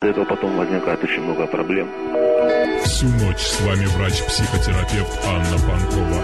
Из-за этого потом возникает очень много проблем. Всю ночь с вами врач-психотерапевт Анна Панкова.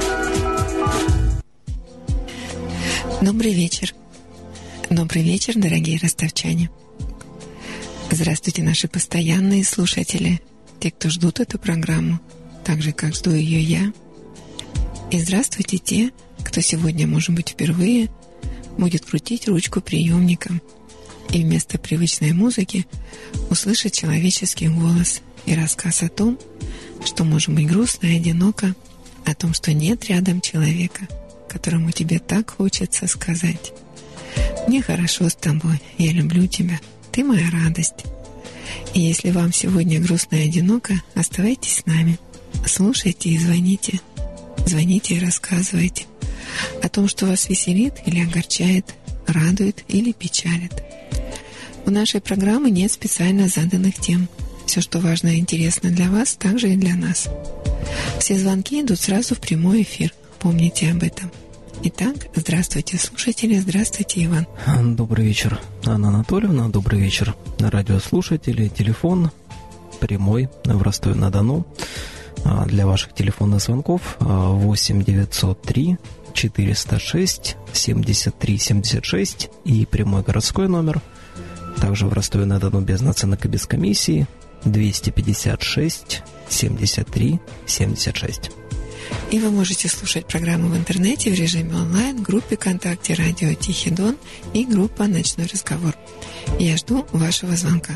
Добрый вечер. Добрый вечер, дорогие ростовчане. Здравствуйте, наши постоянные слушатели, те, кто ждут эту программу, так же, как жду ее я. И здравствуйте те, кто сегодня, может быть, впервые будет крутить ручку приемника и вместо привычной музыки услышит человеческий голос и рассказ о том, что может быть грустно и одиноко, о том, что нет рядом человека, которому тебе так хочется сказать: «Мне хорошо с тобой, я люблю тебя, ты моя радость». И если вам сегодня грустно и одиноко, оставайтесь с нами, слушайте и звоните. Звоните и рассказывайте о том, что вас веселит или огорчает, радует или печалит. У нашей программы нет специально заданных тем. Все, что важно и интересно для вас, также и для нас. Все звонки идут сразу в прямой эфир. Помните об этом. Итак, здравствуйте, слушатели, здравствуйте, Иван. Добрый вечер, Анна Анатольевна, добрый вечер, радиослушатели. Телефон прямой в Ростове-на-Дону для ваших телефонных звонков 8 903 406 73 76 и прямой городской номер. Также в Ростове-на-Дону без наценок и без комиссии 256 73 76. И вы можете слушать программу в интернете в режиме онлайн в группе ВКонтакте «Радио Тихий Дон» и группа «Ночной разговор». Я жду вашего звонка.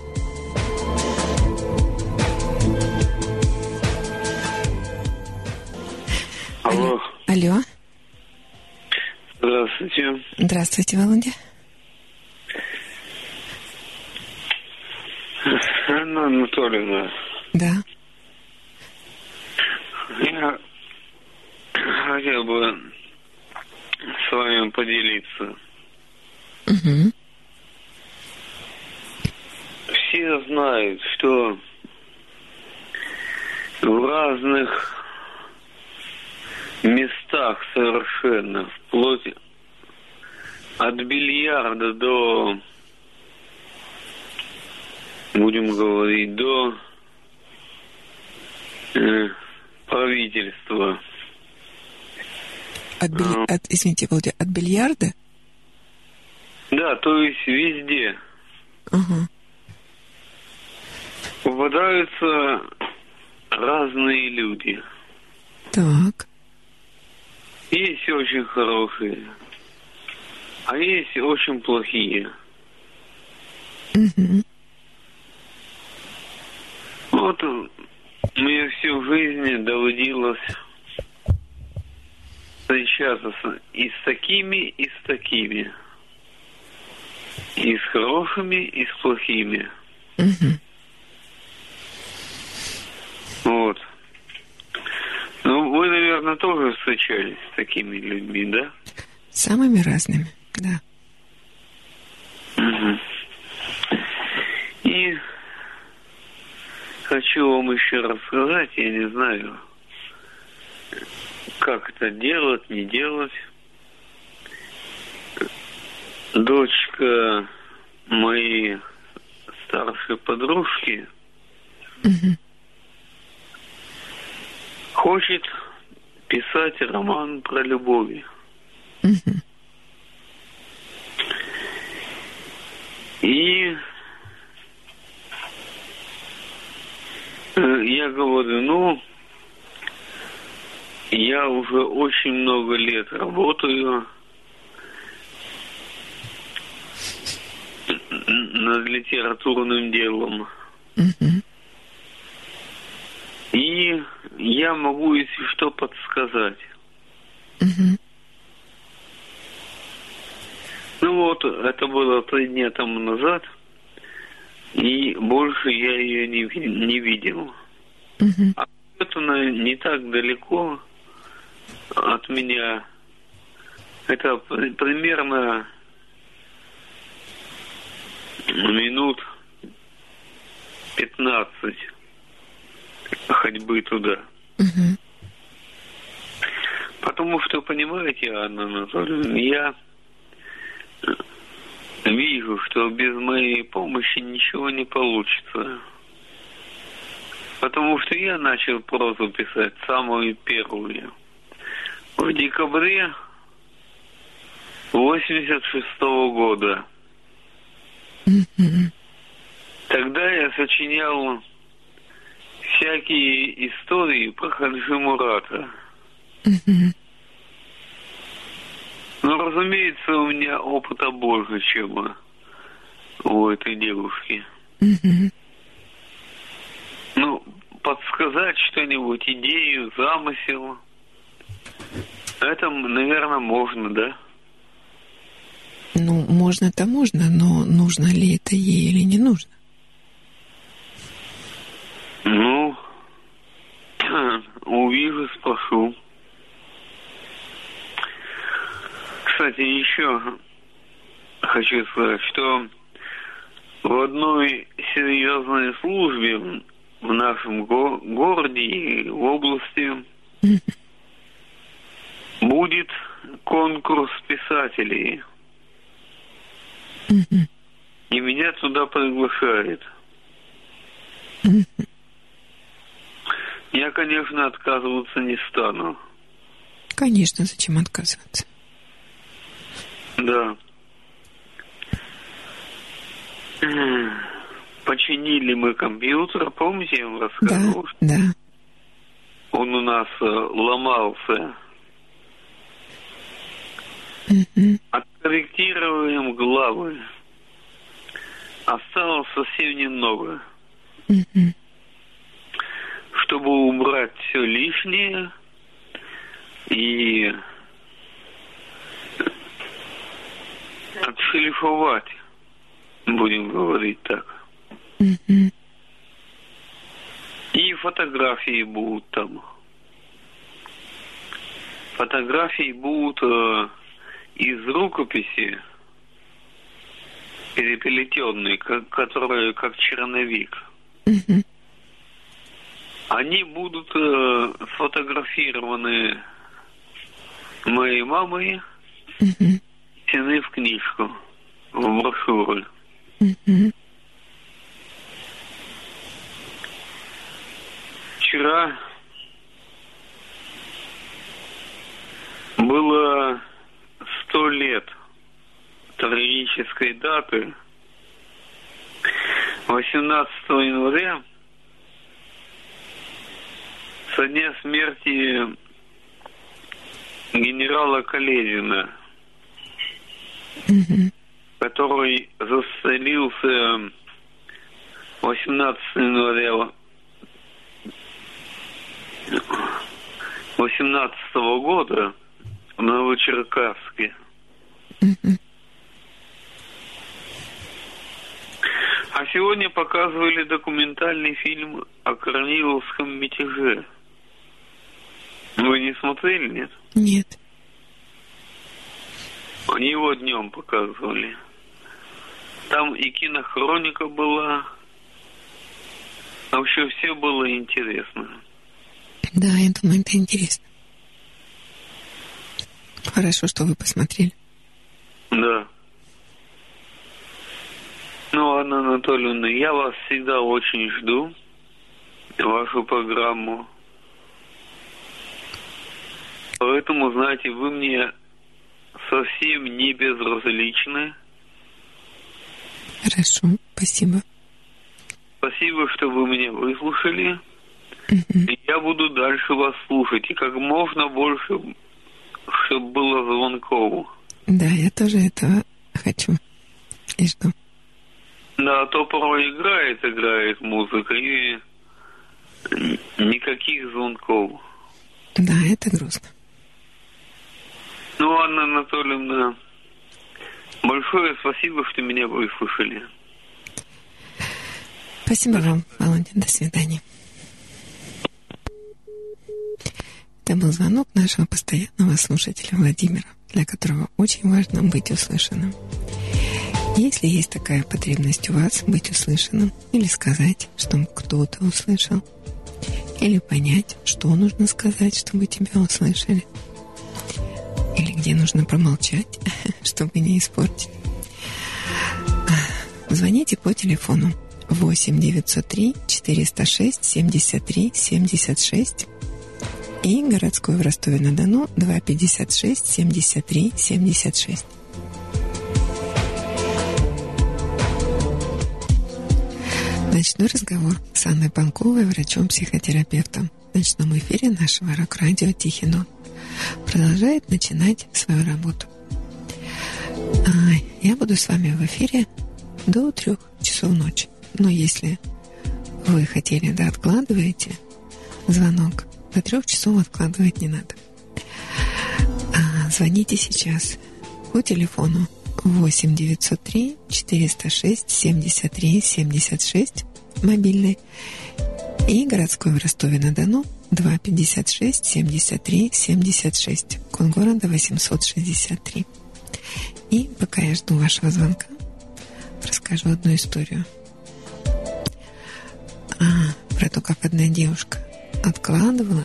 Алло. Алло. Здравствуйте. Здравствуйте, Володя. Анна Анатольевна. Да. Я хотел бы с вами поделиться. Угу. Все знают, что в разных местах совершенно, вплоть от бильярда до, будем говорить, до правительства. Извините, Володя, от бильярда? Да, то есть везде. Ага. Попадаются разные люди. Так. Есть очень хорошие, а есть очень плохие. Угу. Вот мне всю жизнь доводилось встречаться и с такими, и с такими. И с хорошими, и с плохими. Угу. Вот. Ну, вы, наверное, тоже встречались с такими людьми, да? Самыми разными, да. Угу. И хочу вам еще рассказать, я не знаю, как это делать, не делать. Дочка моей старшей подружки хочет писать роман про любовь. И я говорю, я уже очень много лет работаю над литературным делом. И я могу, если что, подсказать. Это было 3 дня тому назад, и больше я ее не видел. А это не так далеко от меня. Это примерно минут 15 ходьбы туда. Потому что, понимаете, Анна Анатольевна, я вижу, что без моей помощи ничего не получится. Потому что я начал прозу писать, самую первую, в декабре 86-го года. Тогда я сочинял всякие истории про Хаджи Мурата. Но, разумеется, у меня опыта больше, чем у этой девушки. Ну, подсказать что-нибудь, идею, замысел, это, наверное, можно, да? Ну, можно-то можно, но нужно ли это ей или не нужно? Ну, увижу, спрошу. Кстати, еще хочу сказать, что в одной серьезной службе в нашем городе и в области будет конкурс писателей. И меня туда приглашают. Я, конечно, отказываться не стану. Конечно, зачем отказываться? Да. Починили мы компьютер, помните, я вам рассказывал? Да. Он у нас ломался. Откорректируем главы. Осталось совсем немного. Чтобы убрать все лишнее и отшлифовать, будем говорить так. И фотографии будут там. Фотографии будут из рукописи, переплетенные, которые как черновик. Они будут сфотографированы моей мамой, внесены в книжку, в брошюру. Вчера было 100 лет трагической даты. 18 января, со дня смерти генерала Каледина, который застрелился 18 января 18 года в Новочеркасске. А сегодня показывали документальный фильм о Корниловском мятеже. Вы не смотрели, нет? Нет. Они его днем показывали. Там и кинохроника была. Вообще все было интересно. Да, я думаю, это интересно. Хорошо, что вы посмотрели. Да. Ну, Анна Анатольевна, я вас всегда очень жду, вашу программу. Поэтому, знаете, вы мне совсем не безразличны. Хорошо, спасибо. Спасибо, что вы меня выслушали. И я буду дальше вас слушать. И как можно больше, чтобы было звонков. Да, я тоже этого хочу. И жду. Да, а то порой играет музыка, и никаких звонков. Да, это грустно. Ну, Анна Анатольевна, большое спасибо, что меня выслушали. Спасибо вам, Володя. До свидания. Это был звонок нашего постоянного слушателя Владимира, для которого очень важно быть услышанным. Если есть такая потребность у вас быть услышанным, или сказать, чтобы кто-то услышал, или понять, что нужно сказать, чтобы тебя услышали, или где нужно промолчать, чтобы не испортить, Звоните по телефону 8 903 406 73 76 и городской в Ростове-на-Дону 256 73 76. Ночной разговор с Анной Панковой, врачом-психотерапевтом, в ночном эфире нашего рок-радио «Тихий Дон» продолжает начинать свою работу. Я буду с вами в эфире до 3 часов ночи. Но если вы хотели, да, откладываете звонок, до 3 часов откладывать не надо. Звоните сейчас по телефону 8 903 406 73 76 мобильный и городской в Ростове-на-Дону 256 73 76, код города 863. И пока я жду вашего звонка, расскажу одну историю. Про то, как одна девушка откладывала.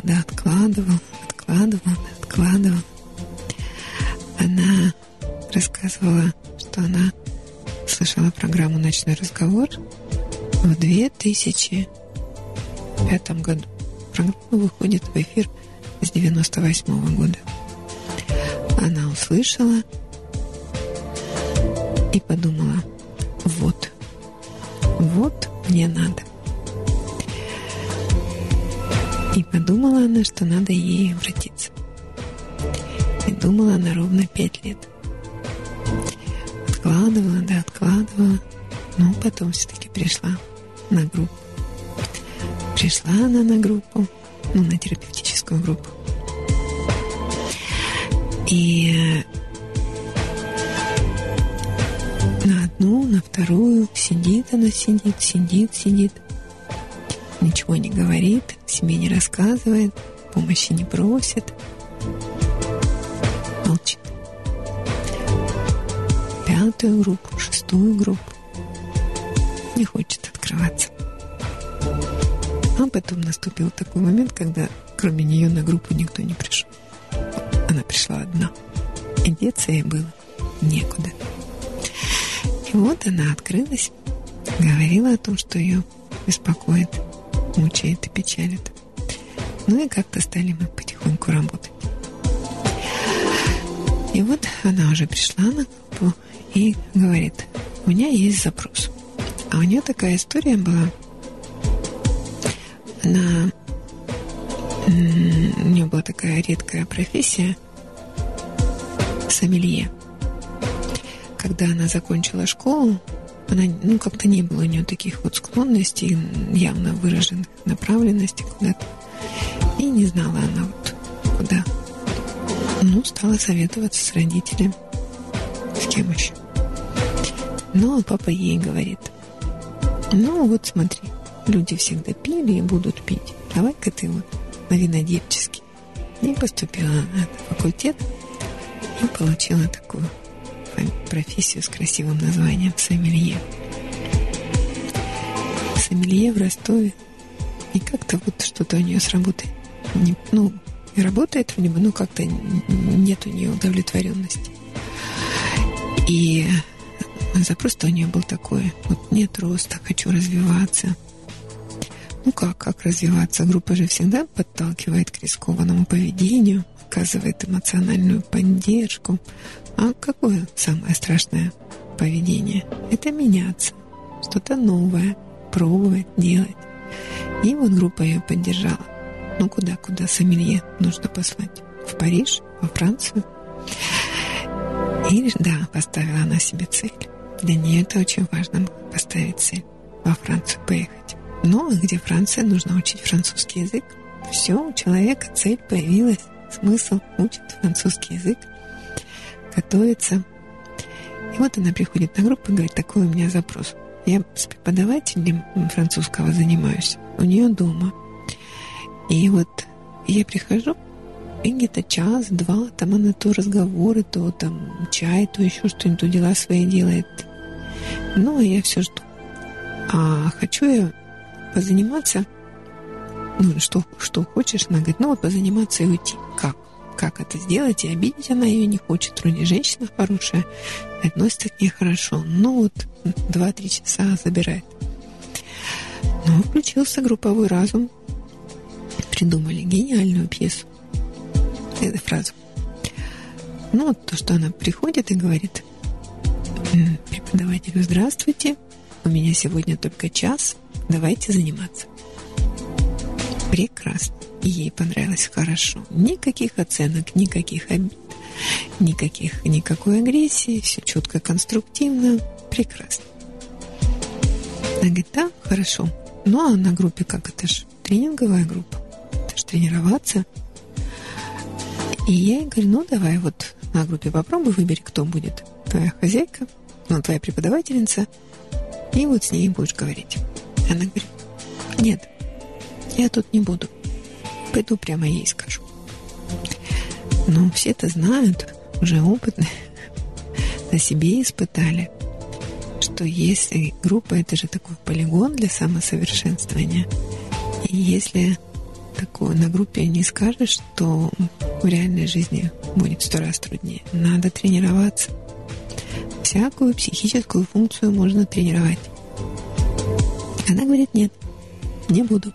Она рассказывала, что она слышала программу «Ночной разговор» в 2005 году. Программа выходит в эфир с 98 года. Она услышала и подумала: вот мне надо. И подумала она, что надо ей обратиться. И думала она ровно 5 лет. Откладывала, но потом все-таки пришла на группу. Пришла она на группу, на терапевтическую группу. И на одну, на вторую сидит. Ничего не говорит, себе не рассказывает, помощи не просит. Молчит. 5-ю группу, 6-ю группу. Не хочет открываться. А потом наступил такой момент, когда кроме нее на группу никто не пришел. Она пришла одна. И деться ей было некуда. И вот она открылась, говорила о том, что ее беспокоит, мучает и печалит. Ну и как-то стали мы потихоньку работать. И вот она уже пришла на группу и говорит: у меня есть запрос. А у нее такая история была. У нее была такая редкая профессия — сомелье. Когда она закончила школу, она, как-то не было у нее таких вот склонностей, явно выраженных направленностей куда-то. И не знала она вот куда. Стала советоваться с родителями. С кем еще? А папа ей говорит: вот смотри, люди всегда пили и будут пить. Давай-ка ты вот на винодельческий. И поступила на факультет и получила такую профессию с красивым названием сомелье. Сомелье в Ростове. И как-то вот что-то у нее сработает. И работает вроде бы, как-то нет у нее удовлетворенности. И запрос-то у нее был такой: вот нет роста, хочу развиваться. Как развиваться? Группа же всегда подталкивает к рискованному поведению, оказывает эмоциональную поддержку. А какое самое страшное поведение? Это меняться, что-то новое, пробовать, делать. И вот группа ее поддержала. Куда сомелье нужно послать? В Париж? Во Францию? И да, поставила она себе цель. Для нее это очень важно было — поставить цель во Францию поехать. Где Франция, нужно учить французский язык. Все, у человека цель появилась, смысл, учит французский язык, готовится. И вот она приходит на группу и говорит: такой у меня запрос. Я с преподавателем французского занимаюсь у нее дома. И вот я прихожу, и где-то час-два, там она то разговоры, то там чай, то еще что-нибудь, то дела свои делает. А я все жду. А хочу я позаниматься, что хочешь. Она говорит: позаниматься и уйти. как это сделать, и обидеть она ее не хочет. Вроде женщина хорошая, относится к ней хорошо, но вот 2-3 часа забирает. Но включился групповой разум, придумали гениальную пьесу, эту фразу. Ну, вот то, что она приходит и говорит: преподавателю, здравствуйте, у меня сегодня только час, давайте заниматься. Прекрасно. И ей понравилось хорошо. Никаких оценок, никаких обид, никакой агрессии, все четко, конструктивно, прекрасно. Она говорит: да, хорошо. Ну, а на группе как? Это же тренинговая группа. Это же тренироваться. И я ей говорю: ну, давай вот на группе попробуй, выбери, кто будет твоя хозяйка, ну, твоя преподавательница, и вот с ней будешь говорить. Она говорит: нет, я тут не буду. Пойду прямо ей скажу. Но все это знают, уже опытные, на себе испытали, что если группа — это же такой полигон для самосовершенствования, и если такое на группе не скажешь, то в реальной жизни будет в 100 раз труднее. Надо тренироваться. Всякую психическую функцию можно тренировать. Она говорит: нет, не буду.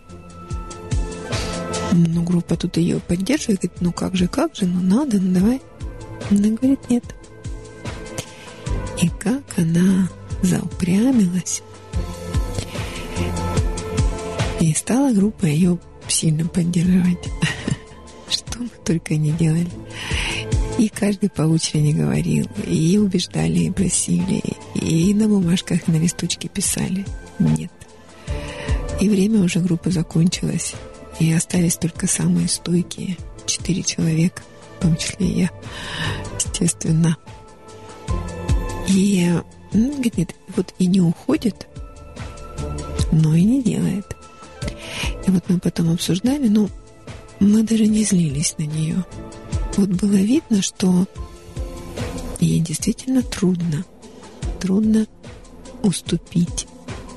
Ну, группа тут ее поддерживает, говорит: ну как же, ну надо, ну давай. Она говорит: нет. И как она заупрямилась. И стала группа ее сильно поддерживать. Что мы только не делали. И каждый по очереди говорил, и убеждали, и просили, и на бумажках, и на листочке писали: нет. И время уже группы закончилось, и остались только самые стойкие 4 человека, в том числе и я, естественно. И говорит: нет, вот и не уходит, но и не делает. И вот мы потом обсуждали, но мы даже не злились на нее. Вот было видно, что ей действительно трудно уступить.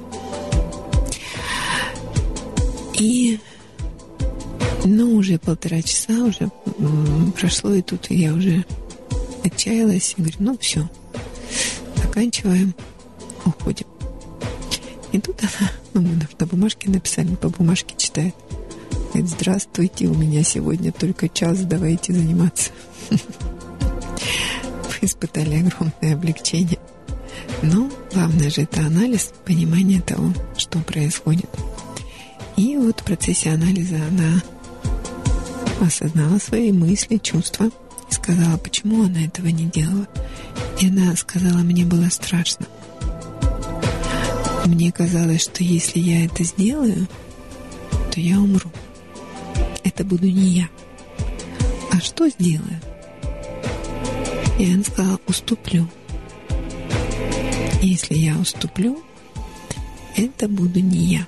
И, ну, уже 1,5 часа уже прошло, и тут я уже отчаялась и говорю: ну, все, заканчиваем, уходим. И тут она, ну, мы на бумажке написали, по бумажке читает. Говорит: здравствуйте, у меня сегодня только час, давайте заниматься. Мы испытали огромное облегчение. Но главное же это анализ, понимание того, что происходит. И вот в процессе анализа она осознала свои мысли, чувства и сказала, почему она этого не делала. И она сказала: мне было страшно. Мне казалось, что если я это сделаю, то я умру. Это буду не я. А что сделаю? И она сказала: уступлю. Если я уступлю, это буду не я.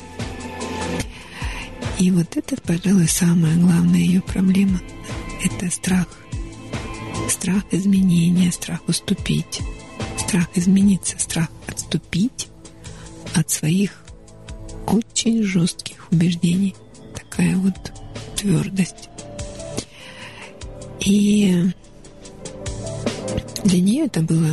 И вот это, пожалуй, самая главная ее проблема. Это страх. Страх изменения, страх уступить, страх измениться, страх отступить от своих очень жестких убеждений. Такая вот твердость. И для нее это было,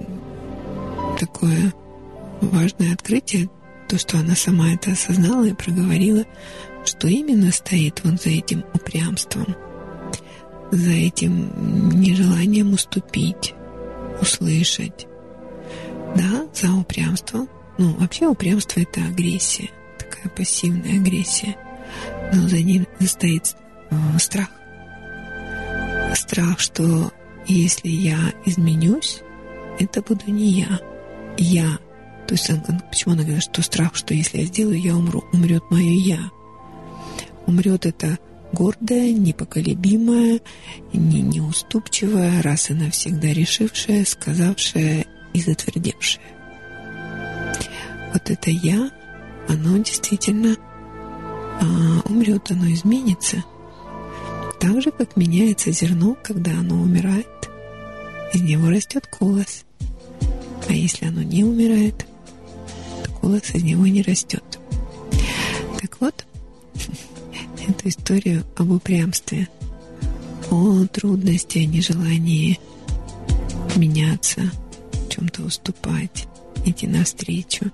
такое важное открытие, то, что она сама это осознала и проговорила, что именно стоит вот за этим упрямством, за этим нежеланием уступить, услышать. Да, за упрямством. Вообще упрямство — это агрессия, такая пассивная агрессия. Но за ним стоит страх. Страх, что если я изменюсь, это буду не я. Я. То есть почему она говорит, что страх, что если я сделаю, я умру. Умрет мое я. Умрет это гордое, непоколебимое, неуступчивое, раз и навсегда решившее, сказавшее и затвердевшее. Вот это я, оно действительно умрет, оно изменится. Так же, как меняется зерно, когда оно умирает, из него растет колос. А если оно не умирает, то колос из него не растет. Так вот, эту историю об упрямстве о трудности, о нежелании меняться, в чем-то уступать, идти навстречу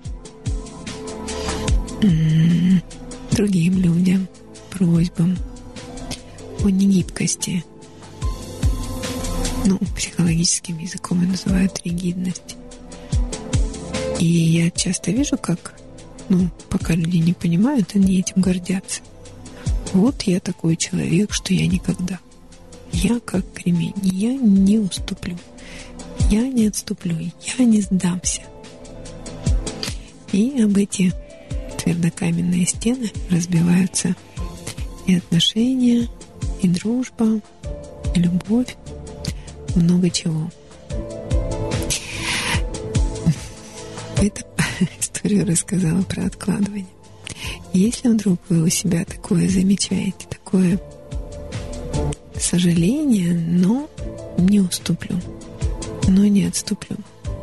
другим людям, просьбам, о негибкости. Психологическим языком ее называют ригидность. И я часто вижу, как, пока люди не понимают, они этим гордятся. Вот я такой человек, что я никогда. Я как кремень, я не уступлю. Я не отступлю, я не сдамся. И об эти твердокаменные стены разбиваются и отношения, и дружба, и любовь, много чего. Эту историю рассказала про откладывание. Если вдруг вы у себя такое замечаете, такое сожаление, но не уступлю, но не отступлю,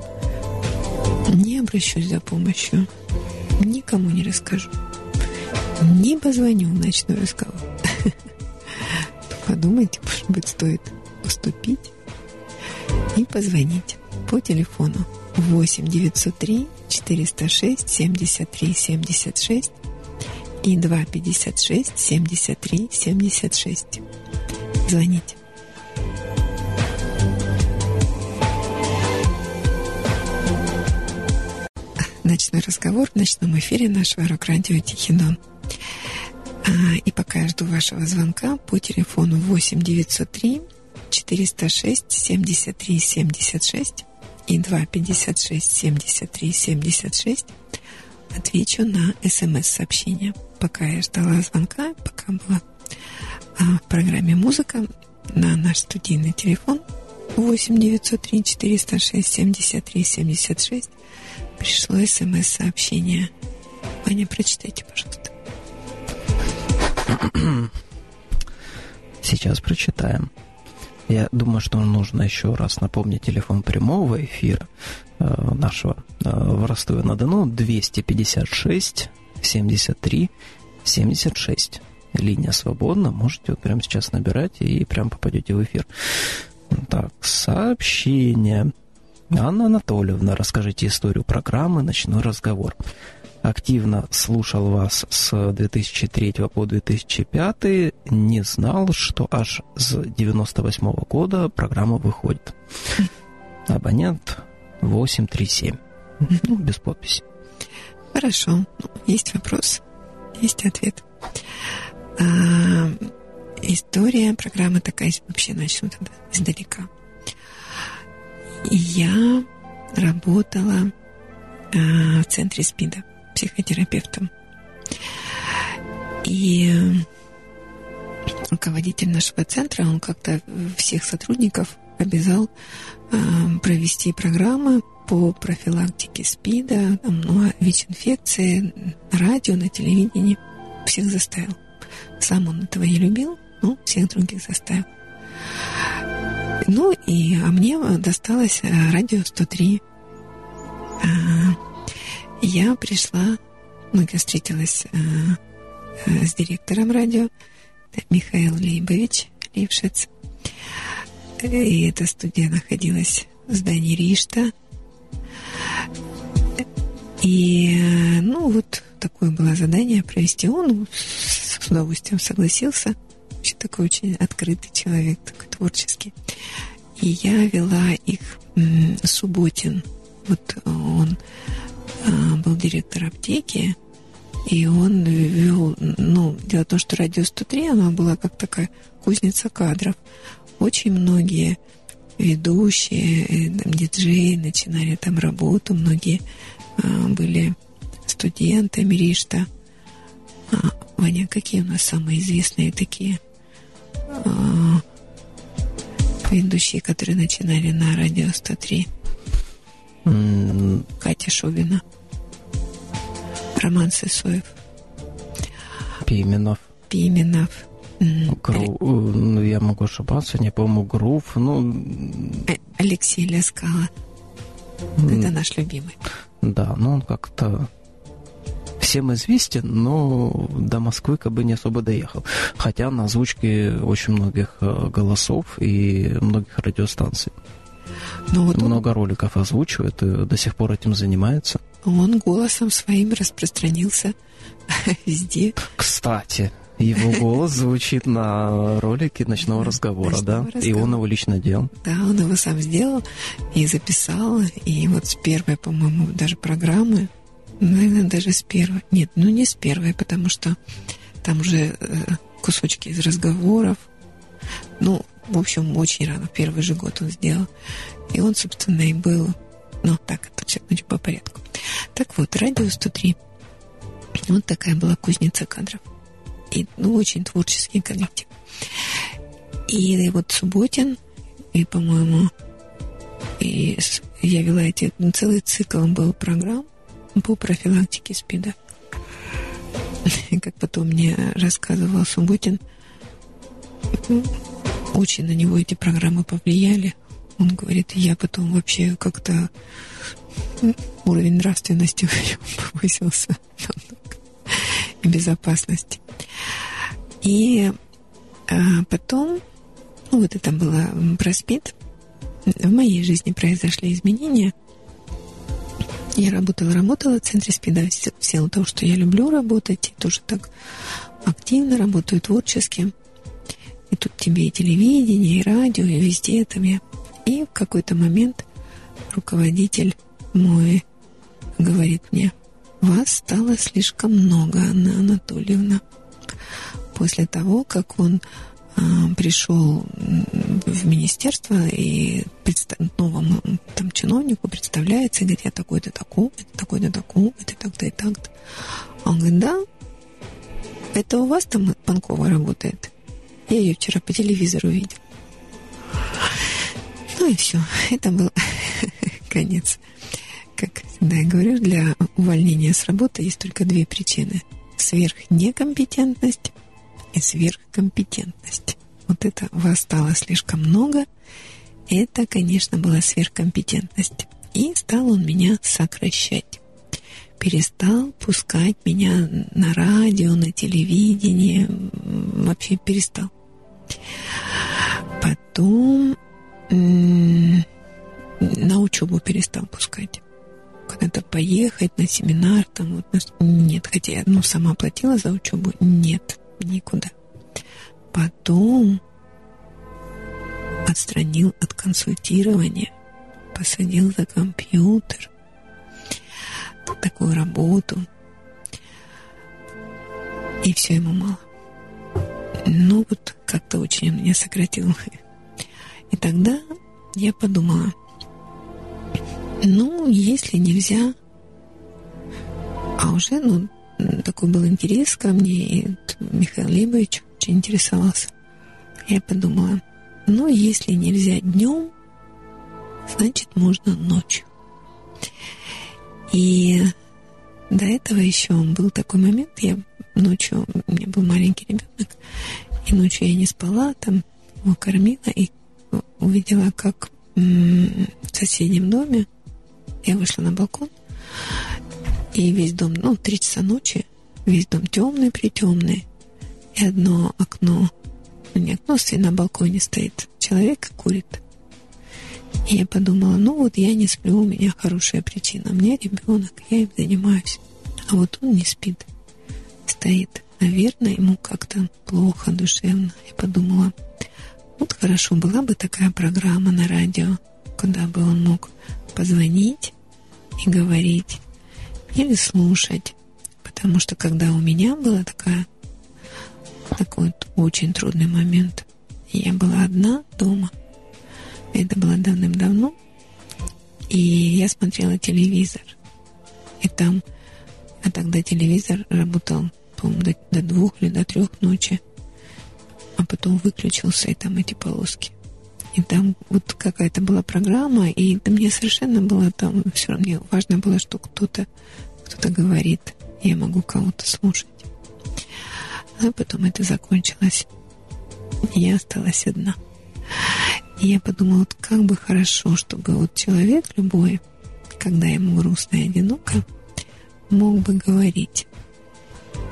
не обращусь за помощью, никому не расскажу, не позвоню в ночной разговор. Подумайте, может быть, стоит уступить и позвонить по телефону 8 903 406 73 76 и 2 56 73 76. Звоните. Ночной разговор в ночном эфире нашего рок-радио «Тихий Дон». И пока я жду вашего звонка по телефону 8 903 406 73 76 и 2 56 73 76 отвечу на СМС-сообщение. Пока я ждала звонка, пока была в программе «Музыка», на наш студийный телефон 8 903 406 73 76 пришло СМС-сообщение. Ваня, прочитайте, пожалуйста. Сейчас прочитаем. Я думаю, что нужно еще раз напомнить телефон прямого эфира нашего в Ростове-на-Дону 256 73 76. Линия свободна, можете вот прямо сейчас набирать и прям попадете в эфир. Так, сообщение. Анна Анатольевна, расскажите историю программы «Ночной разговор». Активно слушал вас с 2003 по 2005, не знал, что аж с 98 года программа выходит. Абонент 837. Без подписи. Хорошо. Есть вопрос, есть ответ. История программы такая, вообще начну тогда издалека. Я работала в центре СПИДа психотерапевтом. И руководитель нашего центра, он как-то всех сотрудников обязал провести программы по профилактике СПИДа, ВИЧ-инфекции, на радио, на телевидении. Всех заставил. Сам он этого не любил, но всех других заставил. А мне досталось радио 103. Я пришла, я встретилась с директором радио, Михаил Лейбович Лейбшец. И эта студия находилась в здании Ришта. И, такое было задание провести. Он с удовольствием согласился. Вообще такой очень открытый человек, такой творческий. И я вела их Субботин. Он был директор аптеки, и он вел... дело в том, что радио 103, она была как такая кузница кадров. Очень многие ведущие, диджеи начинали там работу, многие были студентами Ришта. Ваня, какие у нас самые известные такие ведущие, которые начинали на радио 103? Катя Шубина, Роман Сысоев, Пименов. Я могу ошибаться, не помню, Грув. Алексей Ляскала. Это наш любимый. Да, он как-то всем известен, но до Москвы как бы не особо доехал. Хотя на озвучке очень многих голосов и многих радиостанций. Вот много роликов озвучивает и до сих пор этим занимается. Он голосом своим распространился везде. Кстати, его голос звучит на ролике «Ночного разговора», да? И он его лично делал. Да, он его сам сделал и записал. И вот с первой, по-моему, даже программы, наверное, даже с первой. Нет, не с первой, потому что там уже кусочки из разговоров. В общем, очень рано, в первый же год он сделал. И он, собственно, и был... так, это все по порядку. Так вот, радио 103. Вот такая была кузница кадров. И, очень творческий коллектив. И вот Субботин, и, по-моему, и я вела целый цикл был программ по профилактике СПИДа. Как потом мне рассказывал Субботин, очень на него эти программы повлияли. Он говорит, я потом вообще как-то уровень нравственности повысился намного, и безопасности. И потом, вот это было про СПИД. В моей жизни произошли изменения. Я работала в центре СПИДа в силу того, что я люблю работать, и тоже так активно работаю творчески. И тут тебе и телевидение, и радио, и везде там я. И в какой-то момент руководитель мой говорит мне, вас стало слишком много, Анна Анатольевна. После того, как он пришел в министерство и новому там чиновнику представляется и говорит, я такой-то, это так-то и так-то. Он говорит, да, это у вас там Панкова работает? Я ее вчера по телевизору видел. И все, это был конец. Как всегда я говорю, для увольнения с работы есть только две причины. Сверхнекомпетентность и сверхкомпетентность. Вот это вас стало слишком много. Это, конечно, была сверхкомпетентность. И стал он меня сокращать. Перестал пускать меня на радио, на телевидение. Вообще перестал. Потом на учебу перестал пускать. Куда-то поехать на семинар, там вот, нет, хотя я сама платила за учебу, нет, никуда. Потом отстранил от консультирования, посадил за компьютер, такую работу, и все ему мало. Вот как-то очень он меня сократил. И тогда я подумала, если нельзя, а уже, такой был интерес ко мне, и Михаил Лейбович очень интересовался. Я подумала, если нельзя днем, значит, можно ночью. И до этого еще был такой момент, я ночью, у меня был маленький ребенок, и ночью я не спала, там его кормила, и увидела, как в соседнем доме я вышла на балкон, и весь дом, 3 часа ночи, весь дом темный-притемный, и одно окно, не окно, на балконе стоит человек и курит. И я подумала, я не сплю, у меня хорошая причина, у меня ребенок, я им занимаюсь, а вот он не спит, стоит, наверное, ему как-то плохо, душевно. Я подумала, хорошо, была бы такая программа на радио, куда бы он мог позвонить и говорить, или слушать. Потому что когда у меня была такой очень трудный момент, я была одна дома, это было давным-давно, и я смотрела телевизор. И там, а тогда телевизор работал, по-моему, до 2 или до 3 ночи, а потом выключился, и там эти полоски. И там вот какая-то была программа, и мне совершенно было там все равно, мне важно было, что кто-то говорит, я могу кого-то слушать. А потом это закончилось. И я осталась одна. И я подумала, как бы хорошо, чтобы человек любой, когда ему грустно и одиноко, мог бы говорить.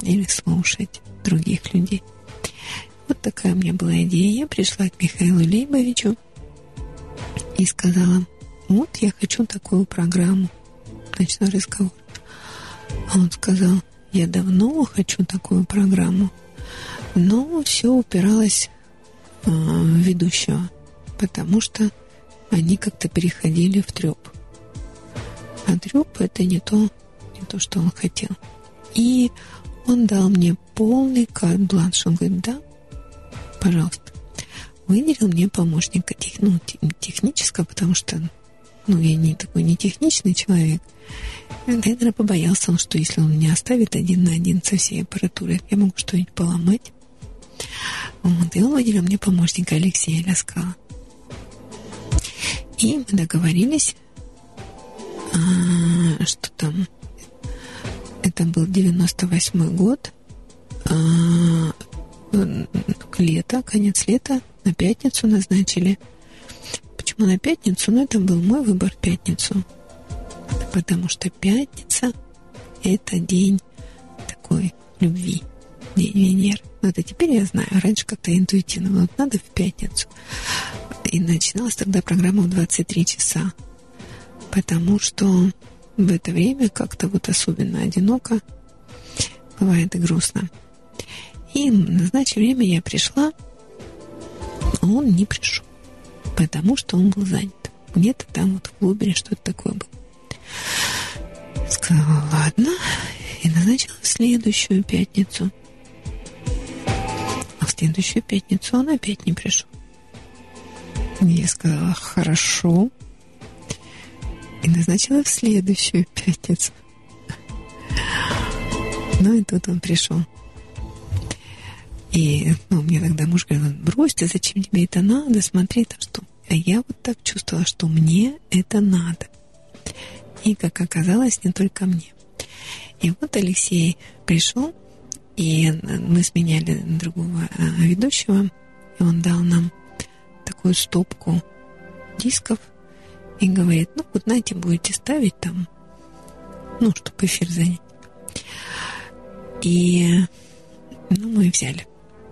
или слушать других людей. Вот такая у меня была идея. Я пришла к Михаилу Лейбовичу и сказала: вот я хочу такую программу. Ночной разговор. А он сказал: я давно хочу такую программу, но все упиралось в ведущего, потому что они как-то переходили в трёп. А трёп — это не то, что он хотел. И он дал мне полный карт-бланш. Он говорит: да, пожалуйста. Выделил мне помощника технического, потому что я не такой не техничный человек. Наверное, побоялся он, что если он меня оставит один на один со всей аппаратурой, я могу что-нибудь поломать. Вот. И он выделил мне помощника Алексея Ляскала. И мы договорились, что там... Это был 98-й год, лето, конец лета, на пятницу назначили. Почему на пятницу? Это был мой выбор — пятницу. Потому что пятница — это день такой любви, день Венеры. Это теперь я знаю, раньше как-то интуитивно. Вот надо в пятницу. И начиналась тогда программа в 23 часа. Потому что в это время как-то особенно одиноко, бывает и грустно. И назначив время, я пришла, а он не пришел, потому что он был занят. Где-то там в клубе что-то такое было. Сказала: ладно, и назначила в следующую пятницу. А в следующую пятницу он опять не пришел. Я сказала: хорошо. И назначила в следующую пятницу. И тут он пришел. И мне тогда муж говорил: брось ты, зачем тебе это надо, смотри там что. А я так чувствовала, что мне это надо. И, как оказалось, не только мне. И Алексей пришел, и мы сменяли другого ведущего, и он дал нам такую стопку дисков и говорит: знаете, будете ставить там, чтобы эфир занять. И мы взяли.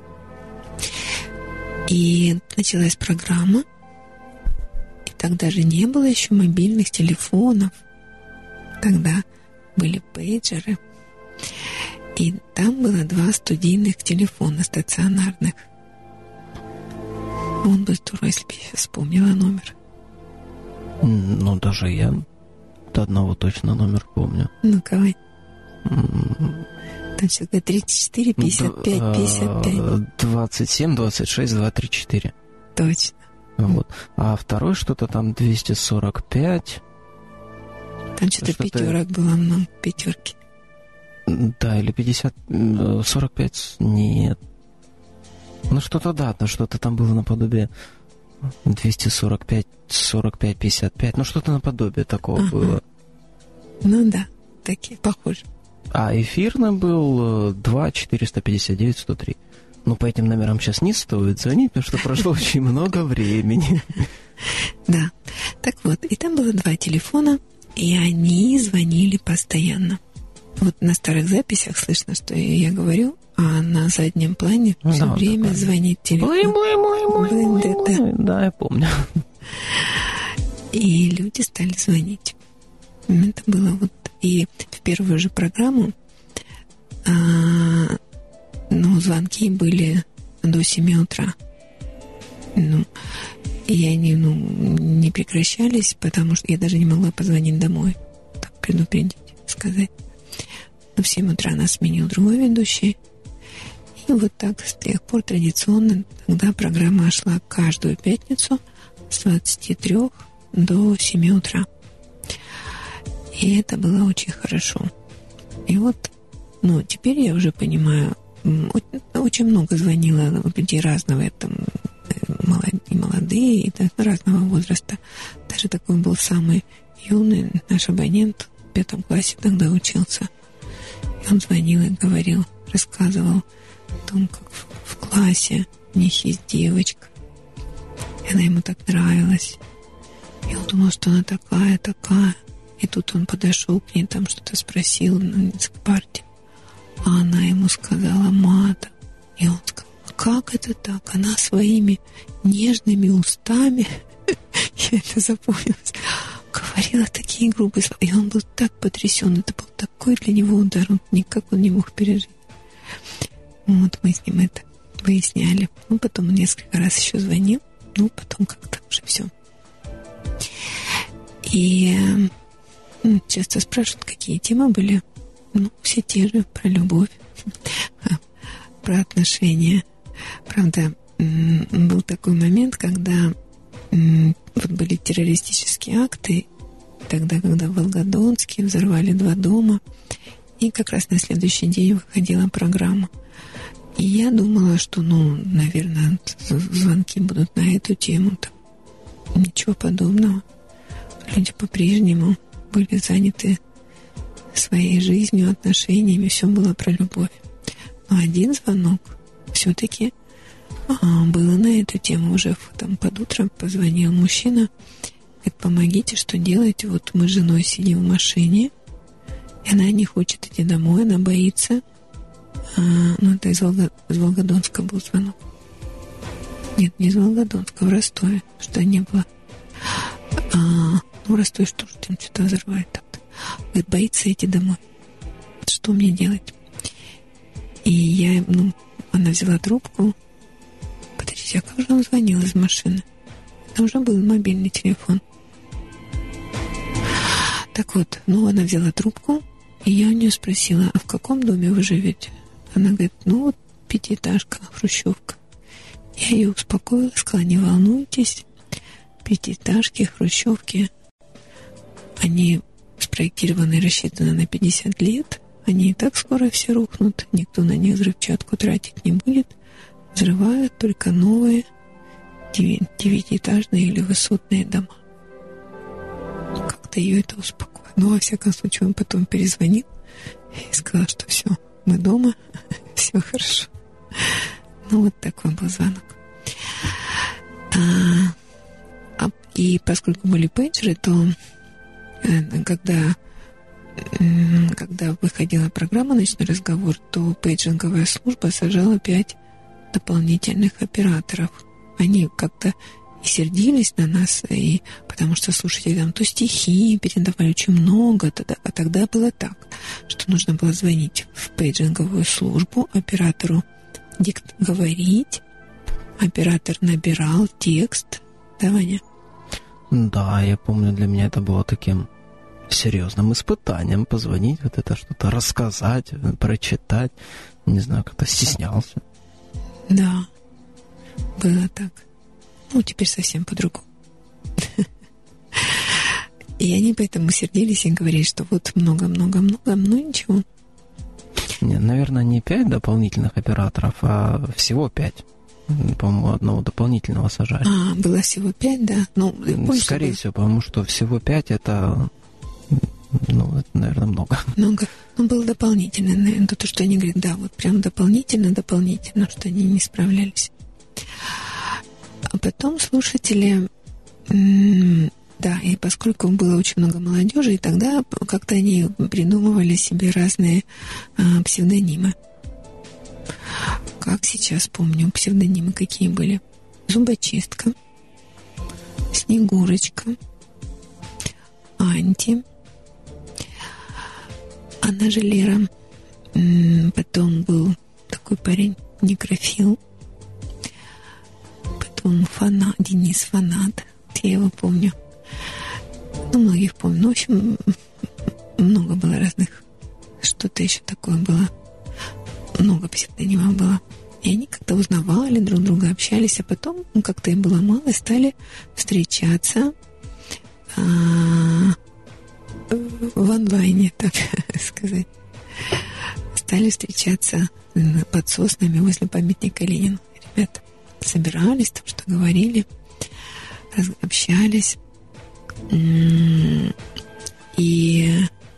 И началась программа. И тогда же не было еще мобильных телефонов. Тогда были пейджеры. И там было 2 студийных телефона стационарных. Он бы здорово, если бы я вспомнила номер. Даже я до одного точно номер помню. Давай. Там всегда 34, 55, 55. 27, 26, 234. Точно. Вот. А второй что-то там 245. Там что-то пятерок было много, пятерки. Да, или 50, 45, нет. Что-то там было наподобие 245, 45, 55. Что-то наподобие такого было. Да, такие, похожи. А эфирный был 2 459 103. По этим номерам сейчас не стоит звонить, потому что прошло очень много времени. Да. Так вот, и там было 2 телефона, и они звонили постоянно. На старых записях слышно, что я говорю, а на заднем плане все время звонит телефон. Да, я помню. И люди стали звонить. Это было и в первую же программу звонки были до 7 утра. И они не прекращались, потому что я даже не могла позвонить домой, предупредить, сказать. В 7 утра нас сменил другой ведущий. И так с тех пор традиционно тогда программа шла каждую пятницу с 23 до 7 утра. И это было очень хорошо. И теперь я уже понимаю, очень много звонило людей разного, и молодые, и разного возраста. Даже такой был самый юный наш абонент, в 5 классе тогда учился. И он звонил и говорил, рассказывал о том, как в классе у них есть девочка. И она ему так нравилась. И он думал, что она такая. И тут он подошел к ней, там что-то спросил на нацпарте. А она ему сказала матом. И он сказал: как это так? Она своими нежными устами, я это запомнилась, говорила такие грубые слова. И он был так потрясен. Это был такой для него удар. Никак он не мог пережить. Вот мы с ним это выясняли. Ну, потом он несколько раз еще звонил. Ну, потом как-то уже все. И часто спрашивают, какие темы были. Ну, все те же. Про любовь, про отношения. Правда, был такой момент, когда вот были террористические акты, тогда, когда в Волгодонске взорвали 2 дома, и как раз на следующий день выходила программа. И я думала, что, наверное, звонки будут на эту тему. Ничего подобного. Люди по-прежнему были заняты своей жизнью, отношениями, все было про любовь. Но один звонок все-таки было на эту тему. Уже там под утро позвонил мужчина, говорит: помогите, что делать? Вот мы с женой сидим в машине, и она не хочет идти домой, она боится. Это из Волгодонска был звонок. Нет, не из Волгодонска, в Ростове, что не было. В Ростове что же там что-то взрывает так-то. Говорит: боится идти домой. Что мне делать? И она взяла трубку. Подождите, а как же он звонил из машины? Там уже был мобильный телефон. Так вот, она взяла трубку, и я у нее спросила: а в каком доме вы живете? Она говорит: 5-этажка, хрущевка. Я ее успокоила, сказала: не волнуйтесь, 5-этажки, хрущевки, они спроектированы и рассчитаны на 50 лет, они и так скоро все рухнут, никто на них взрывчатку тратить не будет, взрывают только новые 9-этажные или высотные дома. Как-то ее это успокоило. Во всяком случае, он потом перезвонил и сказал, что все, мы дома, все хорошо. Вот такой был звонок. И поскольку были пейджеры, то когда выходила программа «Ночной разговор», то пейджинговая служба сажала 5 дополнительных операторов. Они как-то и сердились на нас, потому что слушатели там то стихи передавали очень много. А тогда было так, что нужно было звонить в пейджинговую службу, оператору говорить, оператор набирал текст. Да, Ваня? Да, я помню, для меня это было таким серьезным испытанием позвонить, вот это что-то рассказать, прочитать. Не знаю, как-то стеснялся. Да, было так. Теперь совсем по-другому. И они поэтому сердились и говорили, что вот много-много-много, ничего. Нет, наверное, не 5 дополнительных операторов, а всего 5. По-моему, одного дополнительного сажали. Было всего 5, да? Скорее всего, потому что всего 5 это, это, наверное, много. Много. Было дополнительно, наверное, то, что они говорят, да, вот прям дополнительно, что они не справлялись. А потом слушатели, да, и поскольку было очень много молодежи, и тогда как-то они придумывали себе разные псевдонимы. Как сейчас помню, псевдонимы какие были: Зубочистка, Снегурочка, Анти, она же Лера. Потом был такой парень Некрофил. Потом Денис Фанат. Я его помню. Многих помню. В общем, много было разных. Что-то еще такое было. Много псевдонимов было. И они как-то узнавали друг друга, общались, а потом как-то им было мало, и стали встречаться в онлайне, так сказать. Стали встречаться под соснами возле памятника Ленину. Ребята собирались, там что говорили, общались. И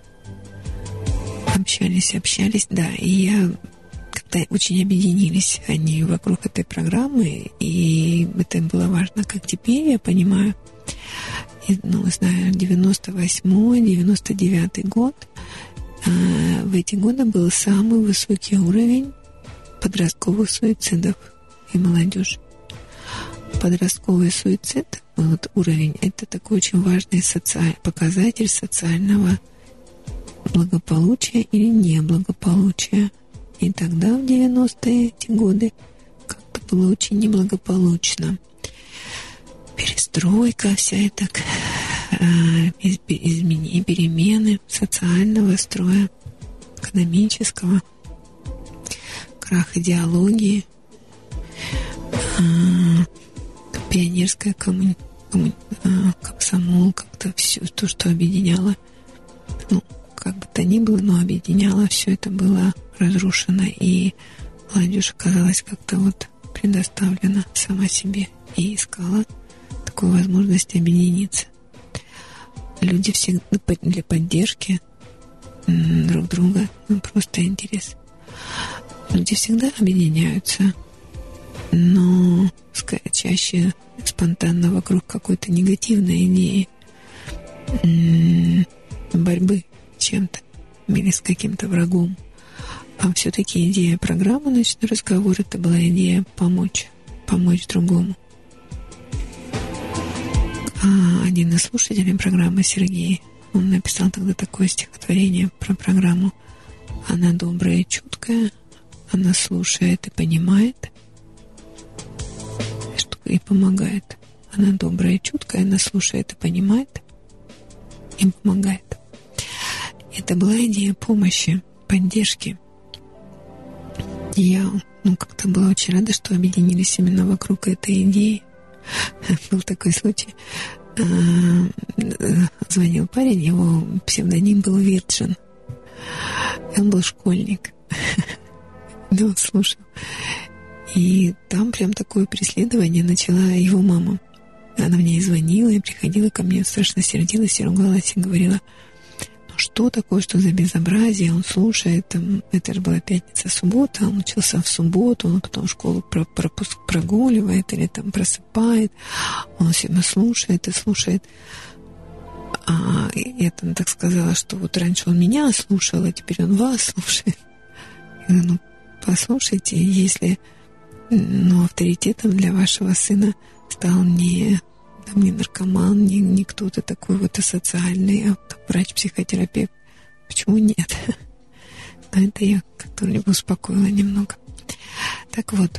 общались, да. И я как-то очень объединились они вокруг этой программы, и это им было важно, как теперь я понимаю. И, знаю, 98-й, 99-й год в эти годы был самый высокий уровень подростковых суицидов и молодежи. Подростковый суицид, вот уровень, это такой очень важный показатель социального благополучия или неблагополучия. И тогда, в 90-е эти годы, как-то было очень неблагополучно. Перестройка, вся эта перемены социального строя, экономического, крах идеологии, пионерская комсомол, как-то все то, что объединяло, ну, как бы то ни было, но объединяло, все это было разрушено, и молодежь оказалась как-то вот предоставлена сама себе и искала такую возможность объединиться. Люди всегда для поддержки друг друга, ну, просто интерес. Люди всегда объединяются, но чаще спонтанно вокруг какой-то негативной идеи, борьбы с чем-то или с каким-то врагом. А все-таки идея программы «Ночной разговор» — это была идея помочь другому. Один из слушателей программы, Сергей, он написал тогда такое стихотворение про программу. Она добрая и чуткая, она слушает и понимает, и помогает. Она добрая и чуткая, она слушает и понимает, и помогает. Это была идея помощи, поддержки. И я как-то была очень рада, что объединились именно вокруг этой идеи. Был такой случай. Звонил парень, его псевдоним был Вирджин. Он был школьник. Да, он слушал. И там прям такое преследование начала его мама. Она мне и звонила, и приходила ко мне, страшно сердилась и ругалась, и говорила: ну что такое, что за безобразие, он слушает, там, это же была пятница, суббота, он учился в субботу, он потом школу прогуливает или там просыпает, он себя слушает и слушает. Я там так сказала, что вот раньше он меня слушал, а теперь он вас слушает. Я говорю, ну послушайте, если авторитетом для вашего сына стал не наркоман, не кто-то такой вот асоциальный, а врач-психотерапевт, почему нет? Но это я как-то успокоила немного. Так вот,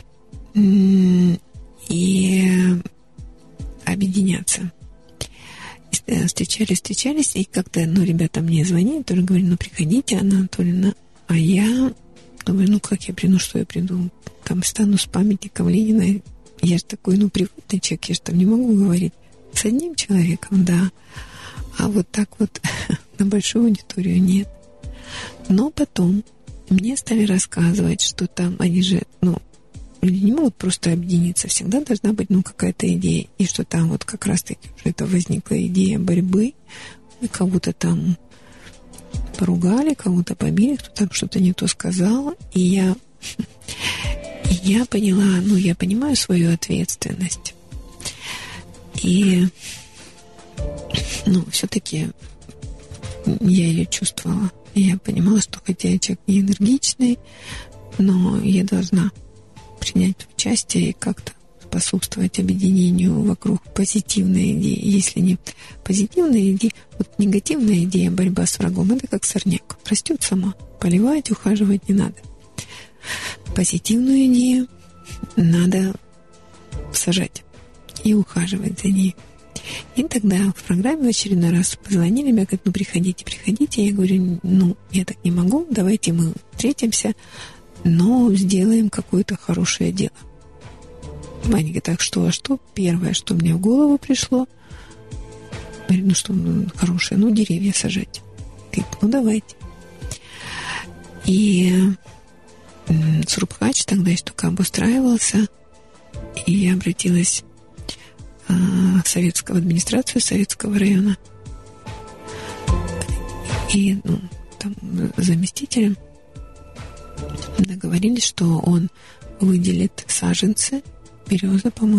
и объединяться. Встречались, и как-то, ребята мне звонили, тоже говорили, приходите, Анна Анатольевна, а я думаю, как я приду, что я приду, там стану с памятником Ленина, я же такой, приватный человек, я же там не могу говорить с одним человеком, да, а вот так вот на большую аудиторию нет. Но потом мне стали рассказывать, что там они же, люди не могут просто объединиться, всегда должна быть, какая-то идея, и что там вот как раз-таки уже это возникла идея борьбы, и кого-то там поругали, кого-то побили, кто там что-то не то сказал, и я поняла, я понимаю свою ответственность. И, все-таки я ее чувствовала. И я понимала, что хотя я человек не энергичный, но я должна принять участие и как-то способствовать объединению вокруг позитивной идеи. Если не позитивная идея, вот негативная идея борьба с врагом, это как сорняк. Растет сама. Поливать, ухаживать не надо. Позитивную идею надо сажать и ухаживать за ней. И тогда в программе в очередной раз позвонили, мне говорят, приходите. Я говорю, я так не могу, давайте мы встретимся, но сделаем какое-то хорошее дело. Они говорят, так что, Первое, что мне в голову пришло, говорю, что хорошее, деревья сажать. Говорит, давайте. И Сурбхач тогда еще только обустраивался, и я обратилась в администрацию Советского района и там заместителем договорились, что он выделит саженцы, березы, по-моему,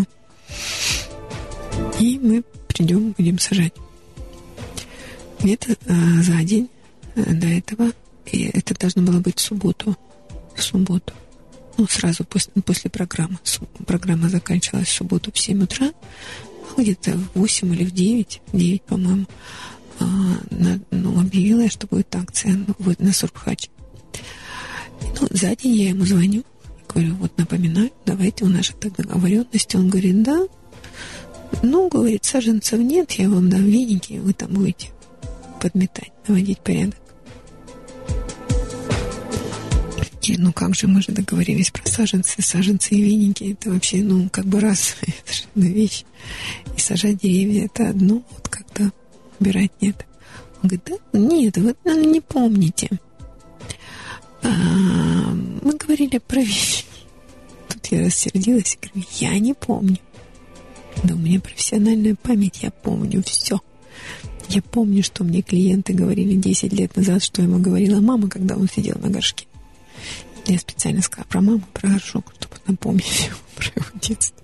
и мы придем, будем сажать. Где-то за день до этого И это должно было быть в субботу. Ну, сразу после программы. Программа заканчивалась в субботу в 7 утра. Где-то в 8 или в 9, по-моему, объявила я, что будет акция на Сурбхач. Ну, за день я ему звоню, говорю, вот напоминаю, давайте, у нас же так договоренность. Он говорит, да. Ну, говорит, саженцев нет, я вам дам веники, вы там будете подметать, наводить порядок. И, ну как же, мы же договорились про саженцы и веники, это вообще, ну, как бы разные вещи. И сажать деревья это одно, вот как-то убирать нет. Он говорит, да, нет, вы, наверное, не помните. Мы говорили про веники. Тут я рассердилась и говорю, я не помню. Да у меня профессиональная память, я помню все. Я помню, что мне клиенты говорили 10 лет назад, что ему говорила мама, когда он сидел на горшке. Я специально сказала про маму, про горшок, чтобы напомнить про его детство.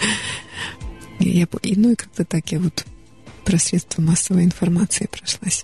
Ну и как-то так я вот про средства массовой информации прошлась.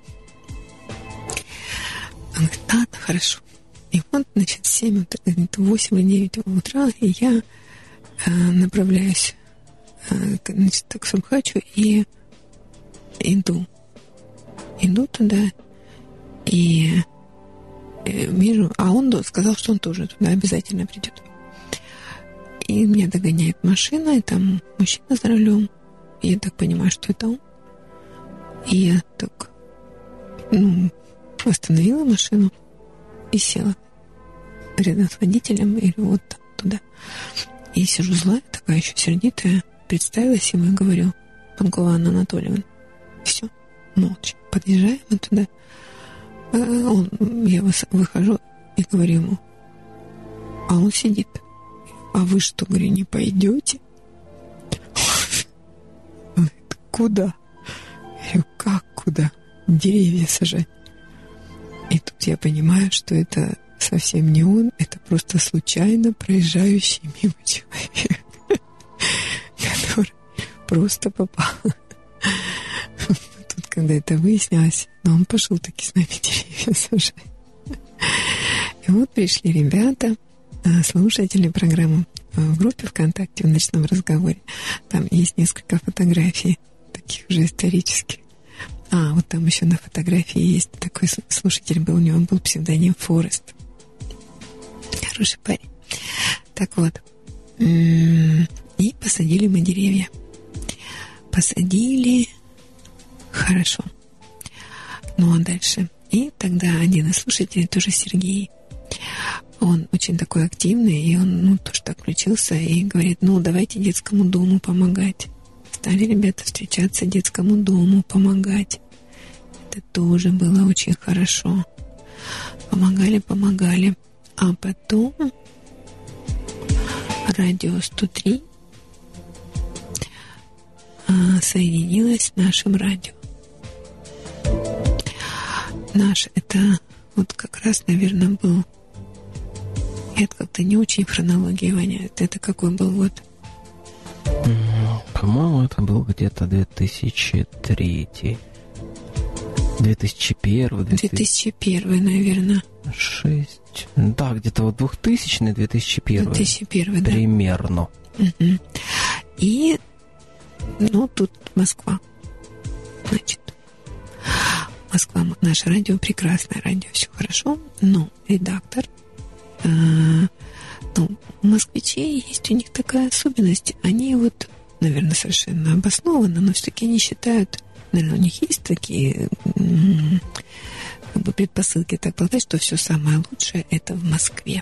Он говорит, ладно, хорошо. И вот, значит, 8 или 9 утра, и я направляюсь, значит, к Сурбхачу и иду туда, и вижу, а он сказал, что он тоже туда обязательно придет. И меня догоняет машина, и там мужчина за рулем. И я так понимаю, что это он. И я так, остановила машину и села рядом с водителем, и вот так туда. И сижу злая, такая еще сердитая, представилась ему и говорю, Панкова Анна Анатольевна. Все, молча. Подъезжаем мы туда. Я выхожу и говорю ему, а он сидит. А вы что, говорю, не пойдете? Он говорит, куда? Я говорю, как куда? Деревья сажать. И тут я понимаю, что это совсем не он, это просто случайно проезжающий мимо человек, который просто попал. Тут, когда это выяснилось, но он пошел таки с нами деревья сажать. И вот пришли ребята, слушатели программы в группе ВКонтакте в «Ночном разговоре». Там есть несколько фотографий, таких уже исторических. Вот там еще на фотографии есть такой слушатель был, у него был псевдоним Форест. Хороший парень. Так вот. И посадили мы деревья. Посадили. Хорошо. Ну, а дальше. И тогда один из слушателей, тоже Сергей, он очень такой активный, и он, тоже так включился и говорит, давайте детскому дому помогать. Стали ребята встречаться детскому дому, помогать. Это тоже было очень хорошо. Помогали. А потом радио 103 соединилось с нашим радио. Наш, это вот как раз, наверное, был... Это как-то не очень хронология, Ваня. Это какой был год? По-моему, это был где-то 2003. 2001. 2001, наверное. 6. Да, где-то вот 2000-й, 2001. 2001, да. Примерно. Угу. И, тут Москва. Значит, Москва, наше радио, прекрасное радио, все хорошо, но редактор, у москвичей есть у них такая особенность, они вот, наверное, совершенно обоснованно, но все-таки они считают, наверное, у них есть такие предпосылки так полагать, что все самое лучшее это в Москве.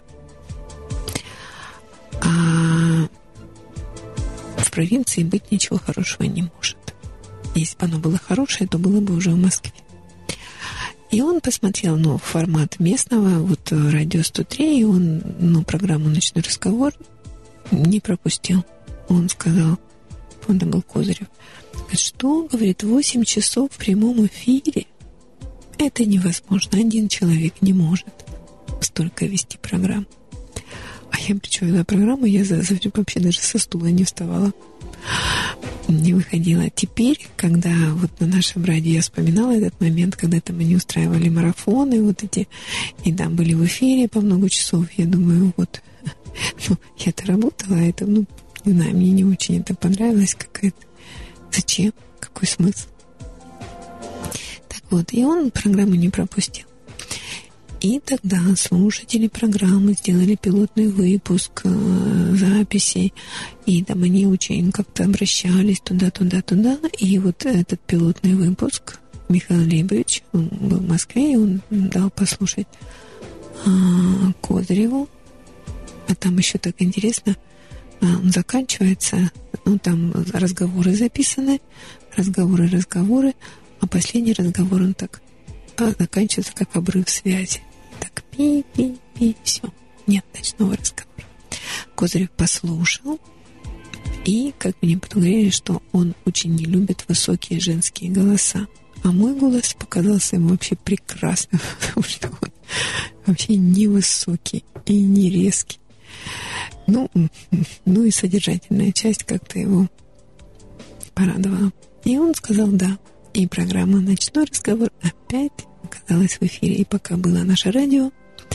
А в провинции быть ничего хорошего не может. Если бы оно было хорошее, то было бы уже в Москве. И он посмотрел, формат местного, радио 103, и он, программу «Ночной разговор» не пропустил. Он сказал, это был Козырев, что, говорит, 8 часов в прямом эфире, это невозможно. Один человек не может столько вести программу. А я, причем вела программу, я вообще даже со стула не вставала. не выходила. Теперь, когда вот на нашем радио я вспоминала этот момент, когда там они устраивали марафоны вот эти, и там были в эфире по много часов, я думаю, вот, ну, я-то работала, а это, ну, не знаю, мне не очень это понравилось какая-то. Зачем? Какой смысл? Так вот, и он программу не пропустил. И тогда слушатели программы сделали пилотный выпуск записей, и там они очень как-то обращались туда. И вот этот пилотный выпуск Михаил Лейбович, он был в Москве, и он дал послушать Козыреву. А там еще так интересно, он заканчивается, ну там разговоры записаны, разговоры, а последний разговор он так заканчивается как обрыв связи. Так, пи-пи-пи, все, нет ночного разговора. Козырев послушал, и, как мне потом говорили, что он очень не любит высокие женские голоса. А мой голос показался ему вообще прекрасным, потому что он вообще не высокий и не резкий. Ну и содержательная часть как-то его порадовала. И он сказал «да». И программа «Ночной разговор» опять оказалась в эфире. И пока было наше радио,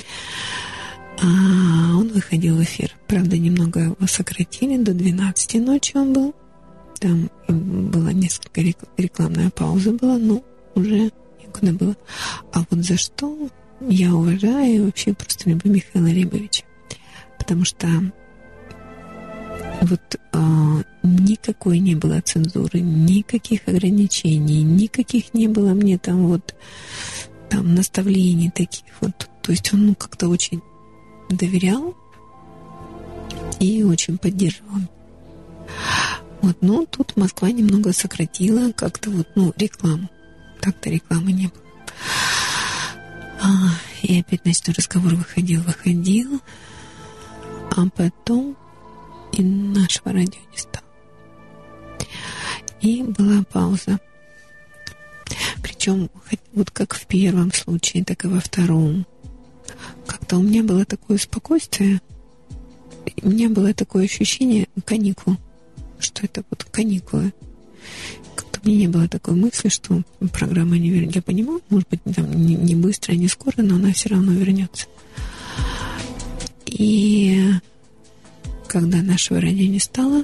он выходил в эфир. Правда, немного его сократили, до 12 ночи он был. Там была несколько рекламная пауза была, но уже некуда было. А вот за что я уважаю и вообще просто люблю Михаила Лейбовича. Потому что вот никакой не было цензуры, никаких ограничений, никаких не было мне там вот там наставлений таких вот. То есть он как-то очень доверял и очень поддерживал. Вот, ну, тут Москва немного сократила как-то вот, ну, рекламу. Так-то рекламы не было. И опять ночной разговор выходил. А потом и нашего радио не стало. И была пауза. Причем вот как в первом случае, так и во втором. Как-то у меня было такое спокойствие. У меня было такое ощущение каникул. Что это вот каникулы. Как-то у меня не было такой мысли, что программа не вернется. Я понимаю, может быть, там не быстро, не скоро, но она все равно вернется. И когда нашего радио не стало,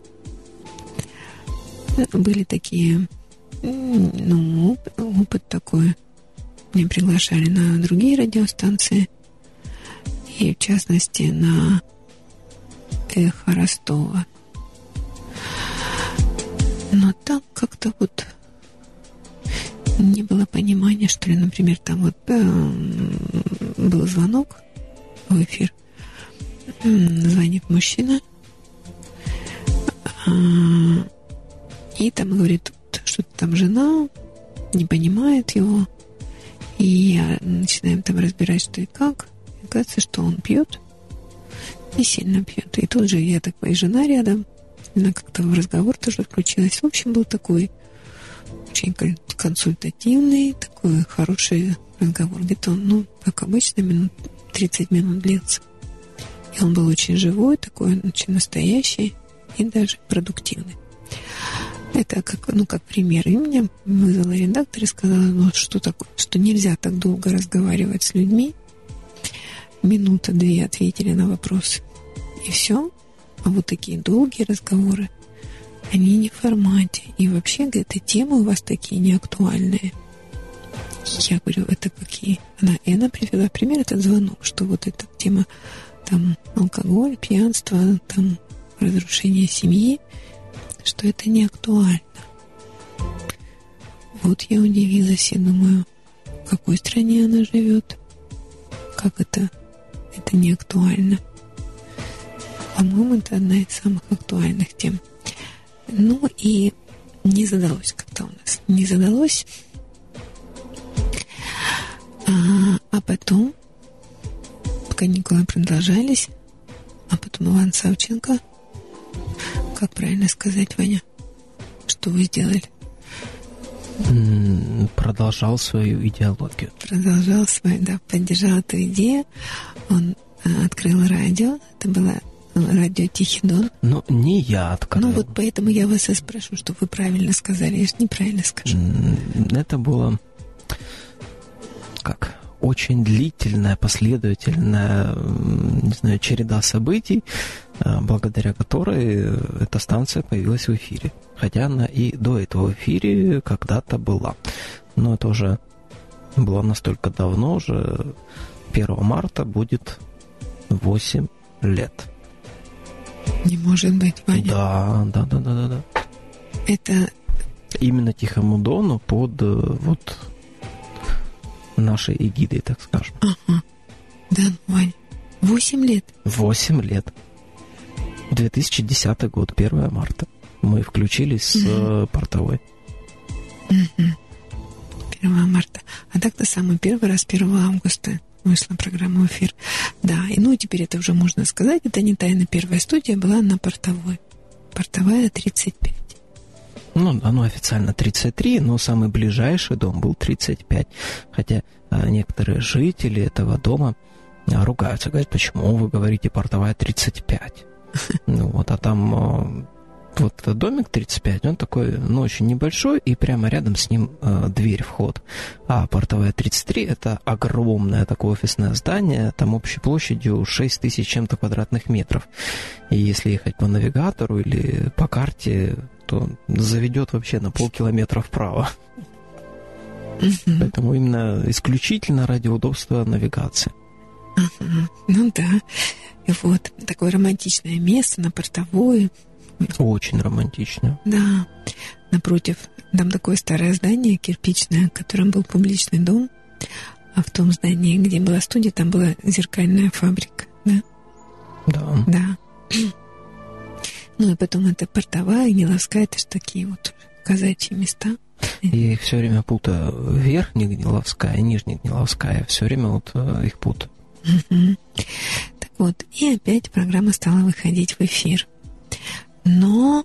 были такие, ну, опыт такой. Меня приглашали на другие радиостанции, и в частности на «Эхо Ростова». Но там как-то вот не было понимания, что ли, например, там вот был звонок в эфир, звонит мужчина, и там говорит, что-то там жена не понимает его, и начинаем там разбирать, что и как. И оказывается, что он пьет, и сильно пьет. И тут же я такая, жена рядом, она как-то в разговор тоже включилась. В общем, был такой очень консультативный, такой хороший разговор. Где-то он, ну, как обычно, 30 минут длился. И он был очень живой, такой очень настоящий и даже продуктивный. Это как, ну, как пример. И меня вызвала редактор и сказала, ну, что такое, что нельзя так долго разговаривать с людьми. Минута-две ответили на вопросы. И все. А вот такие долгие разговоры, они не в формате. И вообще, говорит, темы у вас такие неактуальные. Я говорю, это какие? И она привела пример, этот звонок, что вот эта тема там алкоголь, пьянство, там разрушение семьи, что это не актуально. Вот я удивилась и думаю, в какой стране она живет? Как это не актуально? По-моему, это одна из самых актуальных тем. Ну и не задалось как-то у нас. Не задалось. А потом каникулы продолжались, а потом Иван Савченко, как правильно сказать, Ваня, что вы сделали? Продолжал свою идеологию. Продолжал свою, да, поддержал эту идею. Он открыл радио. Это было радио «Тихий Дон». Ну, не я открыл. Ну, вот поэтому я вас и спрошу, что вы правильно сказали. Я же неправильно скажу. Это было, как, очень длительная, последовательная, не знаю, череда событий, благодаря которой эта станция появилась в эфире. Хотя она и до этого в эфире когда-то была. Но это уже было настолько давно, уже 1 марта будет 8 лет. Не может быть, Ваня. Да. Это... Именно Тихому Дону под вот нашей эгидой, так скажем. Ага. Да, Ваня. 8 лет. 8 лет. 2010 год, 1 марта. Мы включились с портовой. 1 марта. А так-то самый первый раз 1 августа вышла программа в эфир. Да, и ну теперь это уже можно сказать, это не тайна. Первая студия была на портовой. Портовая 35. Ну, оно официально 33, но самый ближайший дом был 35. Хотя некоторые жители этого дома ругаются, говорят, почему вы говорите портовая 35? Ну вот, а там вот этот домик 35, он такой, ну, очень небольшой, и прямо рядом с ним дверь, вход. А портовая 33 – это огромное такое офисное здание, там общей площадью 6 тысяч чем-то квадратных метров. И если ехать по навигатору или по карте, то заведет вообще на полкилометра вправо. Поэтому именно исключительно ради удобства навигации. Ну да. И вот такое романтичное место на портовой. Очень романтично. Да. Напротив, там такое старое здание кирпичное, в котором был публичный дом. А в том здании, где была студия, там была зеркальная фабрика. Да? Да. Да. Ну и потом это портовая, Гниловская, это же такие вот казачьи места. Я их все время путаю. Верхняя Гниловская, Нижняя Гниловская. Все время вот их путаю. Так вот, и опять программа стала выходить в эфир. Но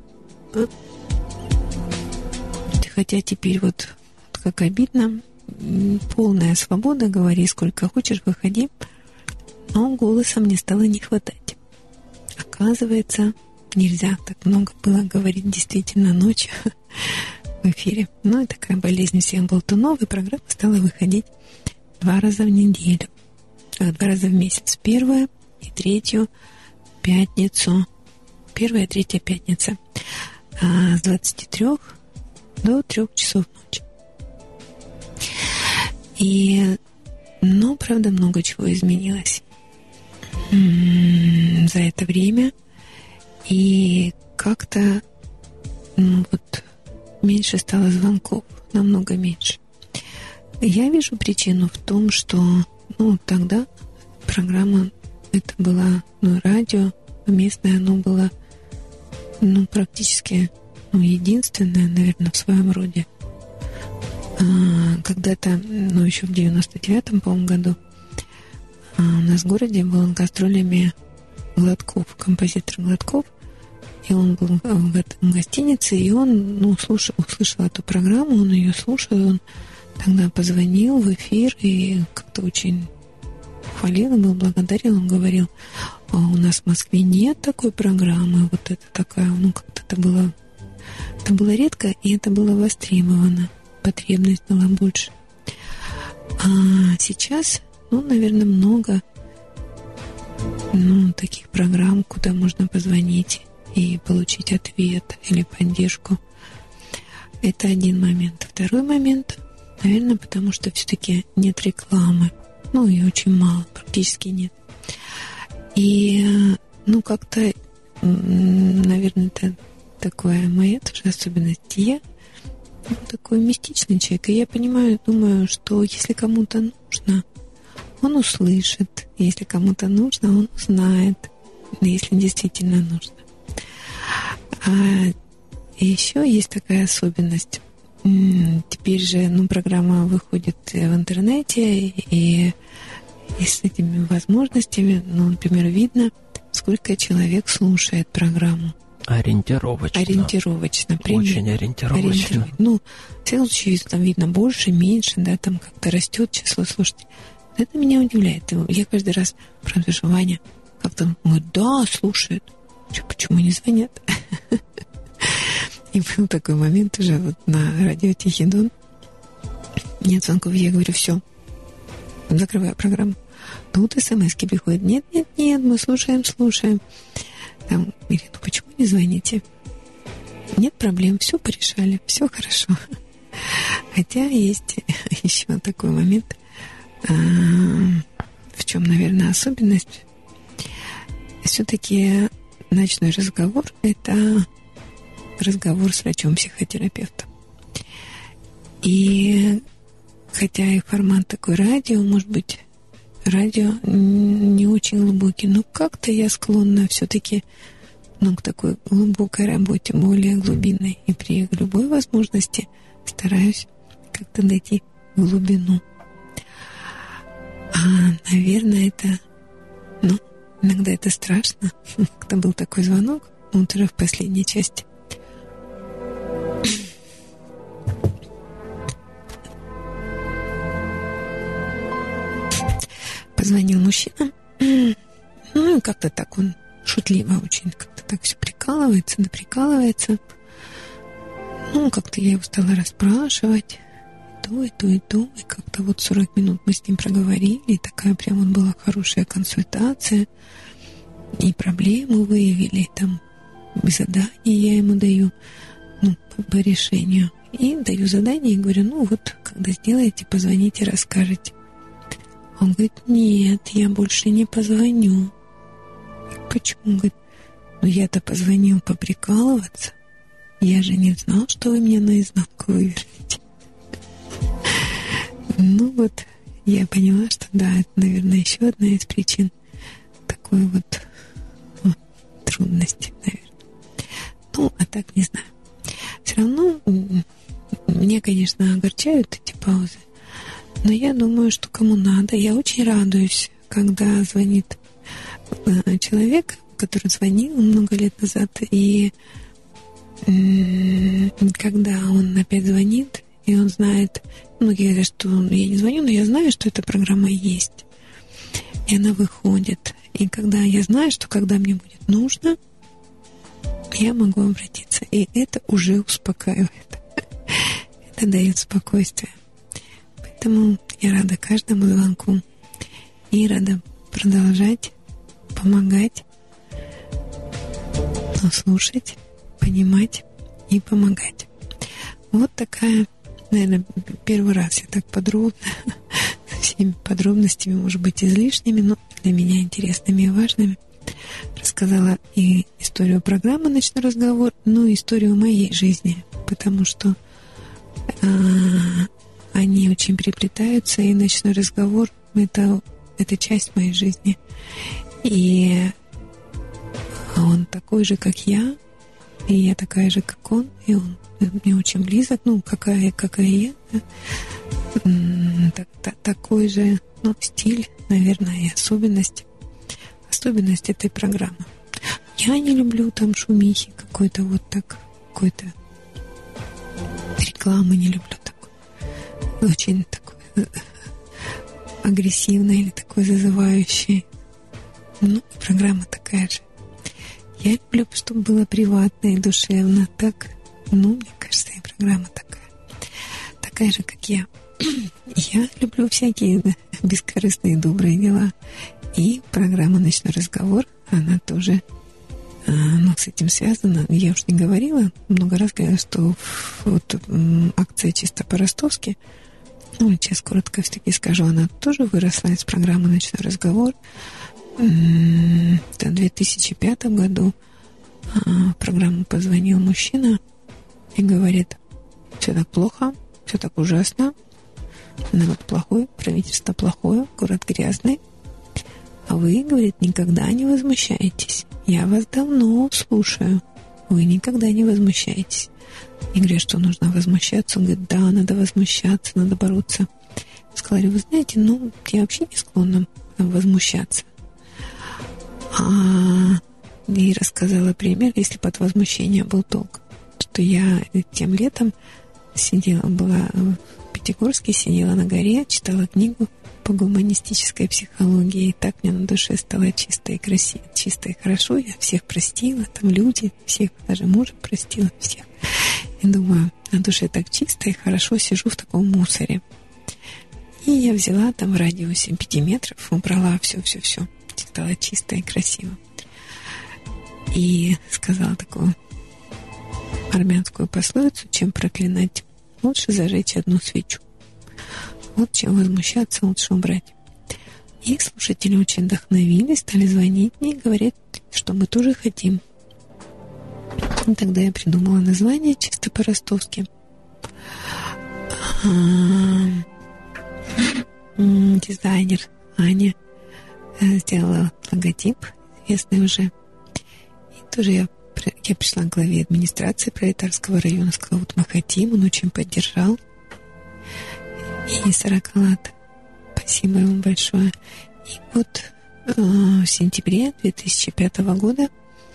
хотя теперь вот как обидно, полная свобода, говори сколько хочешь, выходи, но голоса мне стало не хватать. Оказывается, нельзя так много было говорить действительно ночью в эфире. Ну и такая болезнь всех болтунов, и программа стала выходить 2 раза в неделю. 2 раза в месяц. 1 и 3 пятницу. 1 и 3 пятница. С 23 до 3 часов ночи. И, ну, правда, много чего изменилось за это время. И как-то, ну, вот, меньше стало звонков. Намного меньше. Я вижу причину в том, что, ну, тогда программа, это была, ну, радио местное, оно было, ну, практически, ну, единственное, наверное, в своем роде. Когда-то, ну, еще в 99-м, по-моему, году у нас в городе был гастролями Гладков, композитор Гладков, и он был в гостинице, и он, ну, услышал эту программу, он ее слушал, он тогда позвонил в эфир и как-то очень хвалил, был благодарен, он говорил, у нас в Москве нет такой программы, вот это такая, ну, как-то это было редко, и это было востребовано, потребность была больше. А сейчас, ну, наверное, много, ну, таких программ, куда можно позвонить и получить ответ или поддержку. Это один момент. Второй момент, наверное, потому что все-таки нет рекламы. Ну, ее очень мало, практически нет. И, ну, как-то, наверное, это такое моя тоже особенность. Я, ну, такой мистичный человек. И я понимаю, думаю, что если кому-то нужно, он услышит. Если кому-то нужно, он узнает. Если действительно нужно. А еще есть такая особенность. Теперь же, ну, программа выходит в интернете, и с этими возможностями, ну, например, видно, сколько человек слушает программу. Ориентировочно. Ориентировочно. Очень ориентировочно. Ну, в всяком случае, там видно больше, меньше, да, там как-то растет число слушателей. Это меня удивляет. Я каждый раз спрашиваю, Ваня, Как-то говорит, да, слушают. Почему не звонят? И был такой момент уже вот на радио Тихий Дон. Нет звонков, я говорю, все, закрываю программу. Тут смс-ки приходят, нет, мы слушаем. Там, говорит, ну почему не звоните? Нет проблем, все порешали, все хорошо. Хотя есть еще такой момент, в чем, наверное, особенность. Все-таки ночной разговор – это разговор с врачом-психотерапевтом. И хотя и формат такой радио, может быть, радио не очень глубокий, но как-то я склонна все-таки к такой глубокой работе, более глубинной. И при любой возможности стараюсь как-то найти глубину. Наверное, это, иногда это страшно. Когда был такой звонок, уже в последней части. Позвонил мужчина. Ну, и как-то так он шутливо очень, как-то так все прикалывается. Ну, как-то я его стала расспрашивать. И как-то вот 40 минут мы с ним проговорили. И такая прям вот была хорошая консультация. И проблему выявили. Там задание я ему даю, по решению. И даю задание и говорю, вот, когда сделаете, позвоните, расскажете. Он говорит, нет, я больше не позвоню. Почему? Он говорит, я-то позвонил поприкалываться. Я же не знал, что вы меня наизнанку вывернете. Я поняла, что да, это, наверное, еще одна из причин такой вот трудности, наверное. А так не знаю. Все равно меня, конечно, огорчают эти паузы. Но я думаю, что кому надо. Я очень радуюсь, когда звонит человек, который звонил много лет назад, и когда он опять звонит, и он знает, многие говорят, что я не звоню, но я знаю, что эта программа есть. И она выходит. И когда я знаю, что когда мне будет нужно, я могу обратиться. И это уже успокаивает. Это дает спокойствие. Поэтому я рада каждому звонку и рада продолжать помогать, слушать, понимать и помогать. Вот такая, наверное, первый раз я так подробно, со всеми подробностями, может быть, излишними, но для меня интересными и важными, рассказала и историю программы «Ночной разговор», и историю моей жизни, потому что они очень переплетаются, и ночной разговор — это часть моей жизни. И он такой же, как я, и я такая же, как он, и он мне очень близок, какая я. Такой же стиль, наверное, и особенность этой программы. Я не люблю там шумихи какой-то какой-то рекламы не люблю такой. Очень такой агрессивный или такой зазывающий. Программа такая же. Я люблю, чтобы было приватно и душевно. Так, мне кажется, и программа такая же, как я. Я люблю всякие бескорыстные добрые дела. И программа «Ночной разговор», она тоже с этим связана. Я уж не говорила, много раз говорила, что акция «Чисто по-ростовски», сейчас коротко все-таки скажу, она тоже выросла из программы «Ночной разговор». В 2005 году в программу позвонил мужчина и говорит: все так плохо, все так ужасно, народ плохой, правительство плохое, город грязный, а вы, говорит, никогда не возмущаетесь. Я вас давно слушаю, вы никогда не возмущаетесь. И говорю, что нужно возмущаться. Он говорит, да, надо возмущаться, надо бороться. Я сказала, вы знаете, я вообще не склонна возмущаться. И рассказала пример, если бы от возмущения был толк, что я тем летом была в Пятигорске, сидела на горе, читала книгу по гуманистической психологии. И так мне на душе стало чисто и красиво, чисто и хорошо. Я всех простила, там люди, всех, даже мужа простила, всех. И думаю, на душе так чисто и хорошо, сижу в таком мусоре. И я взяла там в радиусе 5 метров, убрала все. Стало чисто и красиво. И сказала такую армянскую пословицу: чем проклинать, лучше зажечь одну свечу. Вот чем возмущаться, лучше убрать. И слушатели очень вдохновились, стали звонить мне и говорить, что мы тоже хотим. И тогда я придумала название чисто по-ростовски. Дизайнер Аня сделала логотип, известный уже. И тоже я пришла к главе администрации Пролетарского района, сказала: вот мы хотим, он очень поддержал. И Саракалат, спасибо ему большое. И вот в сентябре 2005 года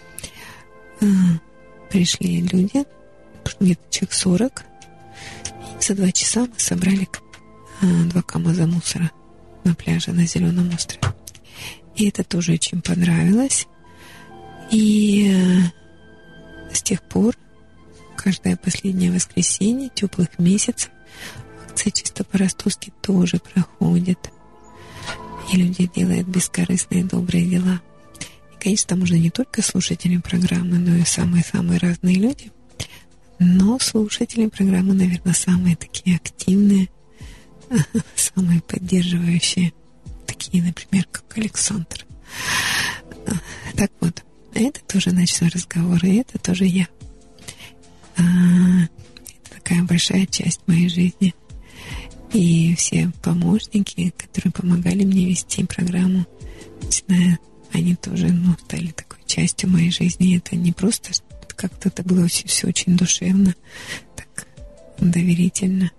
пришли люди, где-то человек 40, и за 2 часа мы собрали 2 КАМАЗа мусора на пляже на Зеленом острове. И это тоже очень понравилось. И с тех пор каждое последнее воскресенье теплых месяцев акции чисто по-ростовски тоже проходят. И люди делают бескорыстные добрые дела. И, конечно, там уже не только слушатели программы, но и самые-самые разные люди. Но слушатели программы, наверное, самые такие активные, самые поддерживающие. Такие, например, как Александр. Так вот, это тоже ночной разговор, и это тоже я. Это такая большая часть моей жизни. И все помощники, которые помогали мне вести программу, они тоже стали такой частью моей жизни. Это не просто как-то, это было все очень душевно, так доверительно.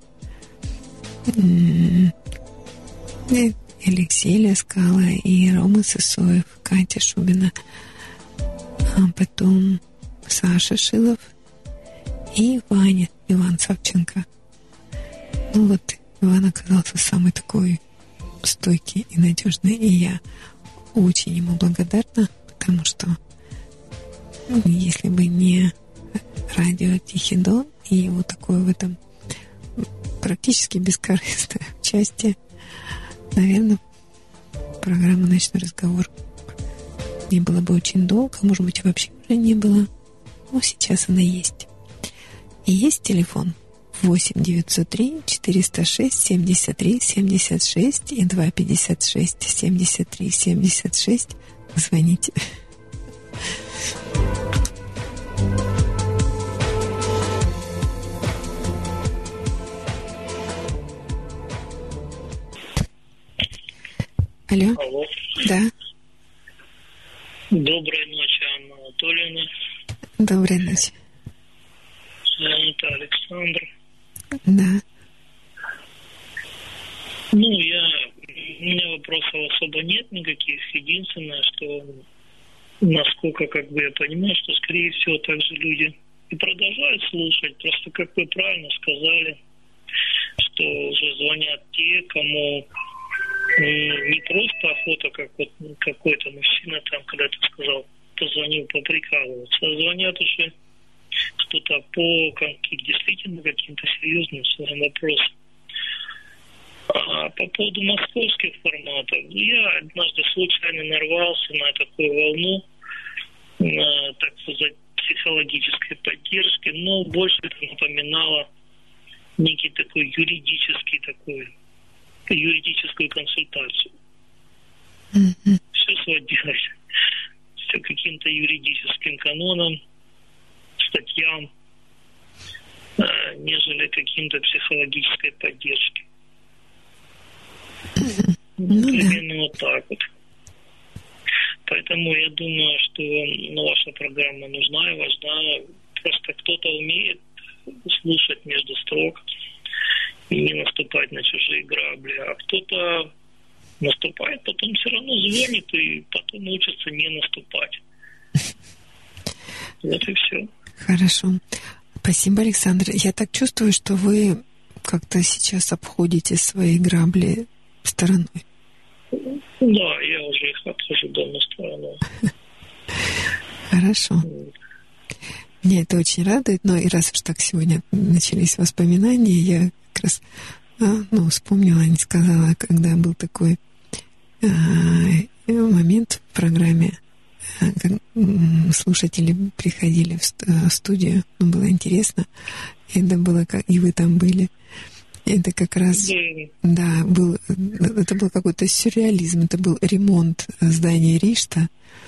И Алексей Ляскала, и Рома Сысоев, Катя Шубина, а потом Саша Шилов и Ваня, Иван Савченко. Ну вот, Иван оказался самый такой стойкий и надежный, и я очень ему благодарна, потому что если бы не радио Тихий Дон и его такое в этом практически бескорыстное участие, наверное, программа «Ночной разговор» не было бы очень долго, может быть, вообще уже не было, но сейчас она есть. И есть телефон 8-903-406-73-76 и 256-73-76. Звоните. Алло. Алло. Да. Доброй ночи, Анна Анатольевна. Доброй ночи. Это Александр. Да. У меня вопросов особо нет никаких. Единственное, что насколько я понимаю, что скорее всего также люди и продолжают слушать. Просто, как вы правильно сказали, что уже звонят те, кому не просто охота, как вот какой-то мужчина там когда-то сказал, позвонил поприкалываться, а звонят уже кто-то по действительно каким-то серьезным своим вопросам. А по поводу московских форматов, я однажды случайно нарвался на такую волну, так сказать, психологической поддержки, но больше это напоминало некий такой юридическую консультацию. Mm-hmm. Все сводилось все к каким-то юридическим канонам, статьям, нежели каким-то психологической поддержке. Mm-hmm. Примерно вот так вот. Поэтому я думаю, что ваша программа нужна и важна. Просто кто-то умеет слушать между строк и не наступать на чужие грабли, а кто-то наступает, потом все равно звонит и потом учится не наступать. Вот и все. Хорошо. Спасибо, Александр. Я так чувствую, что вы как-то сейчас обходите свои грабли стороной? Да, я уже их обхожу дома стороной. Хорошо. Меня это очень радует, но и раз уж так сегодня начались воспоминания, я как раз вспомнила, не сказала, когда был такой момент в программе, как слушатели приходили в студию, было интересно, это было, как и вы там были. Это как раз, да, это был какой-то сюрреализм, это был ремонт здания Ришта.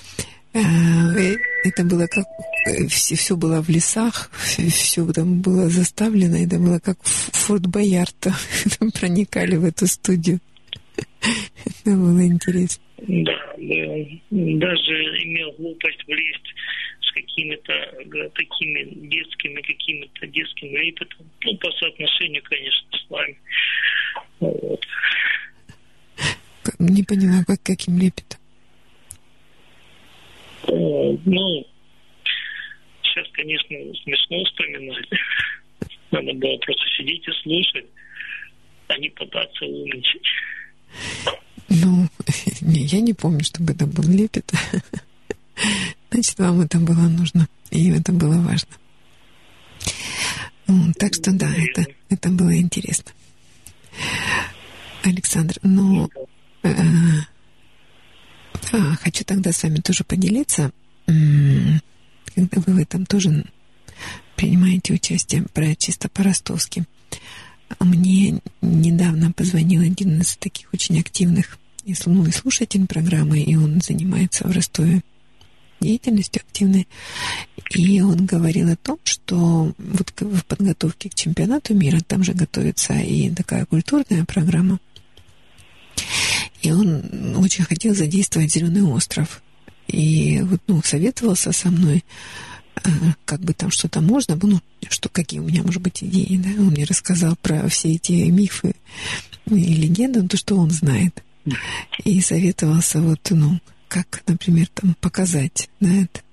Это было как все было в лесах, все там было заставлено, это было как в Форт Боярд, там проникали в эту студию. Это было интересно. Да, даже имел глупость влезть с какими-то такими детским лепетом. По соотношению, конечно, с вами. Вот. Не поняла, каким лепетом? Сейчас, конечно, смешно вспоминать. Надо было просто сидеть и слушать, а не пытаться умничать. Я не помню, чтобы это был лепет. Значит, вам это было нужно, и это было важно. Так что да, это было интересно. Александр, хочу тогда с вами тоже поделиться, когда вы в этом тоже принимаете участие, чисто по-ростовски. Мне недавно позвонил один из таких очень активных и слушатель программы, и он занимается в Ростове деятельностью активной. И он говорил о том, что вот в подготовке к чемпионату мира там же готовится и такая культурная программа. И он очень хотел задействовать Зеленый остров. И советовался со мной, как бы там что-то можно было, какие у меня, может быть, идеи, да? Он мне рассказал про все эти мифы и легенды, то, что он знает. И советовался как, например, там показать, да, этот.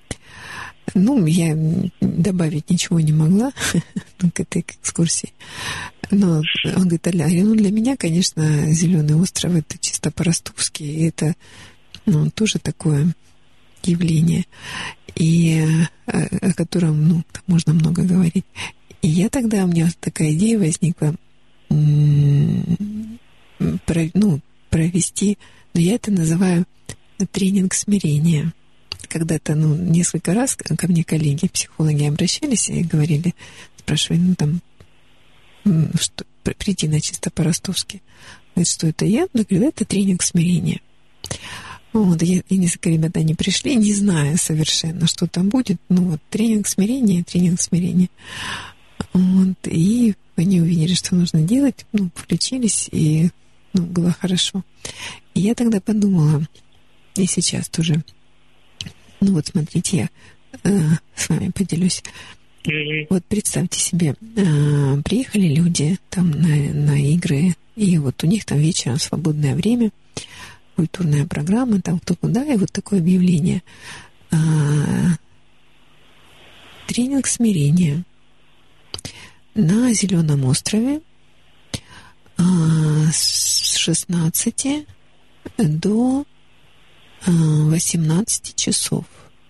Я добавить ничего не могла к этой экскурсии. Но он говорит: для меня, конечно, Зеленый остров — это чисто по-ростовски, и это тоже такое явление, и о котором можно много говорить. И у меня такая идея возникла провести, но я это называю тренинг смирения. Когда-то, несколько раз ко мне коллеги, психологи обращались и говорили, спрашивали, что прийти на чисто по-ростовски. Говорит, что это я? Я говорю, это тренинг смирения. И несколько ребят, они пришли, не зная совершенно, что там будет. Тренинг смирения. И они увидели, что нужно делать, включились, и было хорошо. И я тогда подумала, и сейчас тоже, смотрите, я с вами поделюсь. Вот представьте себе, приехали люди там на игры, и вот у них там вечером свободное время, культурная программа, там кто куда, и вот такое объявление. Тренинг смирения на Зеленом острове с 16 до 18 часов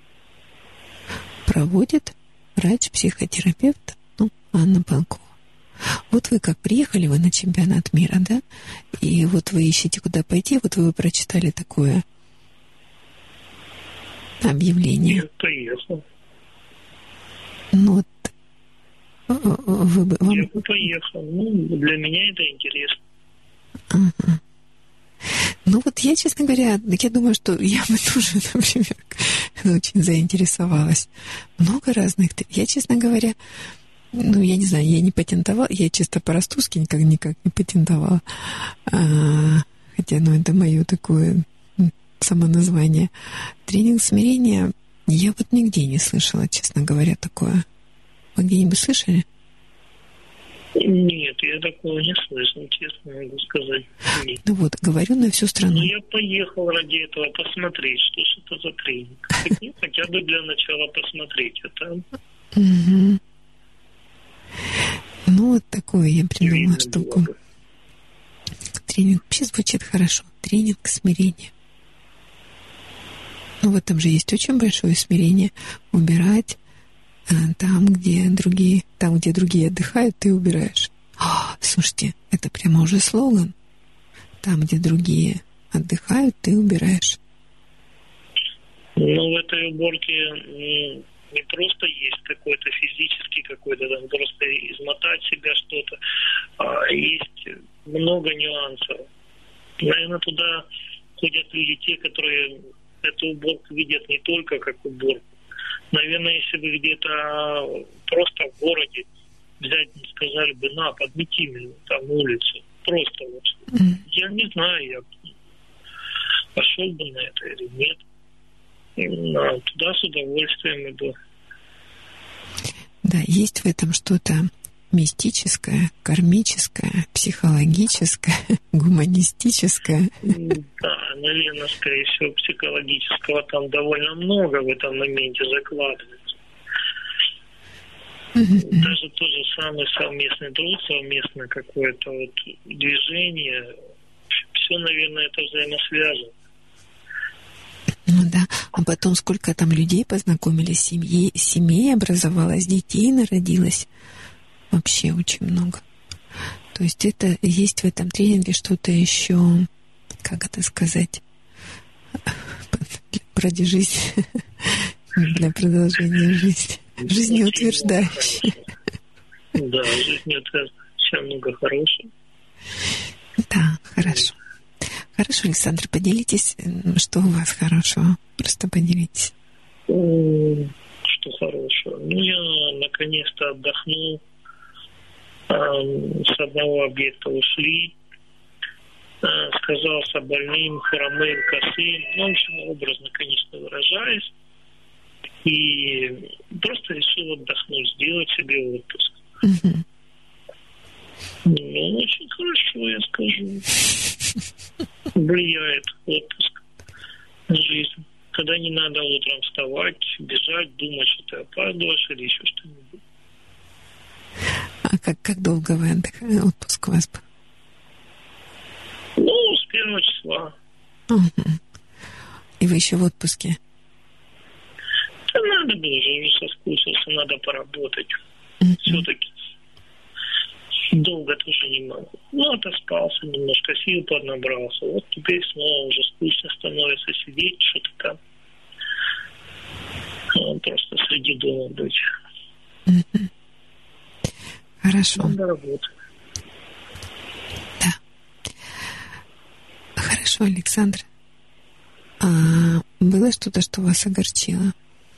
проводит врач-психотерапевт Анна Панкова. Вот вы как приехали вы на чемпионат мира, да? И вот вы ищете, куда пойти, вот вы прочитали такое объявление. Я поехал. Вам... Я поехал. Для меня это интересно. Ага. Я, честно говоря, я думаю, что я бы тоже, например, очень заинтересовалась. Много разных. Я, честно говоря, я не знаю, я не патентовала, я чисто по-ростовски никак не патентовала. Хотя, это мое такое самоназвание. Тренинг смирения я нигде не слышала, честно говоря, такое. Вы где-нибудь слышали? Нет, я такого не слышал, честно могу сказать. Нет. Говорю на всю страну. Я поехал ради этого посмотреть, что же это за тренинг. Хотя бы для начала посмотреть это. Угу. вот такую я придумала штуку. Тренинг вообще звучит хорошо. Тренинг смирения. Ну, в этом же есть очень большое смирение. Убирать там, где другие отдыхают, ты убираешь. Слушайте, это прямо уже слоган. Там, где другие отдыхают, ты убираешь. Ну, в этой уборке не просто есть какой-то физический какой-то, там, просто измотать себя что-то, а есть много нюансов. Наверное, туда ходят люди, те, которые эту уборку видят не только как уборку. Наверное, если бы где-то просто в городе взять, сказали бы, на, подмети меня там улицу. Просто вот. Я не знаю, я пошел бы на это или нет. Туда с удовольствием иду. Да, есть в этом что-то мистическое, кармическое, психологическое, гуманистическое. Да, наверное, скорее всего, психологического там довольно много в этом моменте закладывается. Даже тот же самый совместный труд, совместное какое-то вот движение, все, наверное, это взаимосвязано. Ну да, а потом сколько там людей познакомились, семей образовалось, детей народилось. Вообще очень много. То есть это есть в этом тренинге что-то еще, как это сказать, для продолжения жизни. Жизнеутверждающее. Да, жизнеутверждающее, много хорошего. Да, хорошо. Хорошо, Александр, поделитесь, что у вас хорошего. Просто поделитесь. Что хорошего? Ну, я наконец-то отдохнул. С одного объекта ушли. Сказался больным, хромым, косым. Ну, в общем, образно, конечно, выражаясь. И просто решил отдохнуть, сделать себе отпуск. Ну, очень хорошо, я скажу. Влияет отпуск на жизнь. Когда не надо утром вставать, бежать, думать, что ты опаздываешь или еще что-нибудь. А как долго вы отдыхали? Отпуск у вас был? Ну, с 1 числа. И вы еще в отпуске? Да надо было же, уже соскучился, надо поработать. Все-таки долго тоже не могу. Ну, отоспался немножко, сил поднабрался. Вот теперь снова уже скучно становится сидеть, что-то там. Просто среди дома быть. Хорошо. Надо работать. Да. Хорошо, Александр. А было что-то, что вас огорчило?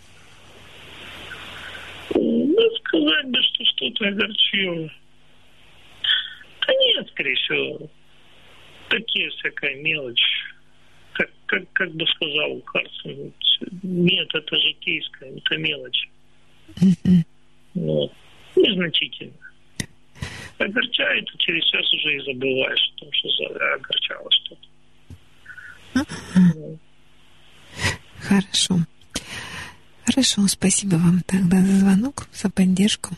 Ну, сказать бы, что что-то огорчило. Да нет, скорее всего. Такие всякая мелочь. Как бы сказал Карсон, нет, это житейское, это мелочь. Вот. Незначительно. Огорчает, а через час уже и забываешь о том, что огорчало что-то. Хорошо. Хорошо, спасибо вам тогда за звонок, за поддержку.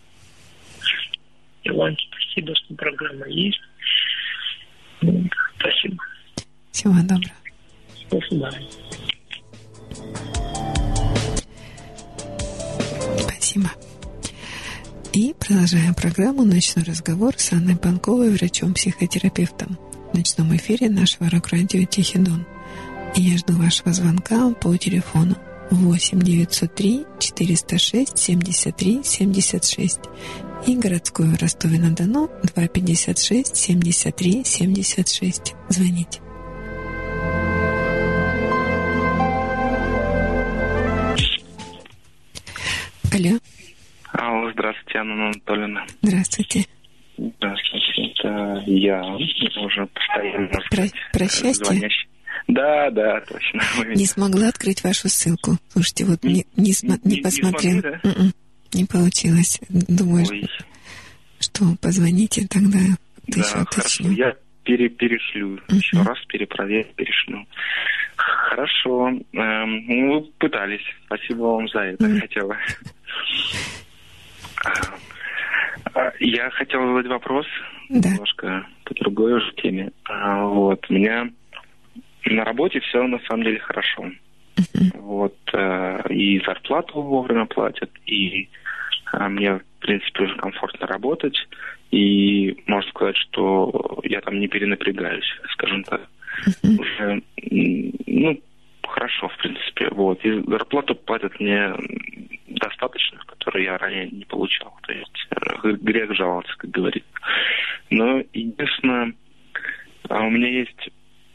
Иван, спасибо, что программа есть. Спасибо. Всего доброго. До свидания. Спасибо. И продолжаем программу «Ночной разговор» с Анной Панковой, врачом-психотерапевтом. В ночном эфире нашего рок-радио «Тихий Дон». И я жду вашего звонка по телефону 8 903 406 73 76 и городскую в Ростове-на-Дону 256 73 76. Звоните. Алло. Алло, здравствуйте, Анна Анатольевна. Здравствуйте. Здравствуйте, это я уже постоянно... Про счастье? Звонящий. Да, точно. Не смогла открыть вашу ссылку. Слушайте, вот не посмотрела. Не смогли, да? Не получилось. Думаю, что позвоните тогда. Да, хорошо, я перешлю. Еще раз перепроверю, перешлю. Хорошо. Вы пытались. Спасибо вам за это. Хотя бы. Я хотел задать вопрос, Да. немножко по другой уже теме. Вот, у меня на работе все на самом деле хорошо. Вот, и зарплату вовремя платят, и мне, в принципе, уже комфортно работать, и можно сказать, что я там не перенапрягаюсь, скажем так. Уже, ну, хорошо, в принципе, вот. И зарплату платят мне достаточно, которую я ранее не получал. То есть грех жаловаться, как говорится. Но единственное, у меня есть,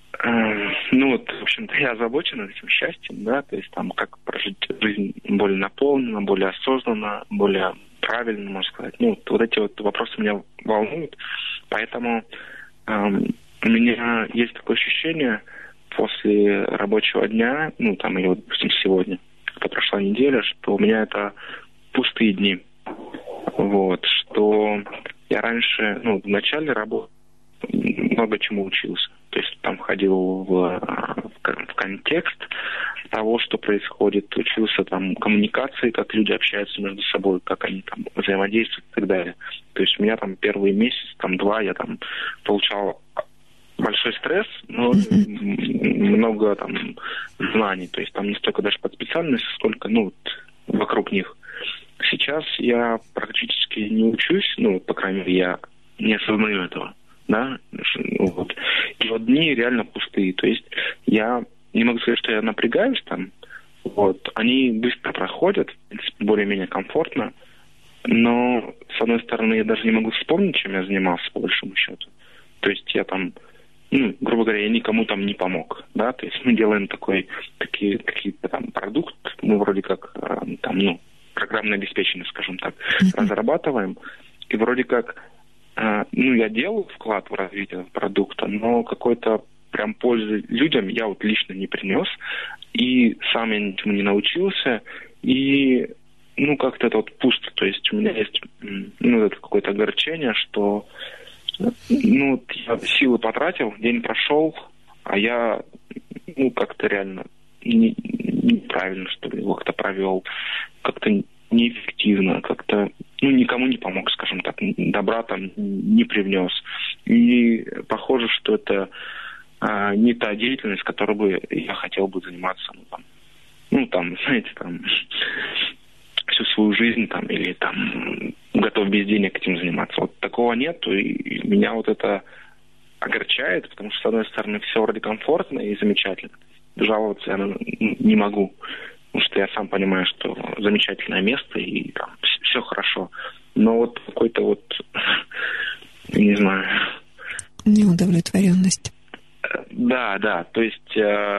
ну вот, в общем-то, я озабочен этим счастьем, да, то есть там как прожить жизнь более наполненно, более осознанно, более правильно, можно сказать. Ну, вот эти вот вопросы меня волнуют, поэтому у меня есть такое ощущение после рабочего дня, ну, там, или, вот, допустим, сегодня, когда прошла неделя, что у меня это пустые дни. Вот, что я раньше, ну, в начале работы много чему учился. То есть там входил в контекст того, что происходит, учился там коммуникации, как люди общаются между собой, как они там взаимодействуют и так далее. То есть у меня там первый месяц, там 2, я там получал большой стресс, но много там знаний. То есть там не столько даже под специальность, сколько, ну, вот, вокруг них. Сейчас я практически не учусь, ну, по крайней мере, я не осознаю этого, да, вот. И вот дни реально пустые. То есть я не могу сказать, что я напрягаюсь там, вот. Они быстро проходят, в принципе, более-менее комфортно, но, с одной стороны, я даже не могу вспомнить, чем я занимался, по большому счету. То есть я там, ну, грубо говоря, я никому там не помог, да, то есть мы делаем такие какие-то там продукт, мы вроде как там, ну, программное обеспечение, скажем так, разрабатываем, и вроде как, ну, я делаю вклад в развитие продукта, но какой-то прям пользы людям я вот лично не принес, и сам я ничему не научился, и, ну, как-то это вот пусто, то есть у меня есть, ну, это какое-то огорчение, что, ну, я силы потратил, день прошел, а я, ну, как-то реально неправильно, что ли, его как-то провел, как-то неэффективно, как-то, ну, никому не помог, скажем так, добра там не привнес. И похоже, что это не та деятельность, которой бы я хотел бы заниматься, ну, там, знаете, там, всю свою жизнь, там, или там, готов без денег этим заниматься. Вот такого нету, и меня вот это огорчает, потому что, с одной стороны, все вроде комфортно и замечательно. Жаловаться я не могу, потому что я сам понимаю, что замечательное место, и там все хорошо. Но вот какой-то вот, не знаю... Неудовлетворенность. Да, то есть,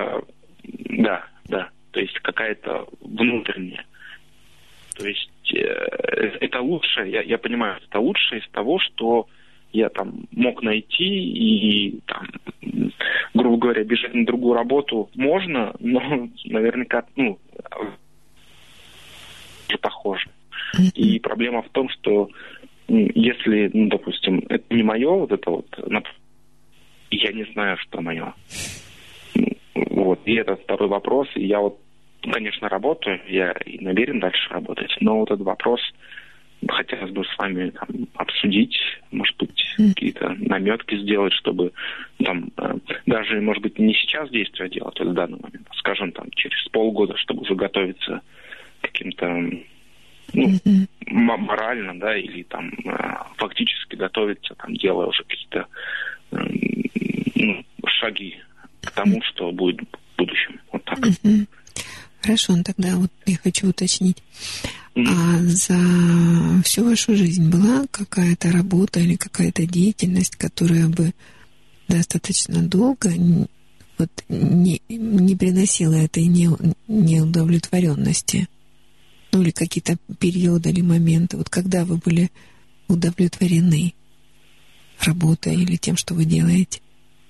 да, то есть какая-то внутренняя. То есть это лучше, я понимаю, это лучше из того, что я там мог найти, и там, грубо говоря, бежать на другую работу можно, но наверняка, ну, похоже. И проблема в том, что если, ну, допустим, это не мое, вот это вот, я не знаю, что мое. Вот, и это второй вопрос, и я вот, конечно, работаю, я и намерен дальше работать, но вот этот вопрос хотелось бы с вами там обсудить, может быть, какие-то наметки сделать, чтобы там даже, может быть, не сейчас действия делать в данный момент, а, скажем, там через полгода, чтобы уже готовиться к каким-то, ну, морально, да, или там фактически готовиться, там, делая уже какие-то шаги к тому, что будет в будущем. Вот так. Хорошо, тогда вот я хочу уточнить. А за всю вашу жизнь была какая-то работа или какая-то деятельность, которая бы достаточно долго вот, не приносила этой неудовлетворенности? Ну, или какие-то периоды или моменты, вот когда вы были удовлетворены работой или тем, что вы делаете?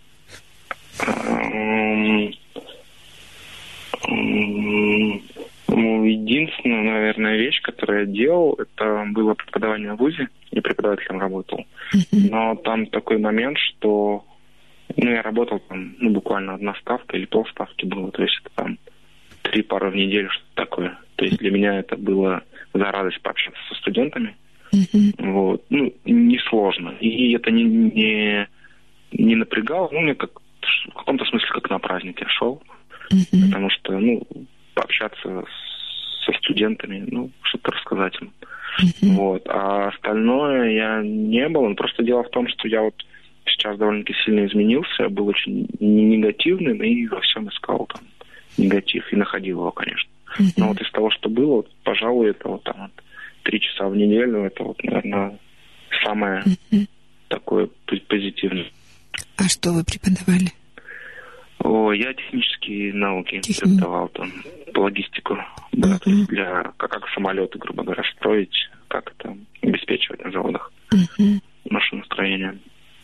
Ну, единственная, наверное, вещь, которую я делал, это было преподавание в ВУЗе, я преподавателем работал. Но там такой момент, что, ну, я работал там, ну, буквально одна ставка или полставки было, то есть это там 3 пары в неделю, что-то такое. То есть для меня это было за радость пообщаться со студентами. Вот. Ну, несложно. И это не напрягало. Ну, мне как в каком-то смысле как на праздник я шел. Потому что, ну, пообщаться со студентами, ну, что-то рассказать им. Вот. А остальное я не был. Но просто дело в том, что я вот сейчас довольно-таки сильно изменился. Я был очень негативный, и во всем искал там негатив. И находил его, конечно. Но вот из того, что было, вот, пожалуй, это вот там вот 3 часа в неделю, это вот, наверное, самое такое позитивное. А что вы преподавали? Я технические науки преподавал, там, логистику, да, то есть как самолеты, грубо говоря, строить, как это обеспечивать на заводах, машиностроение.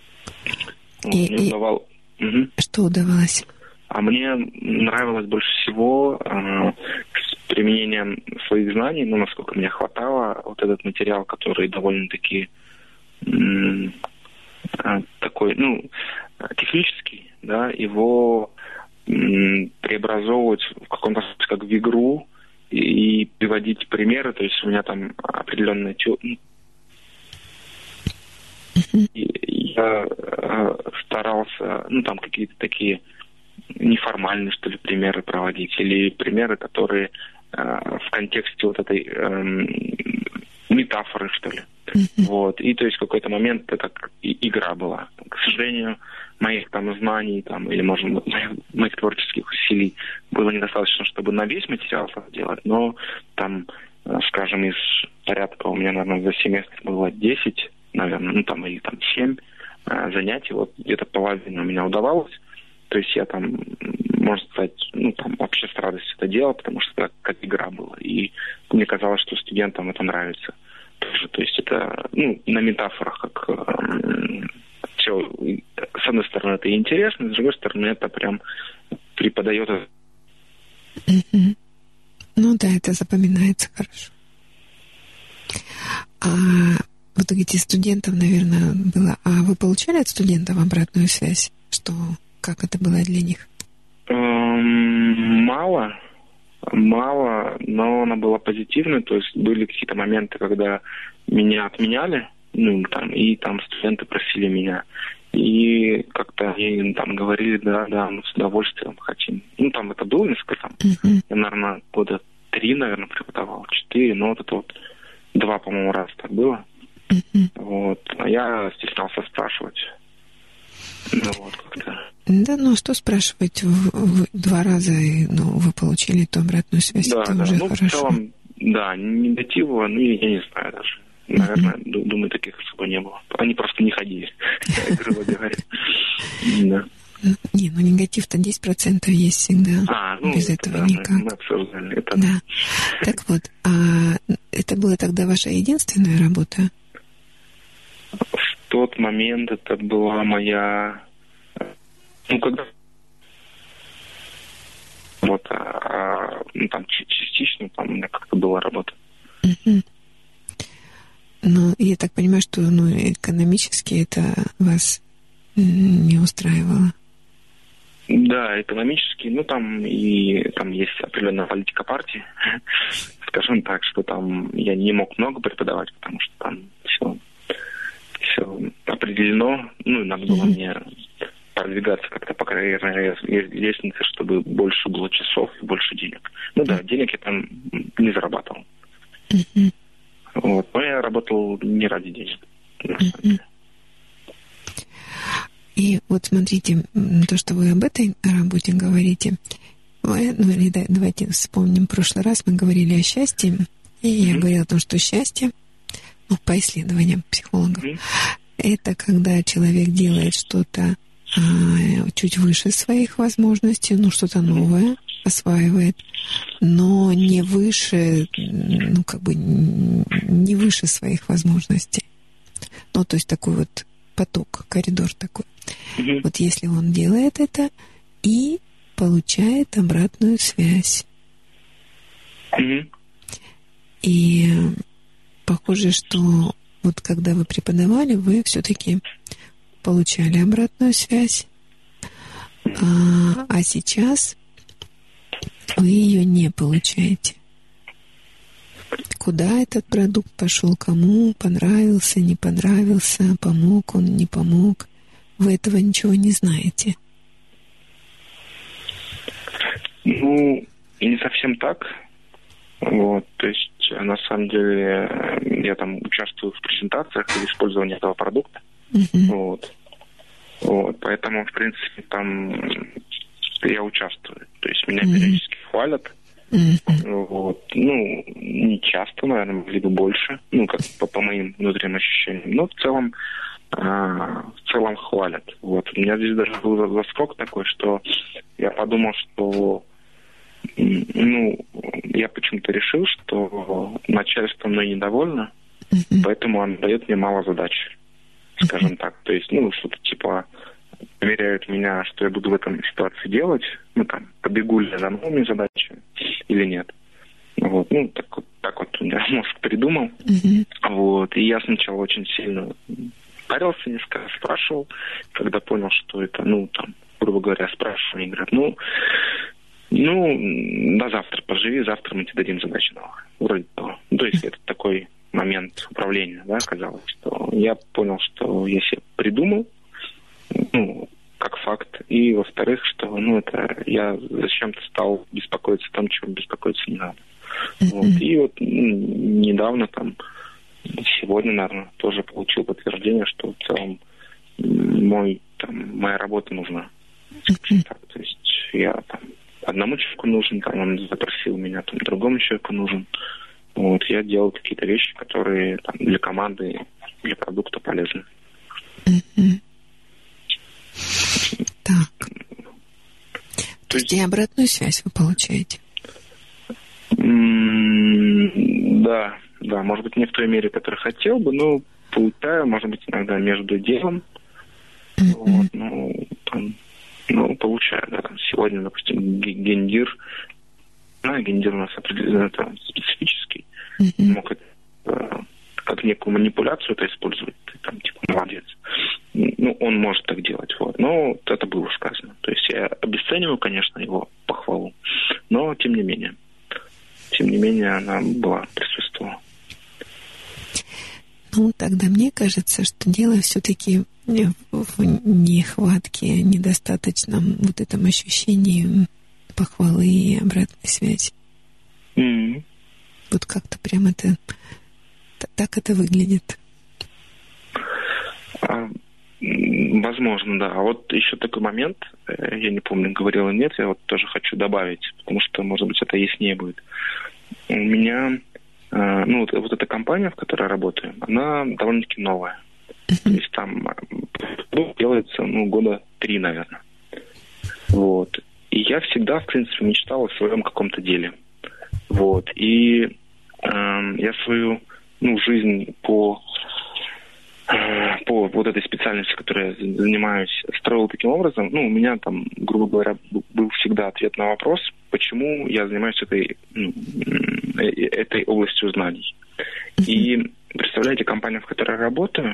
И удавал... Что удавалось? А мне нравилось больше всего с применением своих знаний, ну, насколько мне хватало, вот этот материал, который довольно-таки такой, ну, технический, да, его преобразовывать в каком-то смысле как в игру и приводить примеры, то есть у меня там определенные... Я старался, ну, там какие-то такие неформальные, что ли, примеры проводить, или примеры, которые в контексте вот этой метафоры, что ли. Вот. И то есть в какой-то момент это как игра была. К сожалению, моих там знаний там, или, может быть, моих творческих усилий было недостаточно, чтобы на весь материал сделать, но там, скажем, из порядка у меня, наверное, за семестр было 10, наверное, ну там или там 7 занятий, вот где-то половина у меня удавалось. То есть я там, можно сказать, ну там вообще с радостью это делал, потому что это как игра была. И мне казалось, что студентам это нравится тоже. То есть это, ну, на метафорах, как все, с одной стороны, это интересно, с другой стороны, это прям преподает. Ну да, это запоминается хорошо. А вот говорите, студентов, наверное, было. А вы получали от студентов обратную связь? Что, как это было для них? Мало, но она была позитивной. То есть были какие-то моменты, когда меня отменяли, ну, там, и там студенты просили меня. И как-то они там говорили, да, мы с удовольствием хотим. Ну, там это было несколько, там, я, наверное, года 3, наверное, преподавал, 4, но вот это вот 2, по-моему, раза так было. Вот. А я стеснялся спрашивать. Ну, вот как-то. Да, ну что спрашивать, в 2 раза, ну, вы получили эту обратную связь, да, это да. уже Ну, хорошо. В целом, да, негатива, ну, я не знаю даже. Наверное, думаю, таких особо не было. Они просто не ходили, грубо говоря. Да. Не, ну негатив-то 10% есть всегда. Ну, без этого да, никак. Мы обсуждали это. Да. Так вот, а это была тогда ваша единственная работа? В тот момент это была моя... Ну, когда... Вот, ну, там, частично там у меня как-то была работа. Ну, я так понимаю, что, ну, экономически это вас не устраивало? Да, экономически, ну, там и там есть определенная политика партии, скажем так, что там я не мог много преподавать, потому что там все определено, ну, и надо было мне продвигаться как-то по карьерной лестнице, чтобы больше было часов и больше денег. Ну да, денег я там не зарабатывал. Вот, но я работал не ради денег. И вот смотрите, то, что вы об этой работе говорите, давайте вспомним, в прошлый раз мы говорили о счастье, и я говорила о том, что счастье, ну, по исследованиям психологов, это когда человек делает что-то чуть выше своих возможностей, ну, что-то новое осваивает, но не выше, ну, как бы не выше своих возможностей. Ну, то есть такой вот поток, коридор такой. Вот если он делает это и получает обратную связь. И похоже, что вот когда вы преподавали, вы все-таки получали обратную связь, а сейчас вы ее не получаете. куда этот продукт пошел, кому понравился, не понравился, помог он, не помог. Вы этого ничего не знаете. Ну, не совсем так. Вот, то есть, на самом деле, я там участвую в презентациях или использовании этого продукта. Вот. Вот, поэтому, в принципе, там я участвую. То есть, меня периодически хвалят. Вот. Ну, не часто, наверное, либо больше. Ну, как по моим внутренним ощущениям. Но в целом хвалят. Вот. У меня здесь даже был заскок такой, что я подумал, что я почему-то решил, что начальство мной недовольно, поэтому оно дает мне мало задач, скажем так. То есть, что-то типа проверяют меня, что я буду в этом ситуации делать, побегу ли я за новыми задачами или нет. Вот, так вот у меня мозг придумал. Вот, и я сначала очень сильно парился, несколько раз спрашивал, когда понял, что это, грубо говоря, спрашиваю, и говорят, до завтра поживи, завтра мы тебе дадим задачи новых. Вроде того. То есть это такой момент управления, да, оказалось, что я понял, что я себе придумал, как факт, и, во-вторых, что, это я зачем-то стал беспокоиться о том, чего беспокоиться не надо. Вот. И вот недавно, сегодня, наверное, тоже получил подтверждение, что в целом моя работа нужна. Так, то есть я одному человеку нужен, он запросил меня, другому человеку нужен. Вот, я делал какие-то вещи, которые для команды, для продукта полезны. Так. То есть и обратную связь вы получаете? Да, может быть, не в той мере, которую хотел бы, но получаю, может быть, иногда между делом. Вот, получаю, да, сегодня, допустим, гендир. Гендир у нас определенно специфический. Мог это как некую манипуляцию это использовать. Ты молодец. Он может так делать, вот. Но это было сказано. То есть я обесцениваю, конечно, его похвалу, но тем не менее, она присутствовала. Тогда мне кажется, что дело все-таки в нехватке, недостаточном вот этом ощущении похвалы и обратной связи. Вот как-то прям так это выглядит. Возможно, да. А вот еще такой момент, я не помню, говорил или нет, я вот тоже хочу добавить, потому что, может быть, это яснее будет. У меня, вот эта компания, в которой я работаю, она довольно-таки новая. То есть там делается, года 3, наверное. Вот. И я всегда, в принципе, мечтал о своем каком-то деле. Вот. И я свою, жизнь по вот этой специальности, которой я занимаюсь, строил таким образом. У меня грубо говоря, был всегда ответ на вопрос, почему я занимаюсь этой областью знаний. И представляете, компания, в которой я работаю,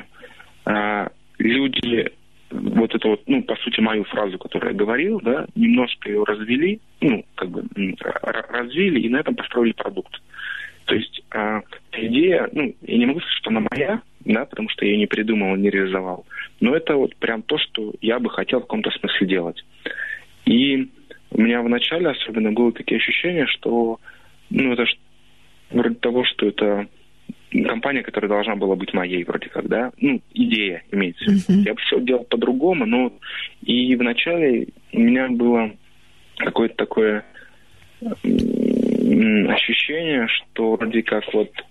люди вот это вот, по сути, мою фразу, которую я говорил, да, немножко ее развели, развили и на этом построили продукт. То есть идея, я не могу сказать, что она моя, да, потому что я ее не придумал, не реализовал, но это вот прям то, что я бы хотел в каком-то смысле делать. И у меня вначале особенно было такие ощущения, что, это вроде того, что это компания, которая должна была быть моей, вроде как, да, идея имеется. Я бы все делал по-другому, но и вначале у меня было какое-то такое ощущение, что вроде как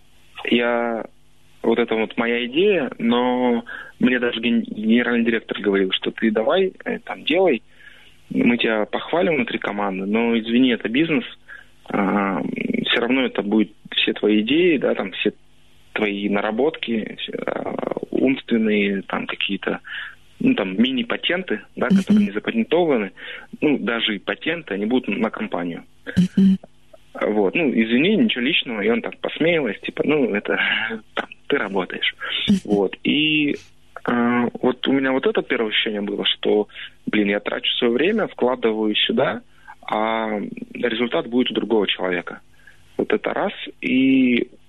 это моя идея, но мне даже генеральный директор говорил, что ты давай, делай, мы тебя похвалим внутри команды, но извини, это бизнес, все равно это будет все твои идеи, да, все твои наработки, умственные, какие-то, мини-патенты, да, которые не запатентованы, даже и патенты, они будут на компанию. Вот, извини, ничего личного, и он посмеялась, это ты работаешь. Вот, и вот у меня вот это первое ощущение было, что, я трачу свое время, вкладываю сюда, а результат будет у другого человека. Вот это раз, и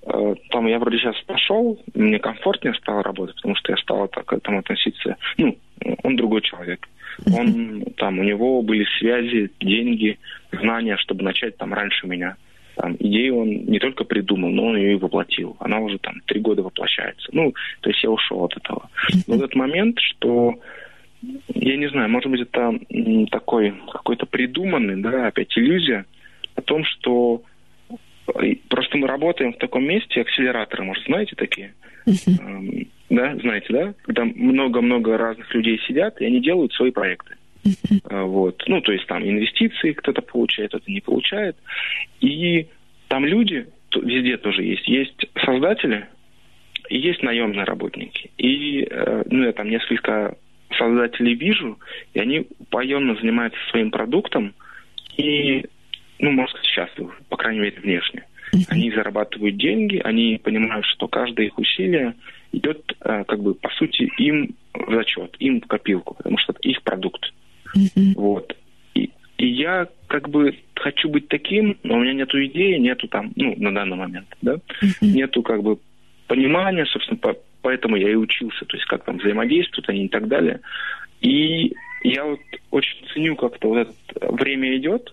там я вроде сейчас пошел, мне комфортнее стало работать, потому что я стал так к этому относиться. Ну, он другой человек. Он, там, у него были связи, деньги, знания, чтобы начать там раньше меня. Там, идею он не только придумал, но он ее и воплотил. Она уже там 3 года воплощается. Ну, то есть я ушел от этого. Но этот момент, что, я не знаю, может быть, это такой какой-то придуманный, да, опять иллюзия о том, что просто мы работаем в таком месте, акселераторы, может, знаете такие? Да, знаете, да? Когда много-много разных людей сидят, и они делают свои проекты. Вот. Ну, то есть там инвестиции кто-то получает, кто-то не получает. И там люди, везде тоже есть. Есть создатели и есть наемные работники. И ну, я там несколько создателей вижу, и они упоенно занимаются своим продуктом и, ну, можно сказать, счастливы, по крайней мере, внешне. Они зарабатывают деньги, они понимают, что каждое их усилие идет, как бы, по сути, им в зачет, им в копилку, потому что это их продукт. Вот. И я, как бы, хочу быть таким, но у меня нету идеи, нету там, ну, на данный момент, да, нету, как бы, понимания, собственно, поэтому я и учился, то есть как там взаимодействуют они и так далее. И я вот очень ценю, как-то вот это время идет.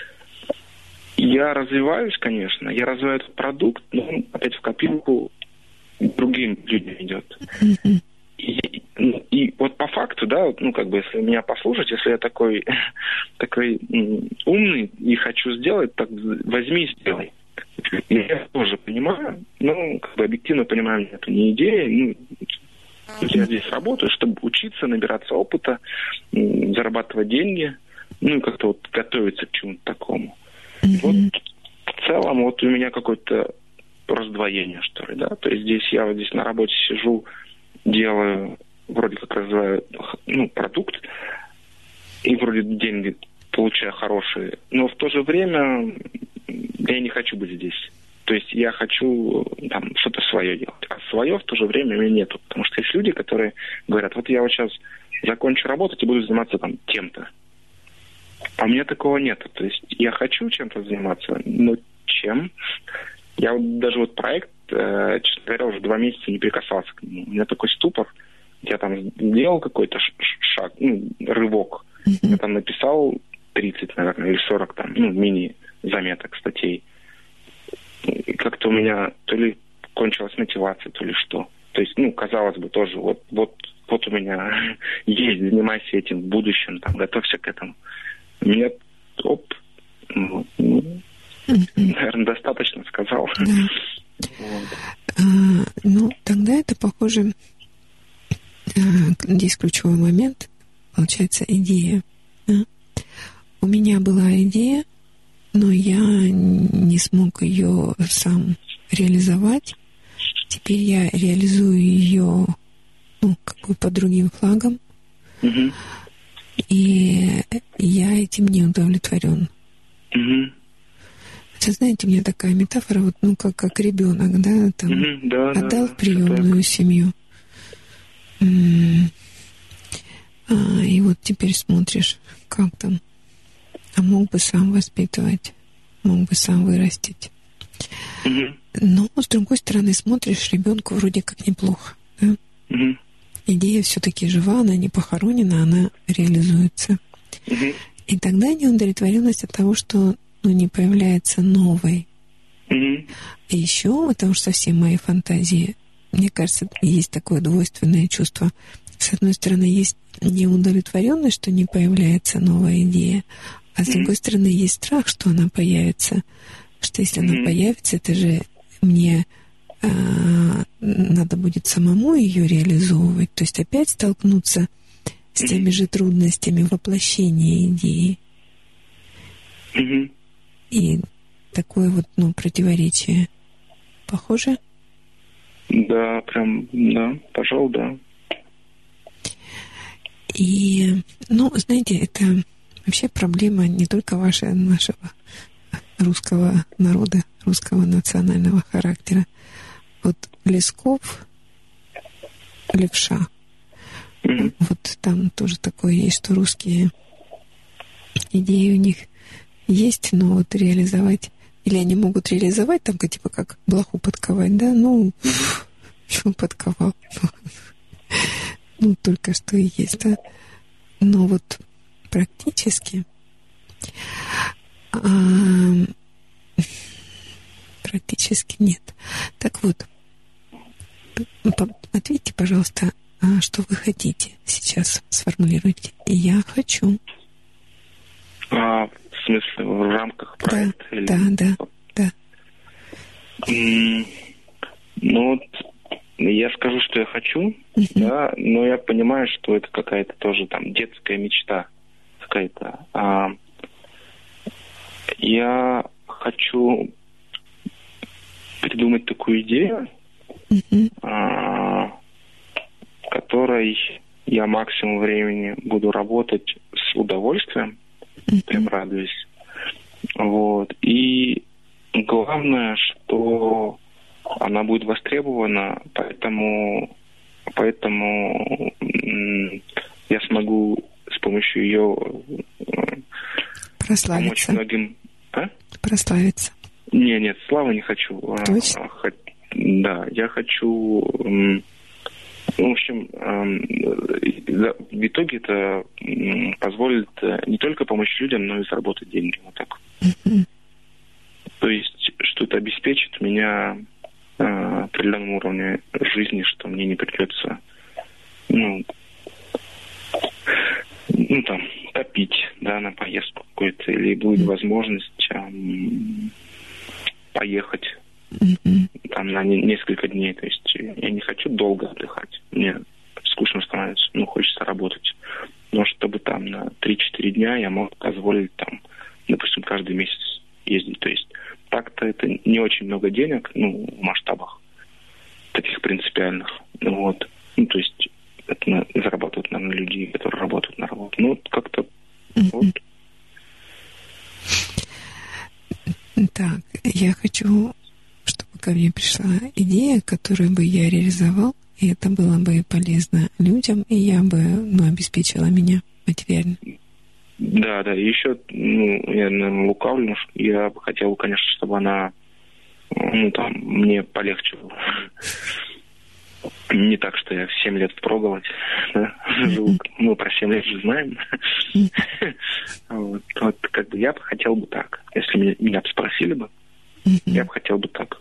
Я развиваюсь, конечно, я развиваю этот продукт, но он опять в копилку другим людям идет. И вот по факту, да, вот, ну, как бы, если меня послушать, если я такой умный и хочу сделать, так возьми и сделай. Я тоже понимаю, но, как бы, объективно понимаю, это не идея. Ну, я здесь работаю, чтобы учиться, набираться опыта, зарабатывать деньги, ну, и как-то вот готовиться к чему-то такому. Вот в целом вот у меня какое-то раздвоение, что ли, да. То есть здесь я вот здесь на работе сижу, делаю, вроде как развиваю, ну, продукт, и вроде деньги получаю хорошие, но в то же время я не хочу быть здесь. То есть я хочу там что-то свое делать. А свое в то же время у меня нету. Потому что есть люди, которые говорят, вот я вот сейчас закончу работать и буду заниматься там тем-то. А у меня такого нет. То есть я хочу чем-то заниматься, но чем? Я вот даже вот проект, честно говоря, уже 2 месяца не прикасался к нему. У меня такой ступор. Я там сделал какой-то шаг, ну, рывок. Я там написал 30, наверное, или 40 там, ну, мини-заметок, статей. И как-то у меня то ли кончилась мотивация, то ли что. То есть, ну, казалось бы, тоже вот у меня есть, занимайся этим в будущем, там, готовься к этому. У меня, наверное, достаточно сказал. Да. Ну, тогда это похоже, здесь ключевой момент, получается, идея. Да? У меня была идея, но я не смог ее сам реализовать. Теперь я реализую ее, ну, как бы под другим флагом. И я этим не удовлетворен. Вы знаете, у меня такая метафора, вот, ну, как ребенок, да, там, отдал в приемную семью. И вот теперь смотришь, как там. А мог бы сам воспитывать, мог бы сам вырастить. Но, с другой стороны, смотришь, ребенку вроде как неплохо. Да? Идея все-таки жива, она не похоронена, она реализуется. И тогда неудовлетворенность от того, что, ну, не появляется новой. И еще, потому что совсем мои фантазии, мне кажется, есть такое двойственное чувство. С одной стороны, есть неудовлетворенность, что не появляется новая идея, а с другой стороны, есть страх, что она появится. Что если она появится, это же мне надо будет самому ее реализовывать. То есть опять столкнуться с теми же трудностями воплощения идеи. И такое вот, ну, противоречие. Похоже? Да, прям, да, пожалуй, да. И, ну, знаете, это вообще проблема не только нашего русского народа, русского национального характера. Вот Лесков, Левша, вот там тоже такое есть, что русские идеи у них есть, но вот реализовать Или они могут реализовать, там, типа, как блоху подковать, да? Ну, чего подковал? Ну, только что и есть, да? Но вот практически нет. Так вот, ответьте, пожалуйста, что вы хотите сейчас, сформулируйте. Я хочу. В смысле, в рамках проекта? Да. Ну, вот я скажу, что я хочу, да, но я понимаю, что это какая-то тоже там детская мечта какая-то. Я хочу придумать такую идею, которой я максимум времени буду работать с удовольствием, прям радуюсь. Вот. И главное, что она будет востребована, поэтому я смогу с помощью ее помочь многим. Прославиться. Нет, славы не хочу. Точно? Да, я хочу... В общем, в итоге это позволит не только помочь людям, но и заработать деньги. Вот так. То есть, что это обеспечит меня определенном уровне жизни, что мне не придется топить, да, на поездку какую-то, или будет возможность поехать там на несколько дней. То есть я не хочу долго отдыхать. Мне скучно становится, хочется работать. Но чтобы там на 3-4 дня я мог позволить там, допустим, каждый месяц ездить. То есть так-то это не очень много денег, в масштабах таких принципиальных. Вот. То есть это зарабатывают, наверное, люди, которые работают на работу. Как-то вот. Так, я хочу, чтобы ко мне пришла идея, которую бы я реализовал, и это было бы полезно людям, и я бы, обеспечила меня материально. Да, и еще, я, наверное, лукавлю, я бы хотел, конечно, чтобы она, мне полегче было. Не так, что я 7 лет впроголодь, да, жил. Мы про 7 лет же знаем. Вот как бы я бы хотел бы так. Если меня бы спросили бы, я бы хотел бы так.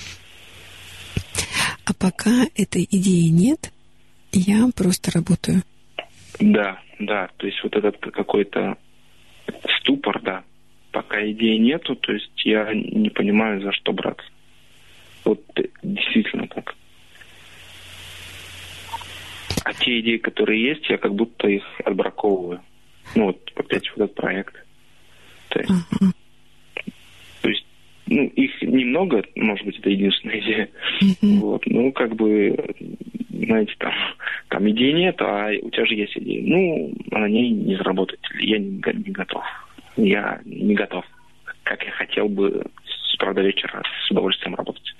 А пока этой идеи нет, я просто работаю. Да. То есть вот этот какой-то ступор, да. Пока идеи нету, то есть я не понимаю, за что браться. Вот действительно так. А те идеи, которые есть, я как будто их отбраковываю. Опять вот этот проект. То есть, их немного, может быть, это единственная идея. Вот, знаете, там идей нет, а у тебя же есть идея. На ней не заработать. Я не готов. Я не готов. Как я хотел бы с утра до вечера с удовольствием работать.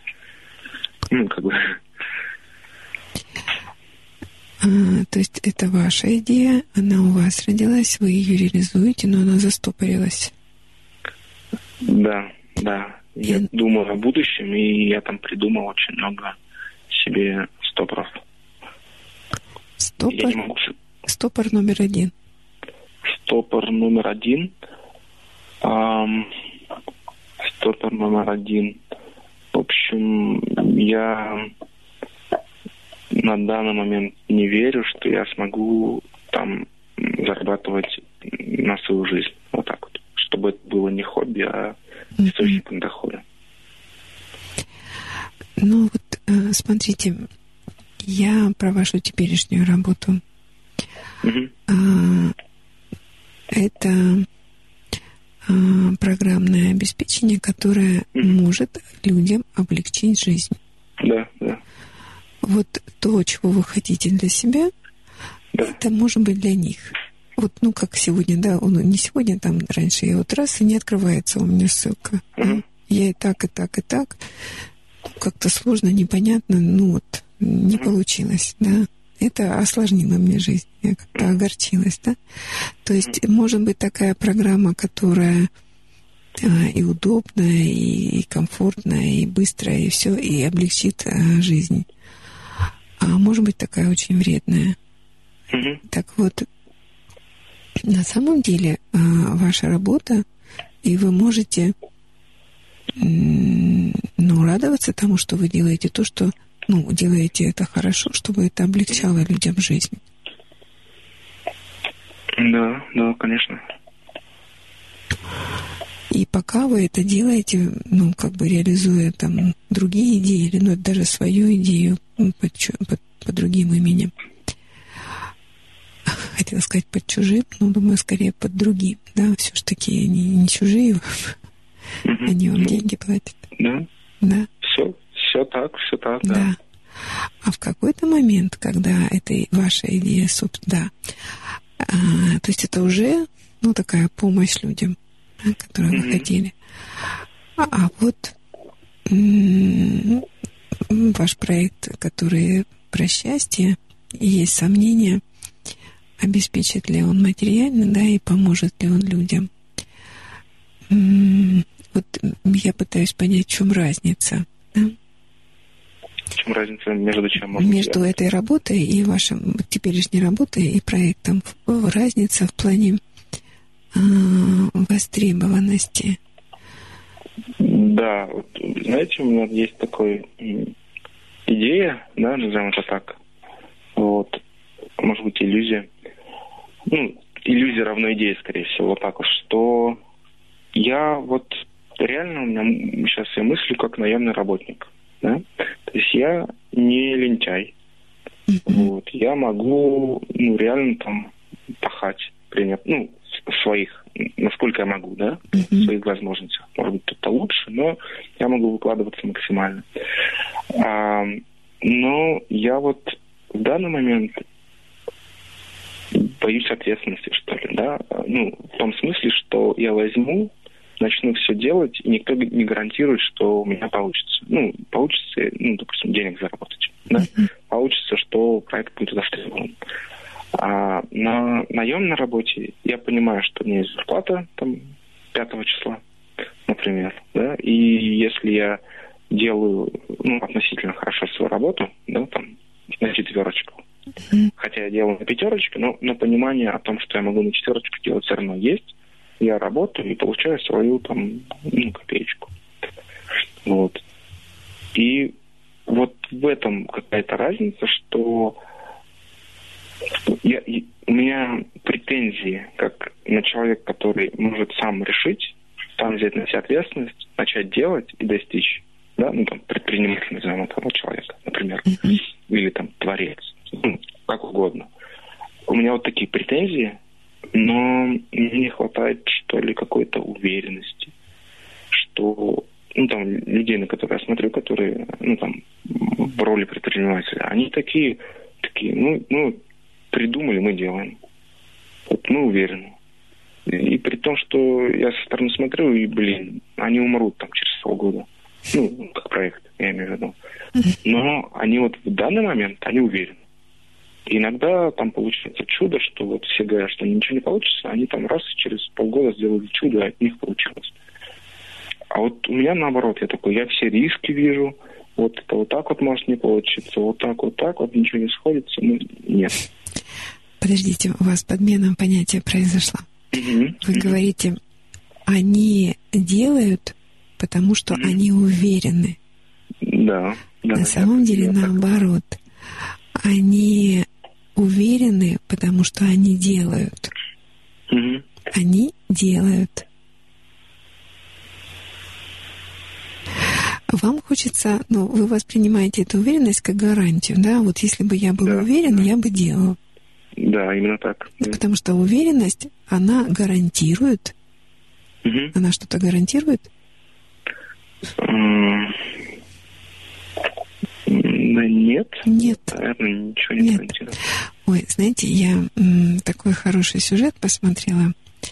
То есть это ваша идея, она у вас родилась, вы ее реализуете, но она застопорилась. Да. Я думаю о будущем, и я там придумал очень много себе стопоров. Стопор номер 1. Стопор номер 1. Стопор номер 1. В общем, я на данный момент не верю, что я смогу там зарабатывать на свою жизнь. Вот так вот. Чтобы это было не хобби, а источник дохода. Смотрите, я про вашу теперешнюю работу. Это программное обеспечение, которое может людям облегчить жизнь. Да. Вот то, чего вы хотите для себя, это может быть для них. Вот, как сегодня, да, не сегодня, там раньше я раз, и не открывается у меня ссылка. Я и так. Как-то сложно, непонятно, не получилось, да. Это осложнило мне жизнь, я как-то огорчилась, да. То есть, может быть, такая программа, которая и удобно, и комфортно, и быстро, и все, и облегчит жизнь. А может быть такая очень вредная. Так вот, на самом деле ваша работа, и вы можете радоваться тому, что вы делаете, то, что делаете это хорошо, чтобы это облегчало людям жизнь. Да, конечно. И пока вы это делаете, реализуя там другие идеи, или даже свою идею под другим именем, хотела сказать под чужим, но думаю, скорее под другим, да, все ж таки не чужие, они вам деньги платят. Да. Все так, да. А в какой-то момент, когда это ваша идея, собственно, то есть это уже, такая помощь людям, которую вы хотели. А вот ваш проект, который про счастье, есть сомнения, обеспечит ли он материально, да, и поможет ли он людям. Вот я пытаюсь понять, в чем разница. Да? В чем разница между чем? Между этой работой и вашей теперешней работой и проектом. Разница в плане востребованности. Да, вот, знаете, у меня есть такая идея, да, назовем это так. Вот, может быть, иллюзия. Иллюзия равно идее, скорее всего, вот так вот, что я вот реально, у меня сейчас я мыслю как наемный работник, да? То есть я не лентяй. Вот, я могу, реально там пахать, своих, насколько я могу, да, в своих возможностях. Может быть, кто-то лучше, но я могу выкладываться максимально. Но я вот в данный момент боюсь ответственности, что ли, да, в том смысле, что я возьму, начну все делать, и никто не гарантирует, что у меня получится. Получится, допустим, денег заработать, да, получится, что проект будет востребован. А на наемной работе я понимаю, что у меня есть зарплата, там, 5 числа, например, да, и если я делаю, относительно хорошо свою работу, да, там, на 4, хотя я делаю на 5, но понимание о том, что я могу на 4 делать, все равно есть. Я работаю и получаю свою там копеечку. Вот. И вот в этом какая-то разница, что у меня претензии как на человека, который может сам решить, сам взять на себя ответственность, начать делать и достичь, да, предприниматель, назовем этого человека, например, или там творец, как угодно. У меня вот такие претензии, но мне не хватает, что ли, какой-то уверенности, что, людей, на которые я смотрю, которые, в роли предпринимателя, они такие, придумали, мы делаем. Вот мы уверены. И при том, что я со стороны смотрю, и, они умрут там через полгода. Как проект, я имею в виду. Но они вот в данный момент, они уверены. И иногда там получается чудо, что вот все говорят, что ничего не получится, они там раз через полгода сделали чудо, а от них получилось. А вот у меня наоборот, я все риски вижу, вот это вот так вот может не получиться, вот так, ничего не сходится, нет. Подождите, у вас подмена понятия произошла. Вы говорите, они делают, потому что они уверены. Да. На самом деле наоборот. Они уверены, потому что они делают. Они делают. Вам хочется, вы воспринимаете эту уверенность как гарантию, да? Вот если бы я был уверен, я бы делал. Да, именно так. Потому что уверенность, она гарантирует. Она что-то гарантирует? Нет. Нет. Наверное, ничего не гарантирует. Ой, знаете, я такой хороший сюжет посмотрела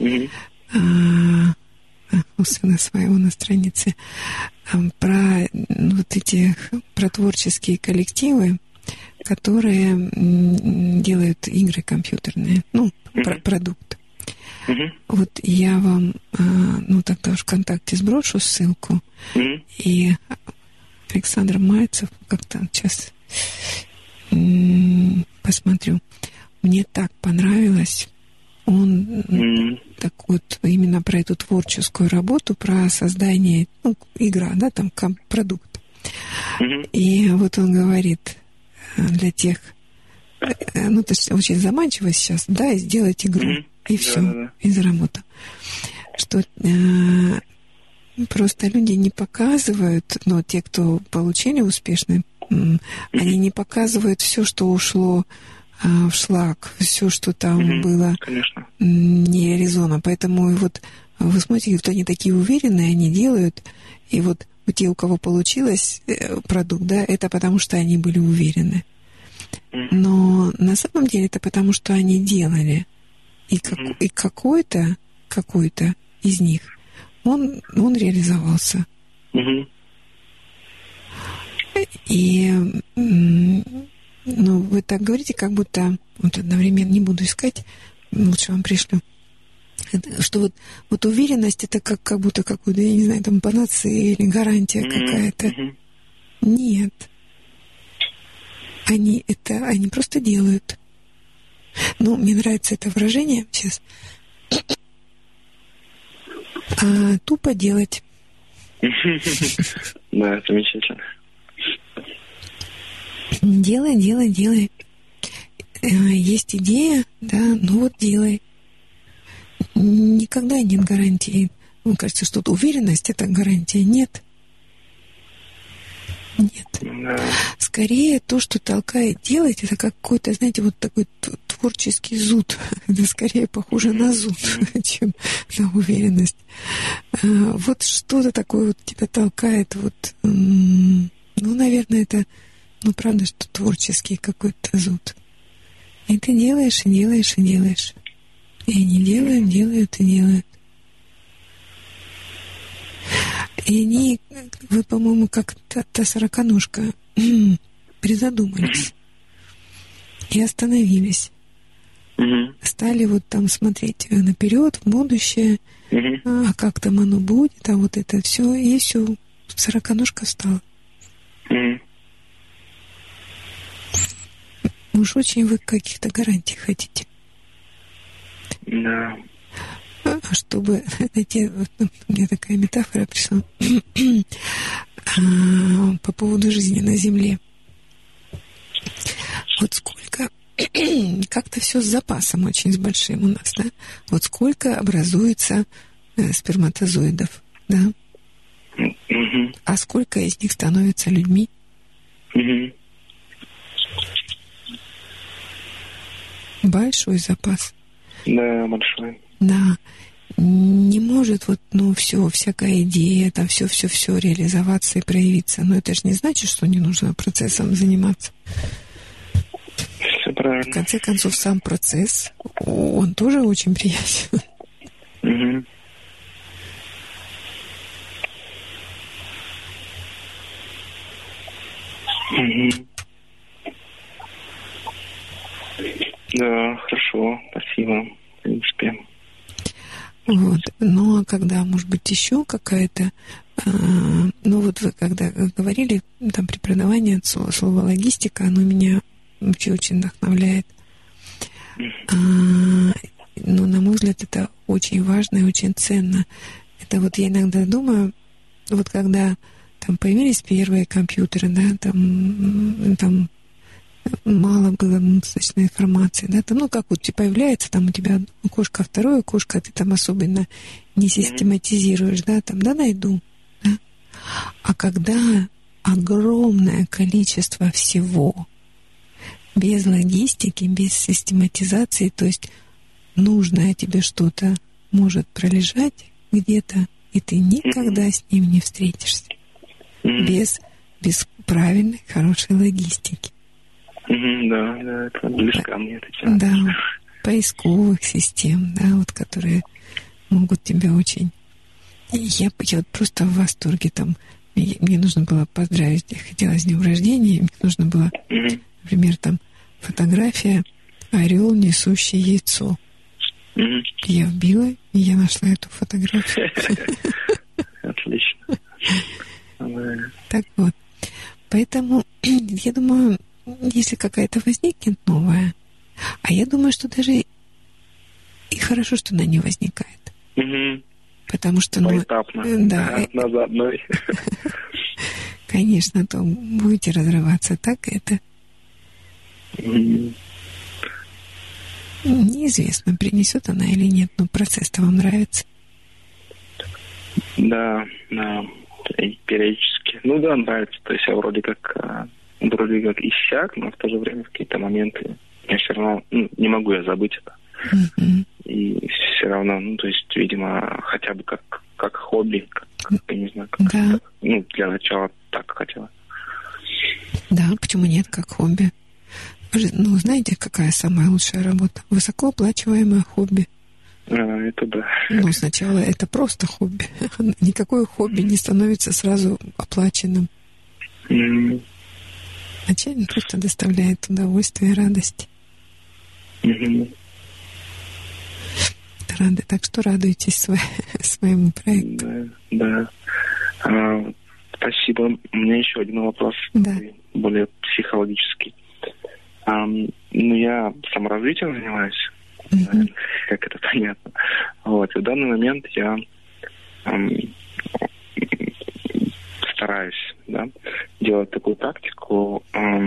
у сына своего на странице про про творческие коллективы, которые делают игры компьютерные, продукт. Вот я вам, тогда ВКонтакте сброшу ссылку. И Александр Мальцев, как-то сейчас посмотрю. Мне так понравилось. Он так вот именно про эту творческую работу, про создание, игра, да, там продукт. И вот он говорит для тех, это очень заманчиво сейчас, да, сделать игру, и все, и заработал. Что просто люди не показывают, но те, кто получили успешный, они не показывают все, что ушло в шлак, все, что там было не реализовано. Поэтому вот вы смотрите, вот они такие уверенные, они делают, и вот те, у кого получилось продукт, да, это потому что они были уверены. Но на самом деле это потому, что они делали. И какой-то из них, он реализовался. И вы так говорите, как будто, вот одновременно не буду искать, лучше вам пришлю, что вот уверенность это как будто какую-то, я не знаю, там панацея или гарантия какая-то. Нет. Они просто делают. Мне нравится это выражение сейчас. Тупо делать. Да, замечательно. Делай. Есть идея, да, делай. Никогда нет гарантии. Мне кажется, что уверенность это гарантия. Нет. Скорее, то, что толкает делать, это какой-то, знаете, вот такой творческий зуд. Это скорее похоже на зуд, чем на уверенность. Вот что-то такое вот тебя толкает. Вот, наверное, это, правда, что творческий какой-то зуд. И ты делаешь, и делаешь, и делаешь. И они делают и делают. И они, вы, по-моему, как та сороконожка, призадумались и остановились. Стали вот там смотреть наперед, в будущее, а как там оно будет, а вот это все, и все, сороконожка стала. Уж очень вы каких-то гарантий хотите. Да. Чтобы, знаете, вот, у меня такая метафора пришла по поводу жизни на Земле. Вот сколько, как-то все с запасом очень с большим у нас, да? Вот сколько образуется сперматозоидов, да? А сколько из них становится людьми? Большой запас. Да, большой. Да. Не может все, всякая идея, там все реализоваться и проявиться. Но это же не значит, что не нужно процессом заниматься. Все правильно. В конце концов, сам процесс, он тоже очень приятен. Да, хорошо, спасибо. В принципе. Вот. Ну, а когда, может быть, еще какая-то... вы когда говорили, там, при преподавании слово «логистика», оно меня вообще очень вдохновляет. На мой взгляд, это очень важно и очень ценно. Это вот я иногда думаю, вот когда там появились первые компьютеры, да, там мало было достаточно информации, да, там, как вот появляется, там у тебя окошко, второе окошко, ты там особенно не систематизируешь, да, там, да, найду, да. А когда огромное количество всего, без логистики, без систематизации, то есть нужное тебе что-то может пролежать где-то, и ты никогда с ним не встретишься. Без правильной, хорошей логистики. Да, это близко мне эта тема. Да, поисковых систем, да, вот которые могут тебя очень... Я вот просто в восторге там. Мне нужно было поздравить, я хотела с днем рождения, мне нужно было, например, там фотография орел, несущий яйцо. Я вбила, и я нашла эту фотографию. Отлично. Так вот. Поэтому, я думаю, если какая-то возникнет новая, а я думаю, что даже и хорошо, что она не возникает. Потому что... Поэтапно. Да. Одна за одной. Конечно, то будете разрываться. Так это... Неизвестно, принесет она или нет, но процесс-то вам нравится. Да, периодически. Ну да, нравится. То есть я вроде как иссяк, но в то же время в какие-то моменты я все равно не могу я забыть это. И все равно, то есть, видимо, хотя бы как хобби, я не знаю, да. Для начала так хотела. Да, почему нет, как хобби? Знаете, какая самая лучшая работа? Высокооплачиваемое хобби. Это да. Сначала это просто хобби. Никакое хобби не становится сразу оплаченным. Вначале просто доставляет удовольствие и радость. Рады. Так что радуйтесь своему проекту. Да. Спасибо. У меня еще один вопрос, более психологический. Я саморазвитием занимаюсь, как это понятно. Вот. И в данный момент я стараюсь делать такую практику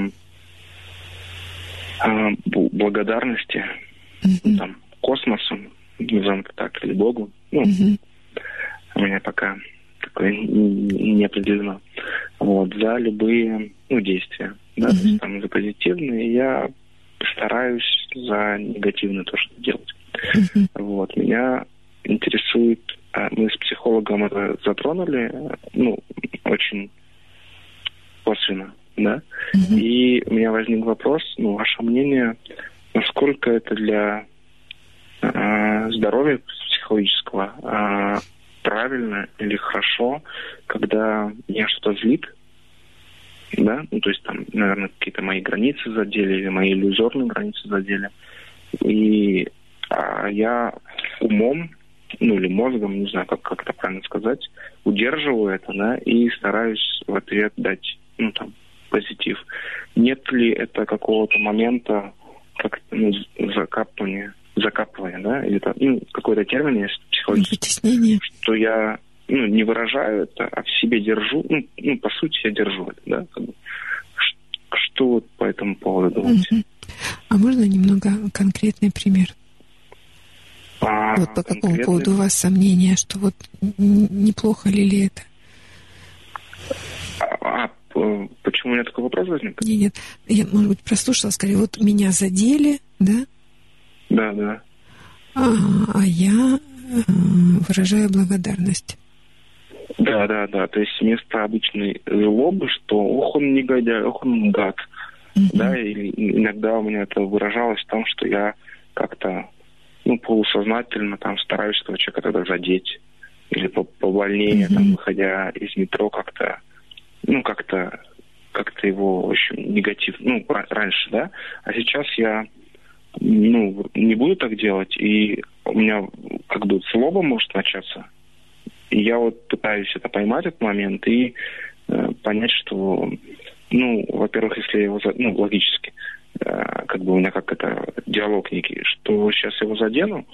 благодарности космосу, назовем это так, или Богу. У меня пока такое не определено. За любые действия. То есть за позитивные я стараюсь за негативные тоже делать. Меня интересует, мы с психологом это затронули, очень косвенно, и у меня возник вопрос, ваше мнение, насколько это для здоровья психологического правильно или хорошо, когда меня что-то злит, то есть наверное, какие-то мои границы задели или мои иллюзорные границы задели, и я умом, или мозгом, не знаю, как это правильно сказать, удерживаю это, и стараюсь в ответ дать, позитив. Нет ли это какого-то момента, закапывания, или какой-то термин есть психологический, что я не выражаю это, а в себе держу, по сути, я держу это, Что по этому поводу думаете? А можно немного конкретный пример? По какому поводу у вас сомнения, что неплохо ли это? Почему у меня такой вопрос возник? Нет, я, может быть, прослушала, скорее, меня задели, да? Да. А я выражаю благодарность. Да. То есть вместо обычной злобы, что ох, он негодяй, ох, он гад. И иногда у меня это выражалось в том, что я как-то, полусознательно стараюсь этого человека тогда задеть. Или побольнее, выходя из метро, как-то его, в общем, негатив, раньше, а сейчас я, не буду так делать, и у меня злоба может начаться, и я пытаюсь это поймать, этот момент, и понять, что, во-первых, если я его, логически, у меня диалог некий, что сейчас его задену,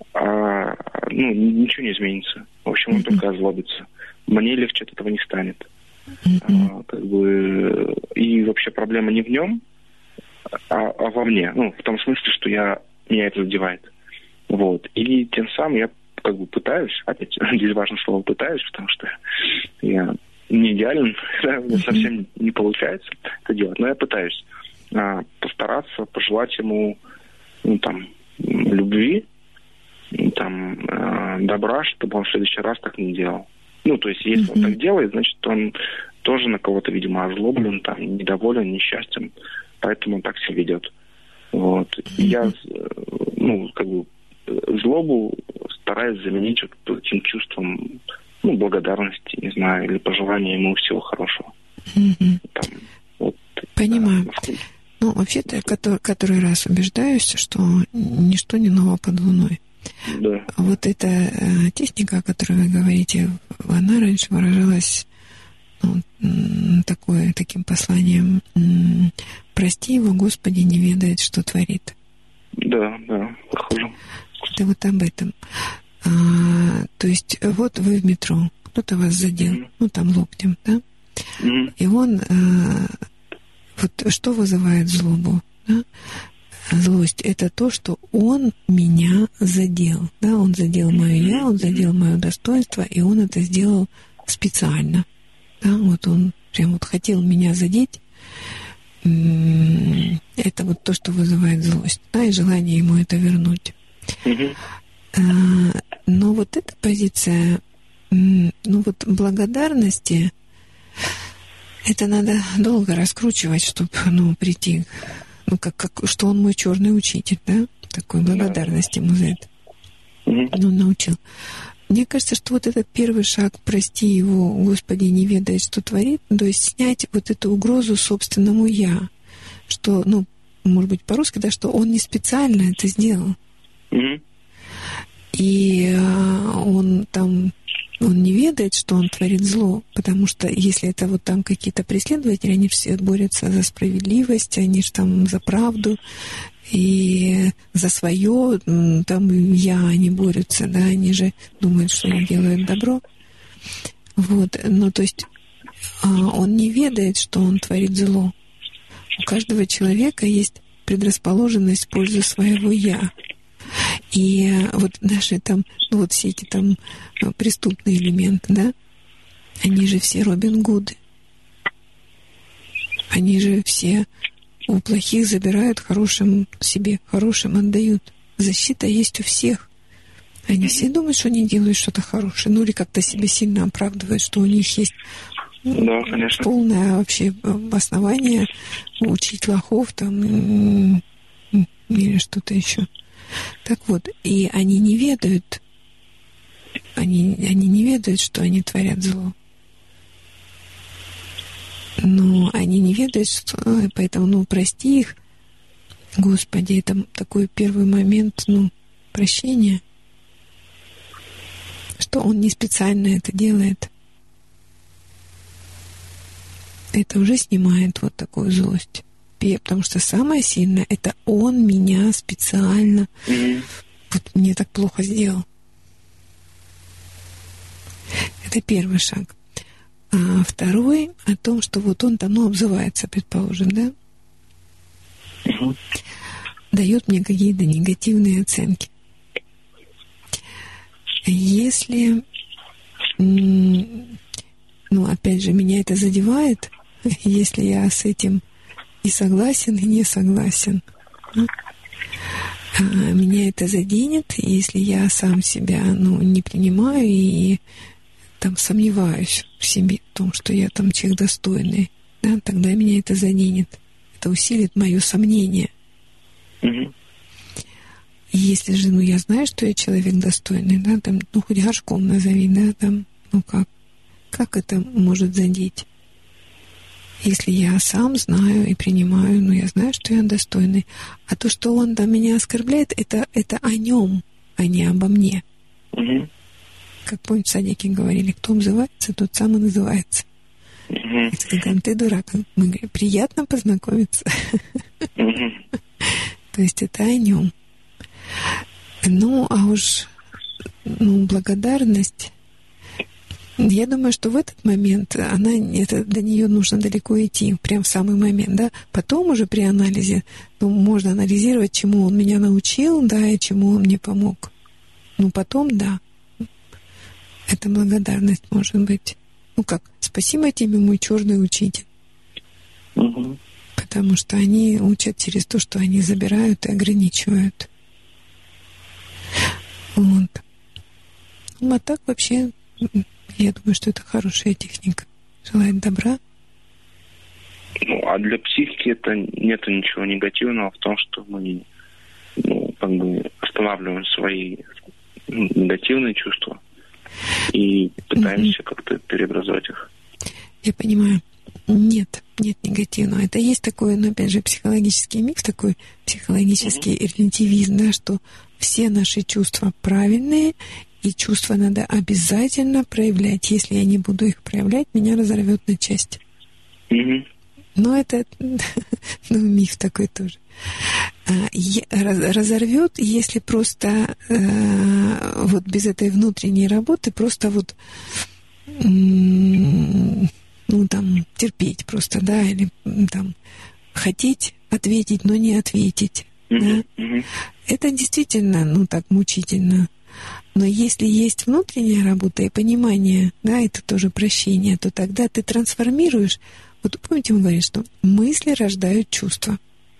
ничего не изменится, в общем, он только озлобится, мне легче от этого не станет. И вообще проблема не в нем, а во мне. В том смысле, что меня это задевает. И тем самым я пытаюсь, опять здесь важно слово «пытаюсь», потому что я не идеален, совсем не получается это делать, но я пытаюсь постараться, пожелать ему любви, добра, чтобы он в следующий раз так не делал. То есть, если он так делает, значит, он тоже на кого-то, видимо, озлоблен, недоволен, несчастен, поэтому он так себя ведет. И я, злобу стараюсь заменить этим чувством, благодарности, не знаю, или пожелания ему всего хорошего. Понимаю. Вообще-то я который раз убеждаюсь, что ничто не ново под луной. Да. Вот эта техника, о которой вы говорите, она раньше выражалась таким посланием: «Прости его, Господи, не ведает, что творит». Да, похоже. Это вот об этом. То есть вот вы в метро, кто-то вас задел, там локтем, да? И он... вот что вызывает злобу, да? Злость — это то, что он меня задел, да? Он задел мое «я», он задел мое достоинство, и он это сделал специально. Да? Вот он прям вот хотел меня задеть. Это вот то, что вызывает злость, да, и желание ему это вернуть. Но вот эта позиция, вот благодарности, это надо долго раскручивать, чтобы, прийти, что он мой черный учитель, да, такой благодарности ему за это. Он научил. Мне кажется, что вот этот первый шаг «прости его, Господи, не ведает, что творит», то есть снять вот эту угрозу собственному «я», что, может быть, по-русски, да, что он не специально это сделал. И он не ведает, что он творит зло, потому что если это вот там какие-то преследователи, они все борются за справедливость, они же там за правду, и за свое, там «я» они борются, да, они же думают, что они делают добро. Вот, то есть он не ведает, что он творит зло. У каждого человека есть предрасположенность в пользу своего «я». И вот наши там, все эти там преступные элементы, да, они же все Робин Гуды. Они же все у плохих забирают, хорошим себе, хорошим отдают. Защита есть у всех. Они все думают, что они делают что-то хорошее, или как-то себя сильно оправдывают, что у них есть полное вообще основание учить лохов там или что-то еще. Так вот, и они не ведают, что они творят зло. Но они не ведают, что... Поэтому, прости их, Господи, это такой первый момент, прощения, что он не специально это делает. Это уже снимает вот такую злость. Потому что самое сильное — это он меня специально вот мне так плохо сделал. Это первый шаг. А второй о том, что вот он там, обзывается, предположим, да? Дает мне какие-то негативные оценки. Если, опять же, меня это задевает, если я с этим и согласен, и не согласен, меня это заденет, если я сам себя, не принимаю и там сомневаюсь в себе, в том, что я там человек достойный, да, тогда меня это заденет. Это усилит мое сомнение. И если же, я знаю, что я человек достойный, да, там, хоть горшком назови, да, там, как это может задеть? Если я сам знаю и принимаю, я знаю, что я достойный. А то, что он там меня оскорбляет, это о нем, а не обо мне. Как помните, в садике говорили, кто обзывается, тот сам и называется. Если говорим, ты дурак, мы говорим, приятно познакомиться. То есть это о нем. А уж благодарность. Я думаю, что в этот момент до нее нужно далеко идти, прям в самый момент, да. Потом уже при анализе, можно анализировать, чему он меня научил, да, и чему он мне помог. Потом, да, это благодарность может быть. Спасибо тебе, мой черный учитель. Потому что они учат через то, что они забирают и ограничивают. Вот. А так вообще... Я думаю, что это хорошая техника. Желает добра. А для психики это нету ничего негативного в том, что мы останавливаем свои негативные чувства и пытаемся как-то переобразовать их. Я понимаю. Нет негативного. Это есть такой, ну, опять же, психологический миф, такой психологический релятивизм, да, что все наши чувства правильные, и чувства надо обязательно проявлять. Если я не буду их проявлять, меня разорвет на части. Но это миф такой тоже. Разорвет, если просто вот без этой внутренней работы просто вот ну, там, терпеть просто, да, или там хотеть ответить, но не ответить. Да? Это действительно, ну, так мучительно. Но если есть внутренняя работа и понимание, да, это тоже прощение, то тогда ты трансформируешь. Вот помните, мы говорим, что мысли рождают чувства.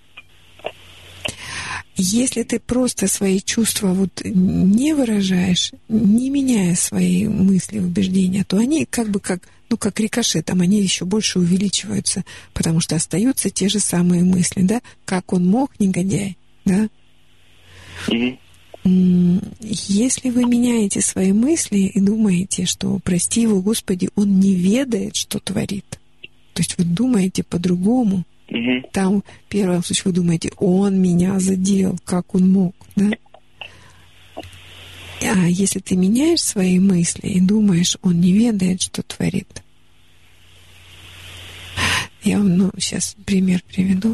Если ты просто свои чувства вот не выражаешь, не меняя свои мысли, убеждения, то они как бы как рикошетом, они еще больше увеличиваются, потому что остаются те же самые мысли, да, как он мог, негодяй, да. Если вы меняете свои мысли и думаете, что, прости его, Господи, он не ведает, что творит, то есть вы думаете по-другому, там, в первом случае, вы думаете, он меня задел, как он мог, да? А если ты меняешь свои мысли и думаешь, он не ведает, что творит. Я вам, сейчас пример приведу.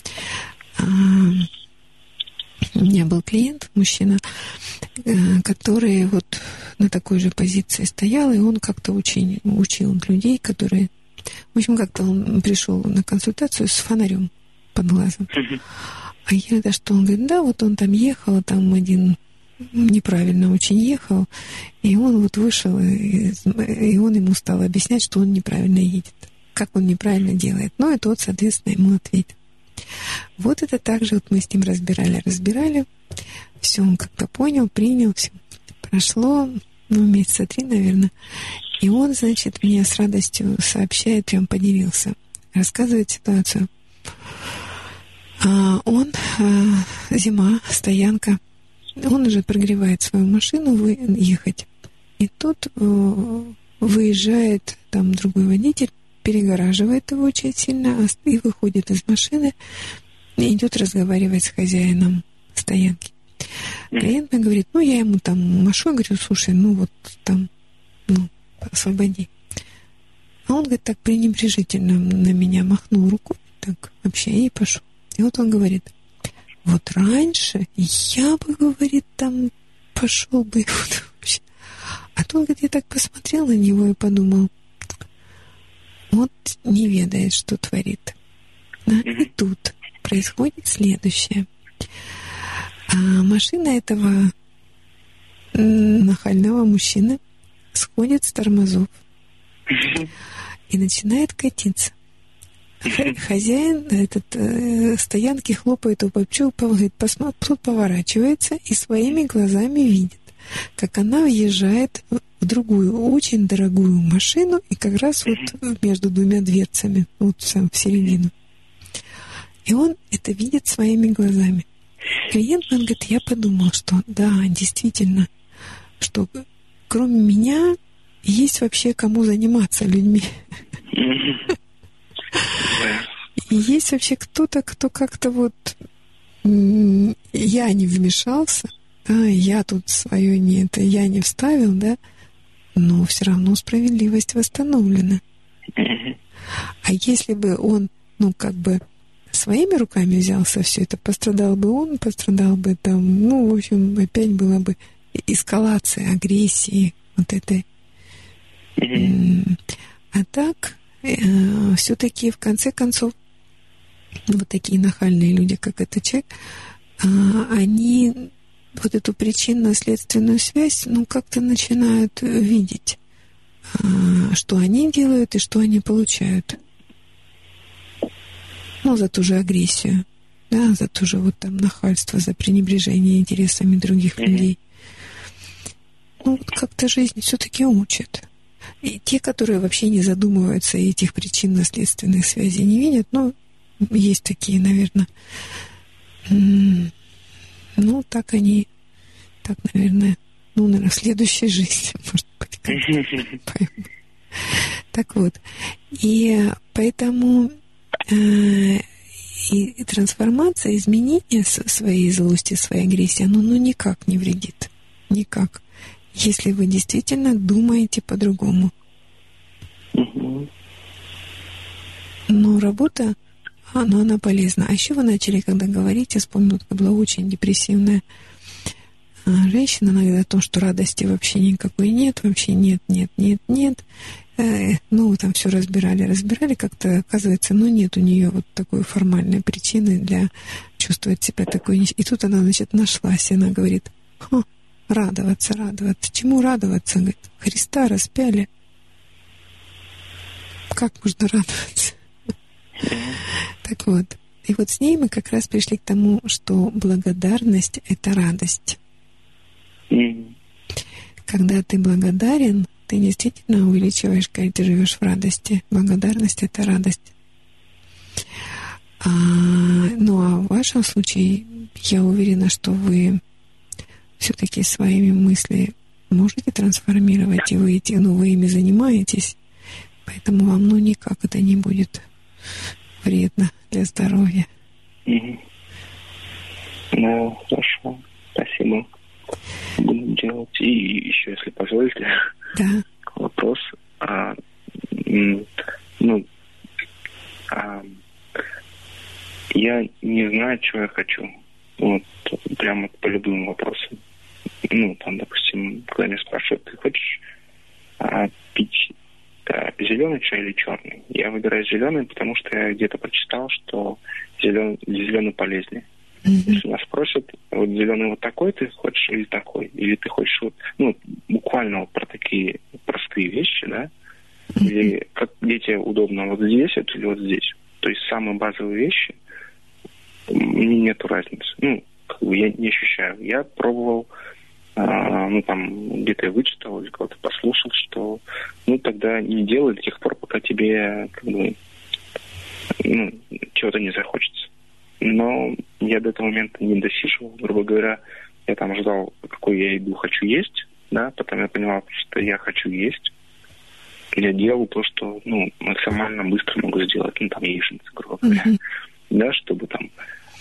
У меня был клиент, мужчина, который вот на такой же позиции стоял, и он как-то очень учил людей, которые... В общем, как-то он пришел на консультацию с фонарем под глазом. А я говорю, что он говорит, да, вот он там ехал, там один неправильно очень ехал, и он вот вышел, и он ему стал объяснять, что он неправильно едет, как он неправильно делает. Ну, и тот, соответственно, ему ответил. Вот это также вот мы с ним разбирали, все он как-то понял, принял, все прошло, ну, месяца 3, наверное. И он, значит, мне с радостью сообщает, прям поделился, рассказывает ситуацию. Он, зима, стоянка, он уже прогревает свою машину ехать. И тут выезжает там другой водитель, перегораживает его очень сильно и выходит из машины и идет разговаривать с хозяином стоянки. Клиент мне говорит, ну, я ему там машу, говорю, слушай, ну, вот там, ну, освободи. А он, говорит, так пренебрежительно на меня махнул рукой, так вообще и пошел. И вот он говорит, вот раньше я бы, говорит, там пошел бы вот вообще. А то, он, говорит, я так посмотрел на него и подумал, вот не ведает, что творит. Да? И тут происходит следующее. Машина этого нахального мужчины сходит с тормозов и начинает катиться. Хозяин стоянки хлопает его по плечу, говорит, тут поворачивается и своими глазами видит, как она въезжает в другую, очень дорогую машину и как раз вот между двумя дверцами, вот в середину. И он это видит своими глазами. Клиент, он говорит, я подумал, что да, действительно, что кроме меня есть вообще кому заниматься людьми. И есть вообще кто-то, кто как-то вот я не вмешался, да, я тут свое я не вставил, да, но все равно справедливость восстановлена. А если бы он, ну, как бы своими руками взялся все это, пострадал бы он, пострадал бы там, ну, в общем, опять была бы эскалация агрессии вот этой. А так, все-таки в конце концов, вот такие нахальные люди, как этот человек, они вот эту причинно-следственную связь, ну, как-то начинают видеть, что они делают и что они получают. Ну, за ту же агрессию, да, за ту же вот там нахальство, за пренебрежение интересами других людей. Ну, вот как-то жизнь все-таки учит. И те, которые вообще не задумываются и этих причинно-следственных связей не видят, ну, есть такие, наверное. Ну, так они, так, наверное, ну, наверное, в следующей жизни, может быть, как-то поймут. Так вот, и Поэтому и трансформация, изменение своей злости, своей агрессии, оно никак не вредит. Никак. Если вы действительно думаете по-другому. Но работа, она полезна. А еще вы начали, когда говорить, я вспомнила, это была очень депрессивная женщина, она говорит о том, что радости вообще никакой нет, вообще нет. Ну, там все разбирали, как-то оказывается, нет у нее вот такой формальной причины для чувствовать себя такой. И тут она, значит, нашлась, и она говорит: радоваться. Чему радоваться? Говорит, Христа распяли. Как можно радоваться? Так вот. И вот с ней мы как раз пришли к тому, что благодарность — это радость. Когда ты благодарен, ты действительно увеличиваешь, когда ты живешь в радости. Благодарность — это радость. А в вашем случае я уверена, что вы все-таки своими мыслями можете трансформировать, и вы ими занимаетесь, поэтому вам никак это не будет вредно для здоровья. Ну, хорошо. Спасибо. Будем делать. И еще, если позволите, да. Вопрос. Я не знаю, чего я хочу. Вот прямо по любым вопросам. Там, допустим, когда меня спрашивают, ты хочешь пить зеленый чай или черный? Я выбираю зеленый, потому что я где-то прочитал, что зеленый полезнее. Если нас спросят, вот зеленый вот такой ты хочешь или такой? Или ты хочешь буквально вот про такие простые вещи, да? Или где тебе удобно, вот здесь это или вот здесь? То есть самые базовые вещи, мне нету разницы. Я не ощущаю. Я пробовал, где-то я вычитал или кого-то послушал, что тогда не делай до тех пор, пока тебе чего-то не захочется. Но я до этого момента не досиживал. Грубо говоря, я там ждал, какую я еду хочу есть, да, потом я понял, что я хочу есть. Я делал то, что, максимально быстро могу сделать, яичницы, грубо говоря. Да, чтобы там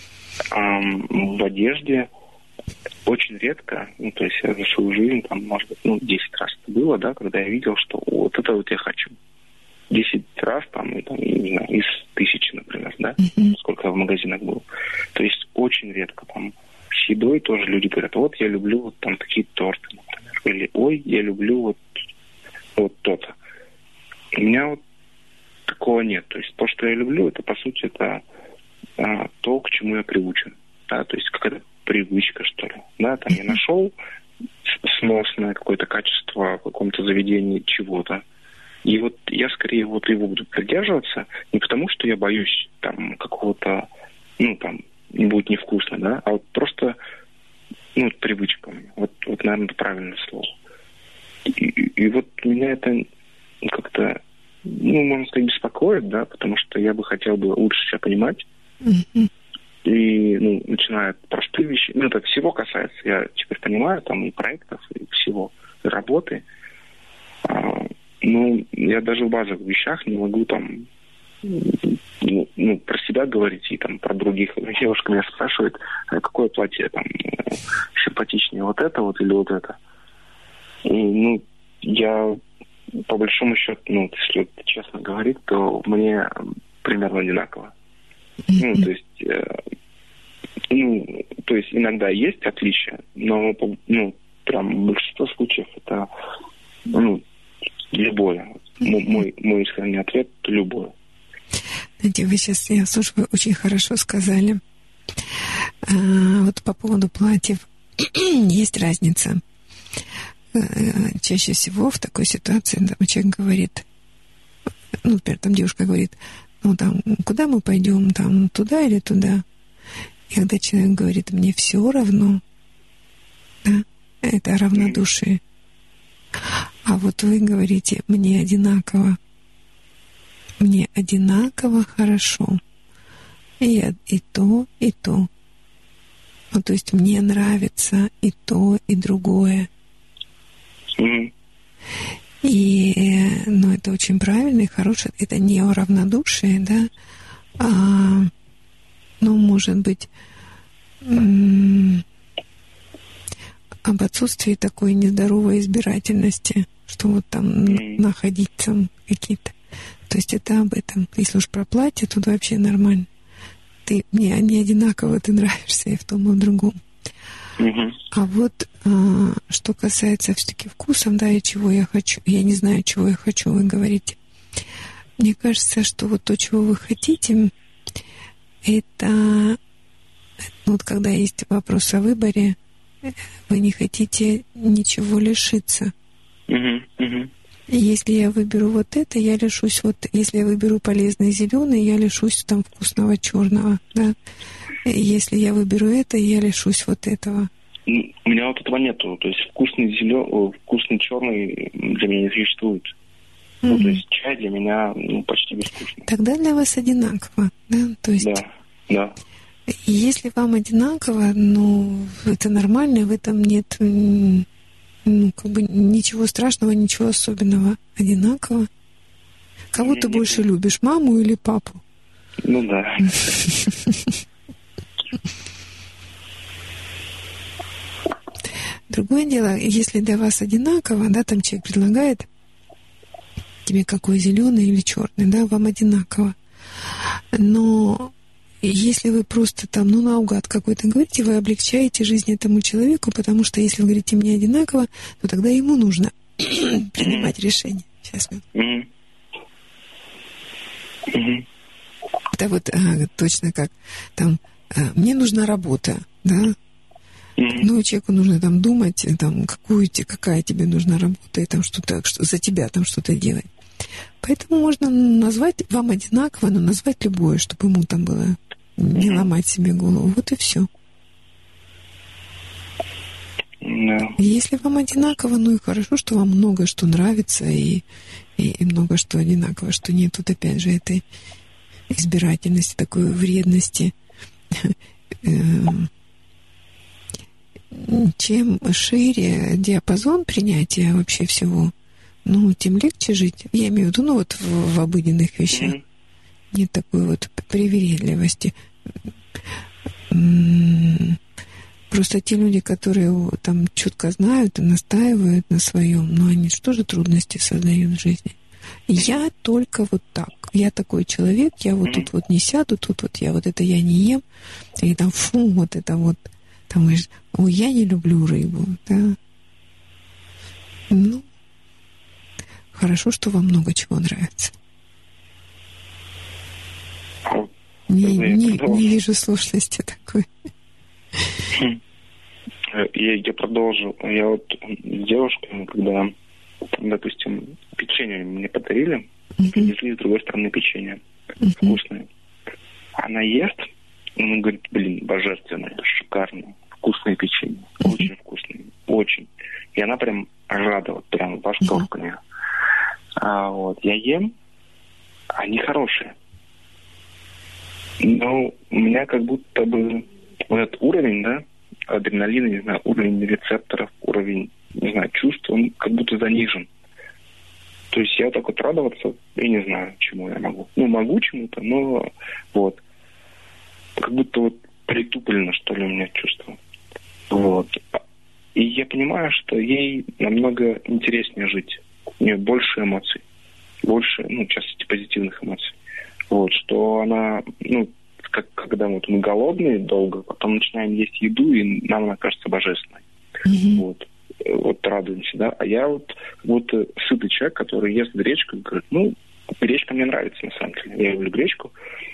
в одежде очень редко, то есть я за свою жизнь, может быть, 10 раз это было, да, когда я видел, что вот это вот я хочу. 10 раз, я не знаю, из 1000, например, да, сколько я в магазинах был. То есть очень редко с едой тоже люди говорят, вот я люблю вот такие торты, например, или ой, я люблю вот то-то. У меня такого нет. То есть то, что я люблю, это, по сути, это то, к чему я приучен. Да, то есть какая-то привычка, что ли. Да, я нашел сносное какое-то качество в каком-то заведении чего-то. И я скорее его буду придерживаться не потому, что я боюсь какого-то, будет невкусно, да, а просто, привычка у меня. Вот, наверное, это правильное слово. И меня это как-то, можно сказать, беспокоит, да, потому что я бы хотел лучше себя понимать. И, начиная от простых вещей, это всего касается, я теперь понимаю, и проектов, и всего, и работы. Я даже в базовых вещах не могу про себя говорить и про других. Девушка меня спрашивает, какое платье симпатичнее, вот это или вот это. И, я по большому счету, если честно говорить, то мне примерно одинаково. То есть иногда есть отличия, но прям большинство случаев это любое. Мой искренний ответ – любое. Знаете, я слушаю, вы очень хорошо сказали. Вот по поводу платьев есть разница. Чаще всего в такой ситуации человек говорит, например, девушка говорит, куда мы пойдем, туда или туда? И когда человек говорит, мне все равно, да, это равнодушие. А вот вы говорите, мне одинаково хорошо. И то, и то. То есть мне нравится и то, и другое. И, ну, это очень правильно и хорошее. Это не о равнодушии, да, а, ну, может быть, об отсутствии такой нездоровой избирательности, что вот там находить там какие-то. То есть это об этом. Если уж про платье, тут вообще нормально. Ты мне одинаково, ты нравишься и в том, и в другом. А вот что касается все-таки вкусов, да, и чего я хочу, я не знаю, чего я хочу, вы говорите. Мне кажется, что вот то, чего вы хотите, это вот когда есть вопрос о выборе, вы не хотите ничего лишиться. Если я выберу вот это, я лишусь вот, если я выберу полезный зеленый, я лишусь там вкусного черного, да. Если я выберу это, я лишусь вот этого. У меня вот этого нету. То есть вкусный черный для меня не существует. Ну, то есть чай для меня почти безвкусный. Тогда для вас одинаково, да? То есть, да. Если вам одинаково, ну, это нормально, в этом нет как бы ничего страшного, ничего особенного. Одинаково. Кого ты больше любишь, маму или папу? Ну да. Другое дело, если для вас одинаково, да, там человек предлагает тебе какой зеленый или черный, да, вам одинаково. Но если вы просто там, ну, наугад какой-то говорите, вы облегчаете жизнь этому человеку, потому что если вы говорите мне одинаково, то тогда ему нужно принимать решение. Сейчас мы. Это вот точно как там мне нужна работа, да. Ну, человеку нужно там думать, там, какая тебе нужна работа, и там что-то, за тебя там что-то делать. Поэтому можно назвать вам одинаково, но назвать любое, чтобы ему там было не ломать себе голову. Вот и все. Если вам одинаково, ну и хорошо, что вам много что нравится, и много что одинаково, что нет тут опять же этой избирательности, такой вредности. Чем шире диапазон принятия вообще всего, ну, тем легче жить. Я имею в виду, ну, вот в обыденных вещах. Нет такой вот привередливости. Просто те люди, которые там четко знают и настаивают на своем, но они что же трудности создают в жизни. Я только вот так. Я такой человек, я вот тут вот не сяду, тут вот я вот это я не ем. И там фу, вот это вот. Там говоришь, ой, я не люблю рыбу, да. Ну, хорошо, что вам много чего нравится. Не вижу сложности такой. Я продолжу. Я вот с девушкой, когда, допустим, печенье мне подарили, принесли с другой стороны печенье вкусное. Она ест, и она говорит, блин, божественное, шикарное, вкусное печенье. Очень вкусное, очень. И она прям рада, вот прям в восторг у нее. Вот, я ем, они хорошие. Но у меня как будто бы вот этот уровень, да, адреналина, не знаю, уровень рецепторов, уровень, не знаю, чувств, он как будто занижен. То есть я так вот радоваться, я не знаю, чему я могу. Ну, могу чему-то, но вот. Как будто вот притуплено, что ли, у меня чувство. Вот. И я понимаю, что ей намного интереснее жить. У нее больше эмоций. Больше, ну, в частности, позитивных эмоций. Вот, что она, ну, когда вот мы голодные долго, потом начинаем есть еду, и нам она кажется божественной. Вот радуемся, да. А я вот сытый человек, который ест гречку, и говорит, ну, гречка мне нравится, на самом деле. Я люблю гречку.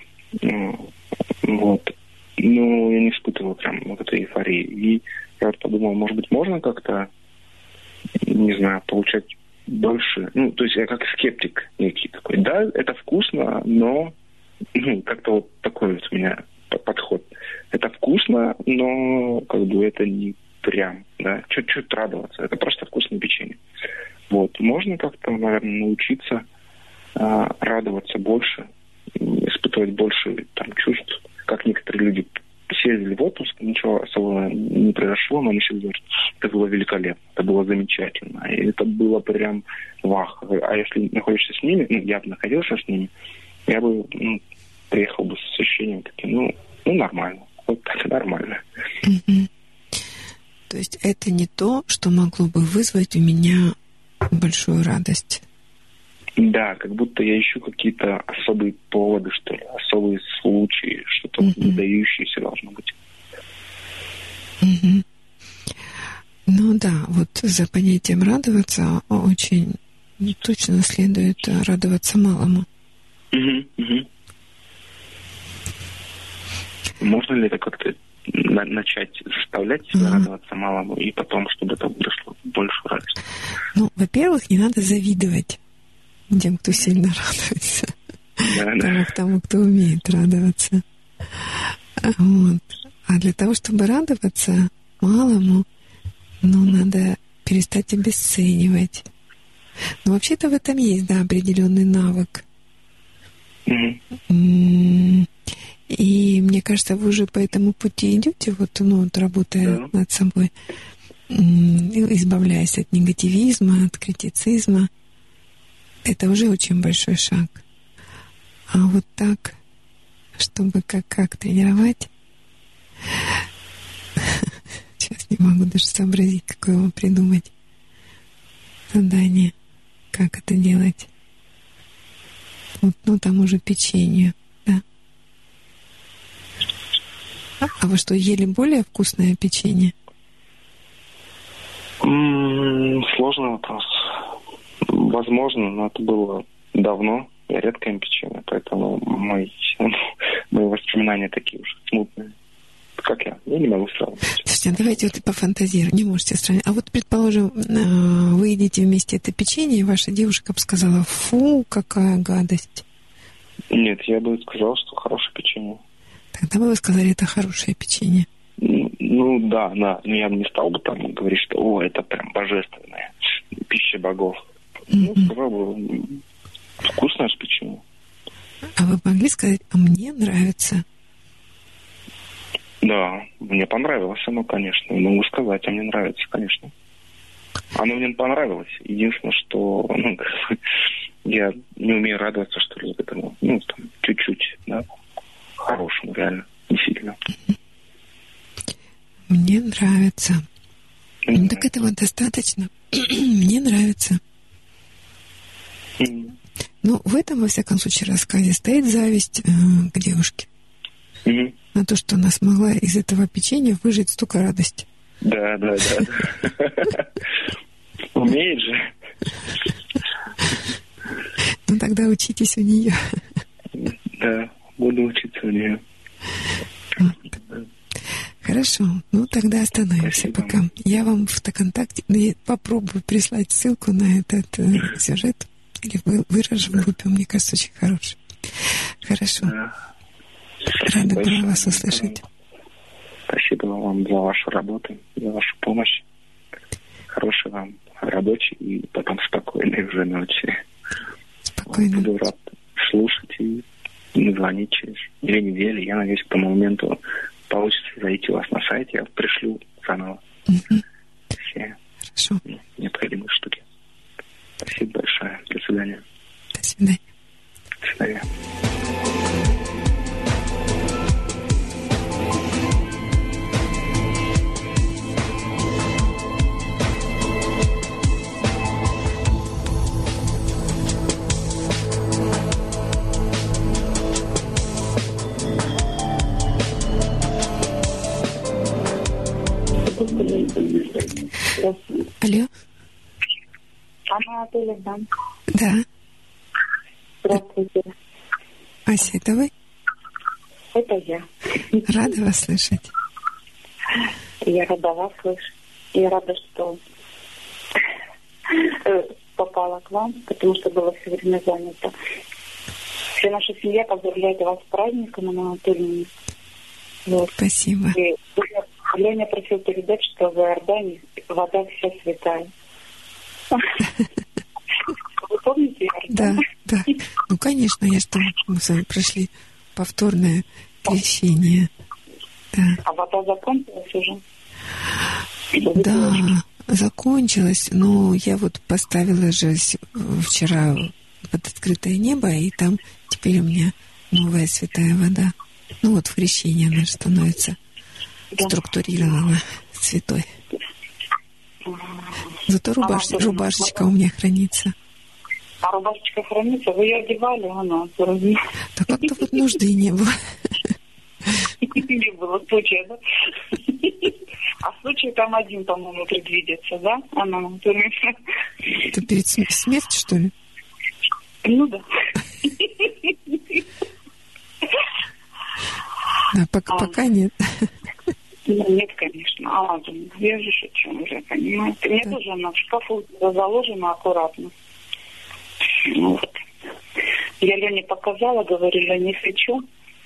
Вот. Но я не испытывал прям вот этой эйфории. И я вот подумал, может быть, можно как-то, не знаю, получать больше. Ну, то есть я как скептик некий такой. Да, это вкусно, но как-то вот такой вот у меня подход. Это вкусно, но как бы это не прям, да, чуть-чуть радоваться. Это просто вкусное печенье. Вот. Можно как-то, наверное, научиться радоваться больше, испытывать больше там чувств, как некоторые люди съездили в отпуск, ничего особого не произошло, но они все говорят, это было великолепно, это было замечательно. И это было прям вах. А если находишься с ними, я бы находился с ними, я бы приехал бы с ощущением таким, нормально. Вот так нормально. Mm-hmm. То есть это не то, что могло бы вызвать у меня большую радость. Да, как будто я ищу какие-то особые поводы, что ли, особые случаи, что-то выдающееся должно быть. Mm-hmm. Ну да, вот за понятием радоваться очень точно следует радоваться малому. Mm-hmm. Можно ли это как-то начать заставлять себя радоваться малому, и потом, чтобы это выросло в большую радость? Во-первых, не надо завидовать тем, кто сильно радуется, тому, кто умеет радоваться. Вот. А для того, чтобы радоваться малому, надо перестать обесценивать. Но вообще-то в этом есть, определенный навык. И мне кажется, вы уже по этому пути идете, работая над собой, избавляясь от негативизма, от критицизма. Это уже очень большой шаг. А вот так, чтобы как тренировать, сейчас не могу даже сообразить, какое вам придумать задание, как это делать. Тому же печенью, да. А вы что, ели более вкусное печенье? Сложный вопрос. Возможно, но это было давно. Я редко им печенье, поэтому мои воспоминания такие уже смутные. Как я не могу сравнивать. Слушайте, давайте и пофантазируем. Не можете сравнить. А вот, предположим, вы едите вместе это печенье, и ваша девушка бы сказала: фу, какая гадость. Нет, я бы сказал, что хорошее печенье. Тогда бы вы сказали, это хорошее печенье. Да, но я бы не стал бы там говорить, что это прям божественная пища богов. Сказал бы, вкусное печенье. А вы могли сказать: а мне нравится? Да, мне понравилось оно, конечно. Могу сказать, а мне нравится, конечно. Оно мне понравилось. Единственное, что я не умею радоваться, что ли, этому, чуть-чуть, хорошему, реально, действительно. Мне нравится. Так этого достаточно. Мне нравится. В этом, во всяком случае, рассказе стоит зависть к девушке. На то, что она смогла из этого печенья выжать столько радости. Да. Умеет же. Тогда учитесь у нее. Да, буду учиться у нее. Хорошо, тогда остановимся. Спасибо. Пока. Я вам в ВКонтакте попробую прислать ссылку на этот сюжет. Или выражу в группе, мне кажется, очень хороший. Хорошо. Да. Рада была вас услышать. Спасибо вам за вашу работу, за вашу помощь. Хорошей вам рабочей и потом спокойной уже ночи. Спокойной. Буду рад слушать и звонить через 2 недели. Я надеюсь, к тому моменту получится зайти у вас на сайт. Я пришлю заново все необходимые штуки. Спасибо большое. До свидания. До свидания. До свидания. Алло. Анатольевна. Да. Здравствуйте. Ася, это вы? Это я. Рада вас слышать. Я рада вас слышать. Я рада, что попала к вам, потому что было все время занято. Вся наша семья поздравляет вас с праздником, Анатольевна. Спасибо. И Леня просил передать, что в Иордании вода вся святая. Вы помните Иордан? Да. Конечно, мы с вами прошли повторное крещение. Да. А вода закончилась уже? Да, закончилось. Но я вот поставила же вчера под открытое небо, и там теперь у меня новая святая вода. Ну вот в крещении она же становится структурирована святой. Зато рубашечка у меня хранится. А рубашечка хранится? Вы ее одевали, она? Да как-то вот нужды не было. Не было случая, да? А случай там один, по-моему, предвидится, да, Анна Анатольевна? Это перед смертью, что ли? Ну да. Да, пока нет. Нет, конечно. А ладно, я же шучу уже, понимаете. Мне тоже она в шкафу заложена аккуратно. Вот. Я Лене показала, говорю, Лене свечу.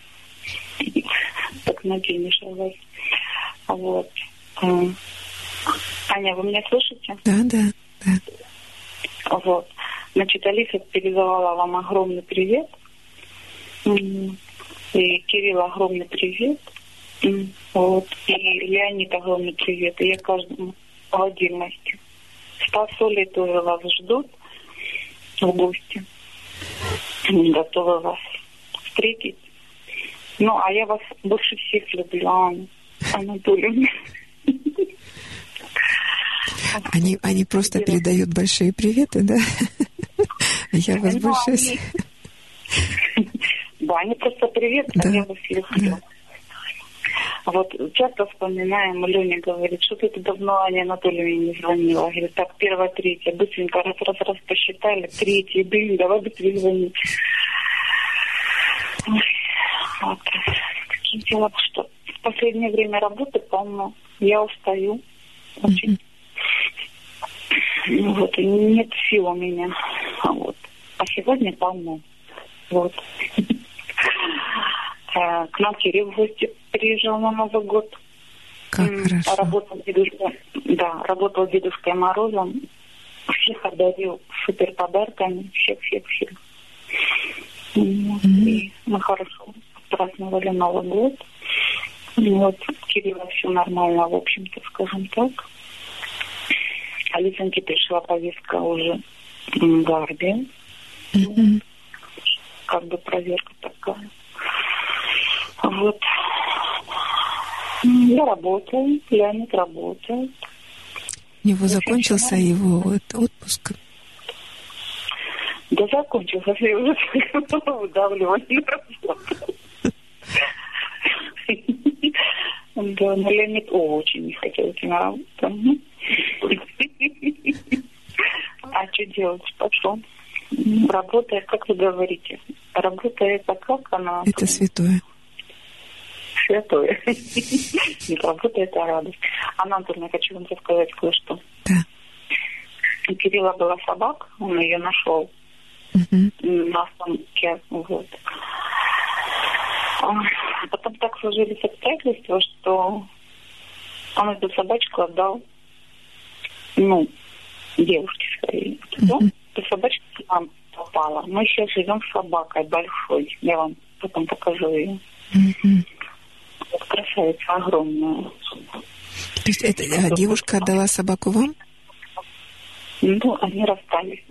Так ноги не шалась. Вот. Аня, вы меня слышите? Да. Вот. Значит, Алиса передавала вам огромный привет. И Кирилл огромный привет. Вот. И Леонид огромный привет. И я каждому в отдельности. Стас с Олей тоже вас ждут в гости. Готовы вас встретить. Ну, а я вас больше всех люблю, Анна Анатольевна. Они просто передают большие приветы, да? Я вас больше всех... Да, они просто привет, а я вас люблю. Вот часто вспоминаем, Леня говорит, что ты давно Ане Анатольевне не звонила. Говорит, так, 1-3, быстренько раз посчитали, 3, блин, давай быстрее звонить. Вот. Такие дела, что в последнее время работы полно. Я устаю очень. Вот, и нет сил у меня. Вот. А сегодня полно. Вот. К нам Кирилл в гости приезжал на Новый год. Как хорошо. Работал Дедушкой Морозом. Всех одарил супер подарками. Всех. И мы хорошо праздновали Новый год. Вот, Кирилла все нормально, в общем-то, скажем так. А Лизоньке пришла повестка уже в армию. Как бы проверка такая. Вот. Я работаю, Леонид работает. У него закончился его отпуск. Да закончился, я уже выдавливаю на работу. Да, но Леонид очень не хотел идти на работу. А что делать? Пошел. Работает, как вы говорите. Работает, а как она? Это святое. Святое. Не работа, это радость. Анна Анатольевна, я хочу вам рассказать кое-что. Да. У Кирилла была собака, он ее нашел. На станке. Вот. А потом так сложились обстоятельства, что он эту собачку отдал, девушке своей. Эта собачка к нам попала. Мы сейчас живем с собакой большой. Я вам потом покажу ее. Вот красавица огромная. То есть эта девушка отдала собаку вам? Они расстались.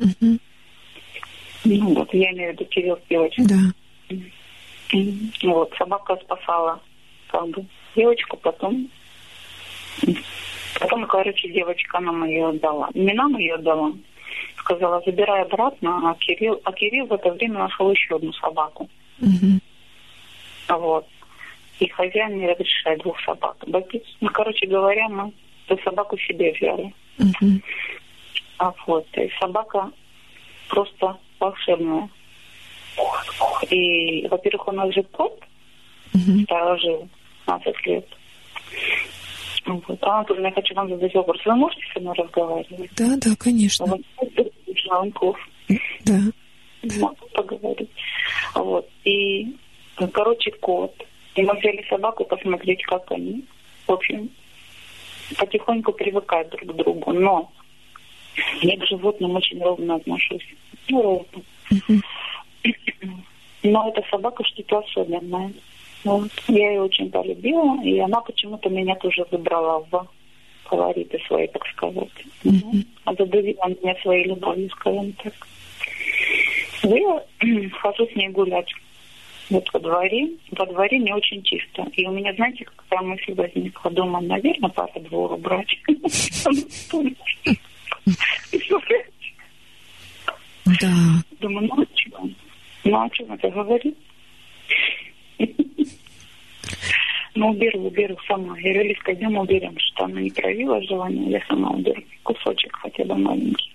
Вот, я имею в виду Кирилл с девочкой. Да. Вот, собака спасала девочку, потом, короче, девочка нам ее отдала. Не нам ее отдала. Сказала, забирай обратно, а Кирилл в это время нашел еще одну собаку. Вот. И хозяин не разрешает 2 собак. Короче говоря, мы эту собаку себе взяли. Вот. И собака просто волшебная. И, во-первых, у нас же кот старожил 15 лет. Вот. Анатольевна, я хочу вам задать вопрос. Вы можете со мной разговаривать? Да, конечно. Звонков. Да. Могу поговорить. Вот. И, короче, кот. И мы взяли собаку посмотреть, как они, в общем, потихоньку привыкают друг к другу. Но я к животным очень ровно отношусь. Ровно. Но эта собака что-то особенное. Вот. Я ее очень полюбила, и она почему-то меня тоже выбрала в фавориты свои, так сказать. Задавила меня своей любовью, скажем так. Я хожу с ней гулять. Вот во дворе не очень чисто. И у меня, знаете, какая мысль возникла, думаю, наверное, пора двор убрать. Да. Думаю, ну а что надо говорить? Ну, уберу сама. Я говорю, Лизка, идем уберем, что она не проявила желания, я сама уберу кусочек хотя бы маленький.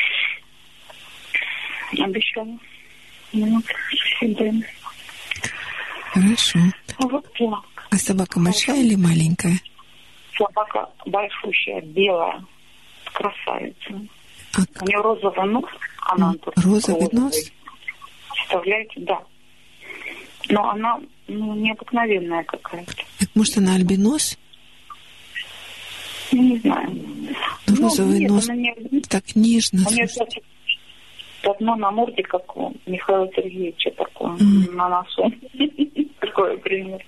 Обещала. Ну, всегда. Хорошо. Вот так. А собака большая или маленькая? Собака большущая, белая, красавица. У нее розовый нос. Она розовый нос? Представляете, да. Но она необыкновенная какая-то. Может, она альбинос? Не знаю. Розовый нос так нежно. У нее пятно на морде, как у Михаила Сергеевича, такое на носу. Такое пример.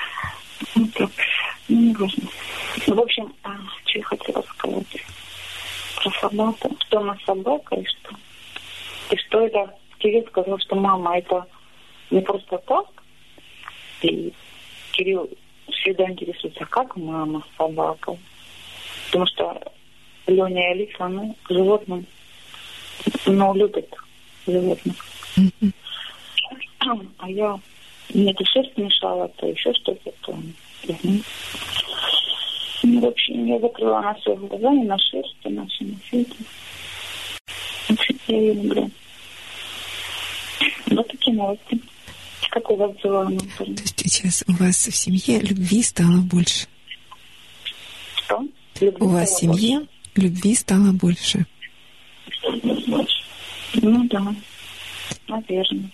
Не важно. В общем, что я хотела сказать про собаку. Что она собака и что? И что это? Кирилл сказал, что мама, это не просто так. И Кирилл всегда интересуется, как мама с собакой. Потому что Леня и Алиса, животным, любят животных. А я мне то шерсть мешала, то еще что-то. В общем, я закрыла на все глаза, и на шерсть, и на все на свете. В общем, я ее люблю. Вот такие новости. Как у вас дела, Анатолий? То есть сейчас у вас в семье любви стало больше? Что? У вас в семье любви стало больше? Ну да, наверное.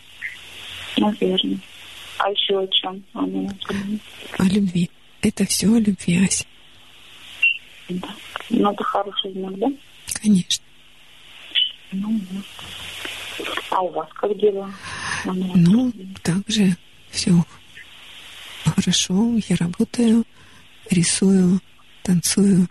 А еще о чем? О любви. Это все о любви, Ася. Да. Ну, это хороший знак, да? Конечно. Ну, да. А у вас как дела? Также все хорошо. Я работаю, рисую, танцую.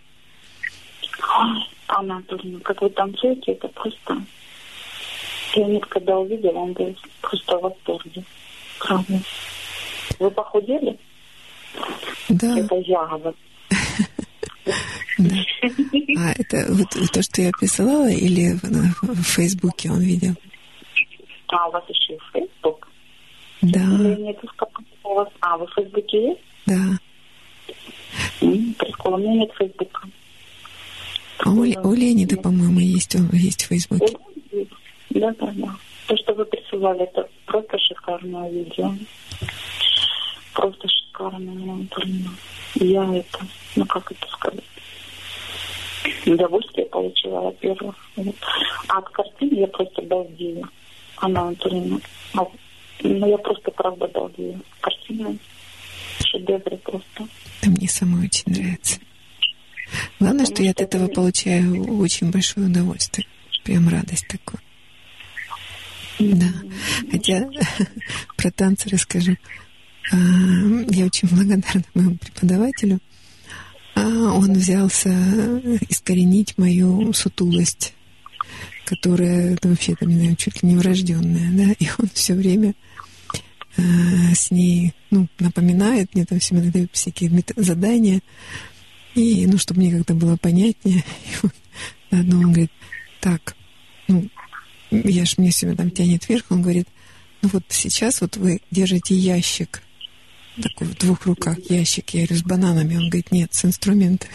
Анна Анатольевна, как вы танцуете, это просто... Я когда увидела, он был просто в восторге. Правда. Вы похудели? Да. Это ягода. Да. А это вот то, что я присылала, или в Фейсбуке он видел? А у вас еще и Фейсбук? Да. Нет, у вас... А, вы в Фейсбуке есть? Да. Прикольно, у меня нет Фейсбука. А у Леонида, по-моему, есть в Фейсбуке. Да. То, что вы присылали, это просто шикарное видео. Просто шикарное. Я это, как это сказать, удовольствие получила, во-первых. А от картины я просто балдею. Анна Анатольевна. Я просто правда балдею. Картина шедевр просто. Это мне самой очень нравится. Главное, что я от этого получаю очень большое удовольствие. Прям радость такую. Да. Хотя про танцы расскажу. Я очень благодарна моему преподавателю. Он взялся искоренить мою сутулость, которая вообще-то, не знаю, чуть ли не врожденная, да, и он все время с ней, напоминает мне, там всегда дает всякие задания, и, чтобы мне как-то было понятнее, и заодно он говорит, так, мне себя там тянет вверх, он говорит, вот сейчас вот вы держите ящик, такой в двух руках ящик, я говорю, с бананами, он говорит, нет, с инструментами.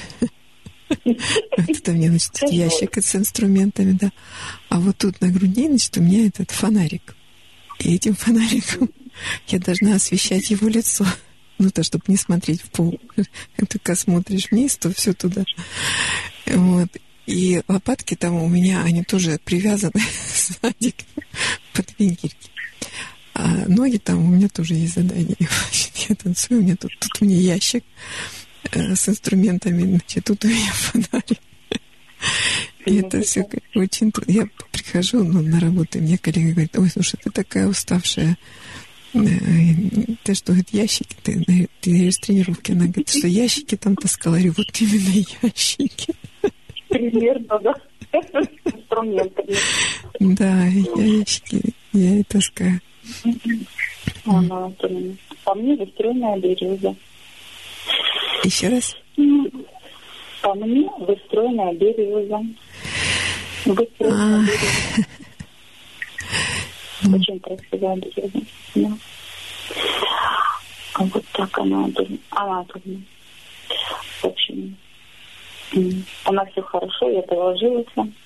Это мне, ящик с инструментами, да. А вот тут на груди, у меня этот фонарик. И этим фонариком я должна освещать его лицо. То, чтобы не смотреть в пол. Только смотришь вниз, то все туда. Вот. И лопатки там у меня, они тоже привязаны сзади под винкельки. А ноги там у меня тоже есть задание. Я танцую, у меня тут у меня ящик с инструментами, тут у меня фонарик. И это все очень трудно. Я прихожу на работу, и мне коллега говорит, ой, слушай, ты такая уставшая. Ты что, говорит, ящики? Ты говоришь, тренировки. Она говорит, что ящики там таскала? Я говорю, вот именно ящики. Примерно, да. Инструментами. Да, ящики я и таскаю. Она, по мне выстроенная береза. Еще раз? По мне выстроенная береза. Выстроенная береза. Очень красивая береза. Да. А вот так она думает. В общем, у нас все хорошо, я доложилась.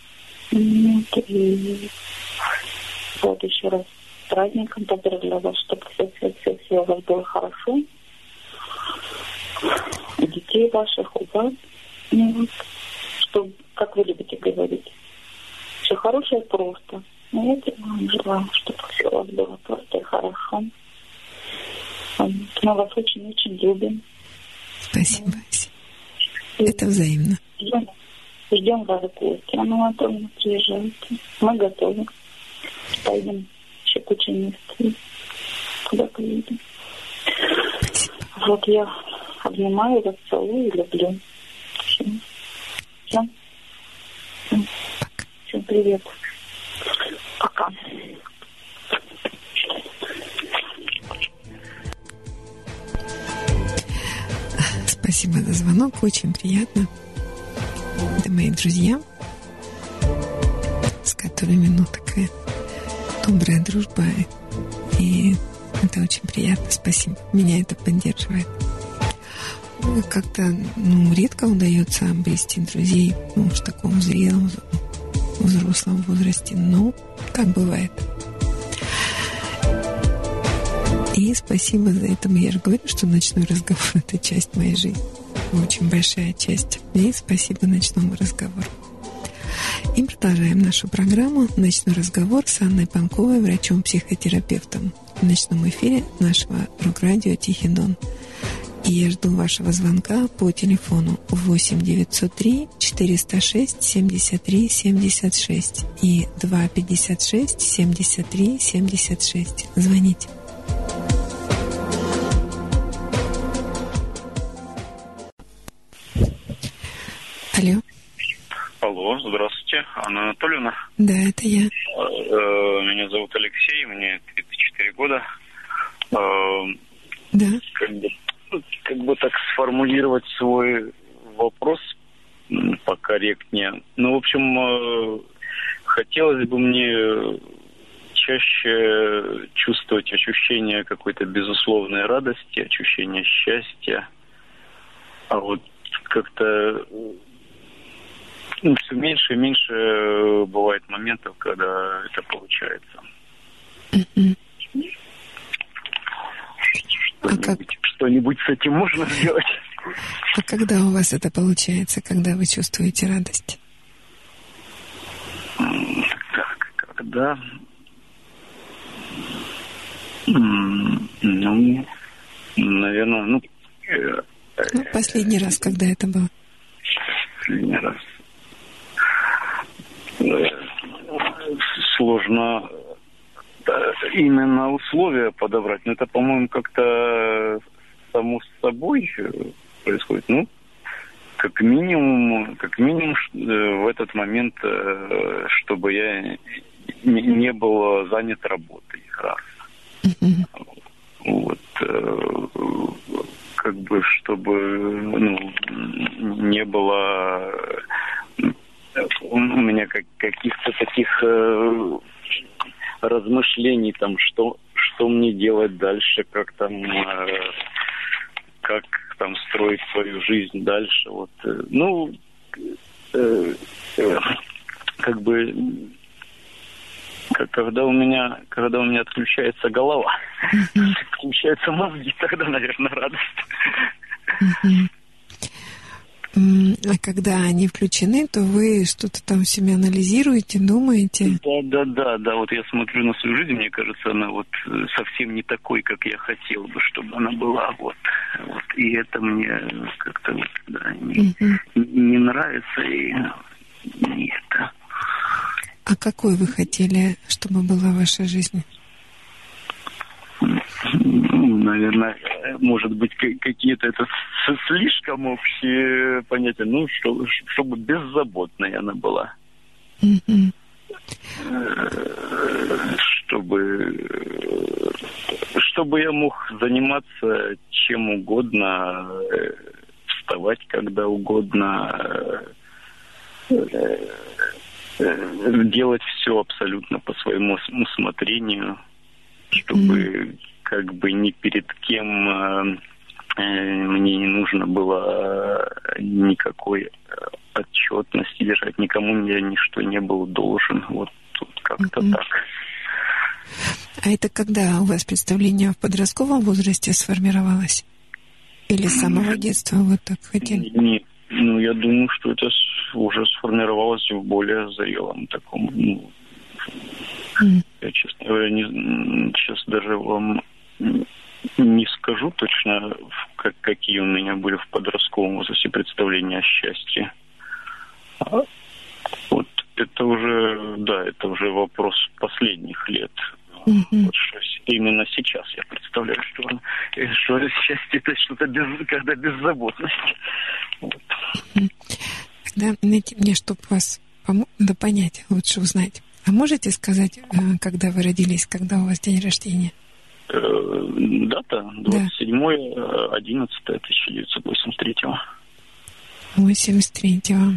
И вот еще раз с праздником поздравляю вас, чтобы все у вас было хорошо. У детей ваших, у вас. Вот. Чтобы, как вы любите говорить, все хорошее просто. Я вам желаю, чтобы все у вас было просто и хорошо. Мы вас очень-очень любим. Спасибо. Это взаимно. Ждем вас в гости. Анна Анатольевна, приезжайте. Мы готовы. Пойдем еще куча мест. Куда поедем? Вот я обнимаю вас, целую и люблю. Все. Всем привет. Пока. Спасибо за звонок, очень приятно. Это мои друзья, с которыми, такая добрая дружба. И это очень приятно, спасибо. Меня это поддерживает. Как-то, редко удается обрести друзей, в таком зрелом, взрослом возрасте. Но так бывает. И спасибо за это. Я же говорю, что ночной разговор — это часть моей жизни. Очень большая часть. И спасибо ночному разговору. И продолжаем нашу программу «Ночной разговор» с Анной Панковой, врачом-психотерапевтом. В ночном эфире нашего рок-радио «Тихий Дон». И я жду вашего звонка по телефону 8 903 406 73 76 и 256 73 76. Звоните. Алло. Алло, здравствуйте, Анна Анатольевна. Да, это я. Меня зовут Алексей, мне 34 года. Да. Как бы так сформулировать свой вопрос покорректнее. В общем, хотелось бы мне чаще чувствовать ощущение какой-то безусловной радости, ощущение счастья. А вот как-то все меньше и меньше бывает моментов, когда это получается. Что-нибудь с этим можно сделать? А когда у вас это получается, когда вы чувствуете радость? Так, когда... наверное, последний раз, когда это было? Последний раз. Сложно именно условия подобрать. Но это, по-моему, как-то само собой происходит. Как минимум в этот момент, чтобы я не был занят работой. Раз. Вот. Как бы, чтобы не было у меня каких-то таких размышлений, там, что мне делать дальше, как строить свою жизнь дальше. Вот. Как бы, когда у меня отключается голова, отключаются мозги, тогда, наверное, радость. А когда они включены, то вы что-то там в себе анализируете, думаете? Да. Вот я смотрю на свою жизнь, мне кажется, она вот совсем не такой, как я хотел бы, чтобы она была. Вот. И это мне как-то не нравится, и не это. А какой вы хотели, чтобы была ваша жизнь? наверное, может быть, какие-то это слишком общие понятия, ну, чтобы беззаботной она была. Чтобы я мог заниматься чем угодно, вставать когда угодно, делать все абсолютно по своему усмотрению, чтобы как бы ни перед кем мне не нужно было никакой отчетности держать, никому я ничто не был должен. Вот тут как-то так. А это когда у вас представление в подростковом возрасте сформировалось? Или с самого детства вы так хотели? Нет, ну я думаю, что это уже сформировалось в более зрелом таком. Я, честно говоря, сейчас даже вам не скажу точно, какие у меня были в подростковом возрасте представления о счастье. Вот это уже, да, это уже вопрос последних лет. Вот что именно сейчас я представляю, что счастье это что-то когда беззаботность. Вот. Тогда мне, чтобы вас понять, лучше узнать. А можете сказать, когда вы родились, когда у вас день рождения? Дата 27.11.1983. 83-го.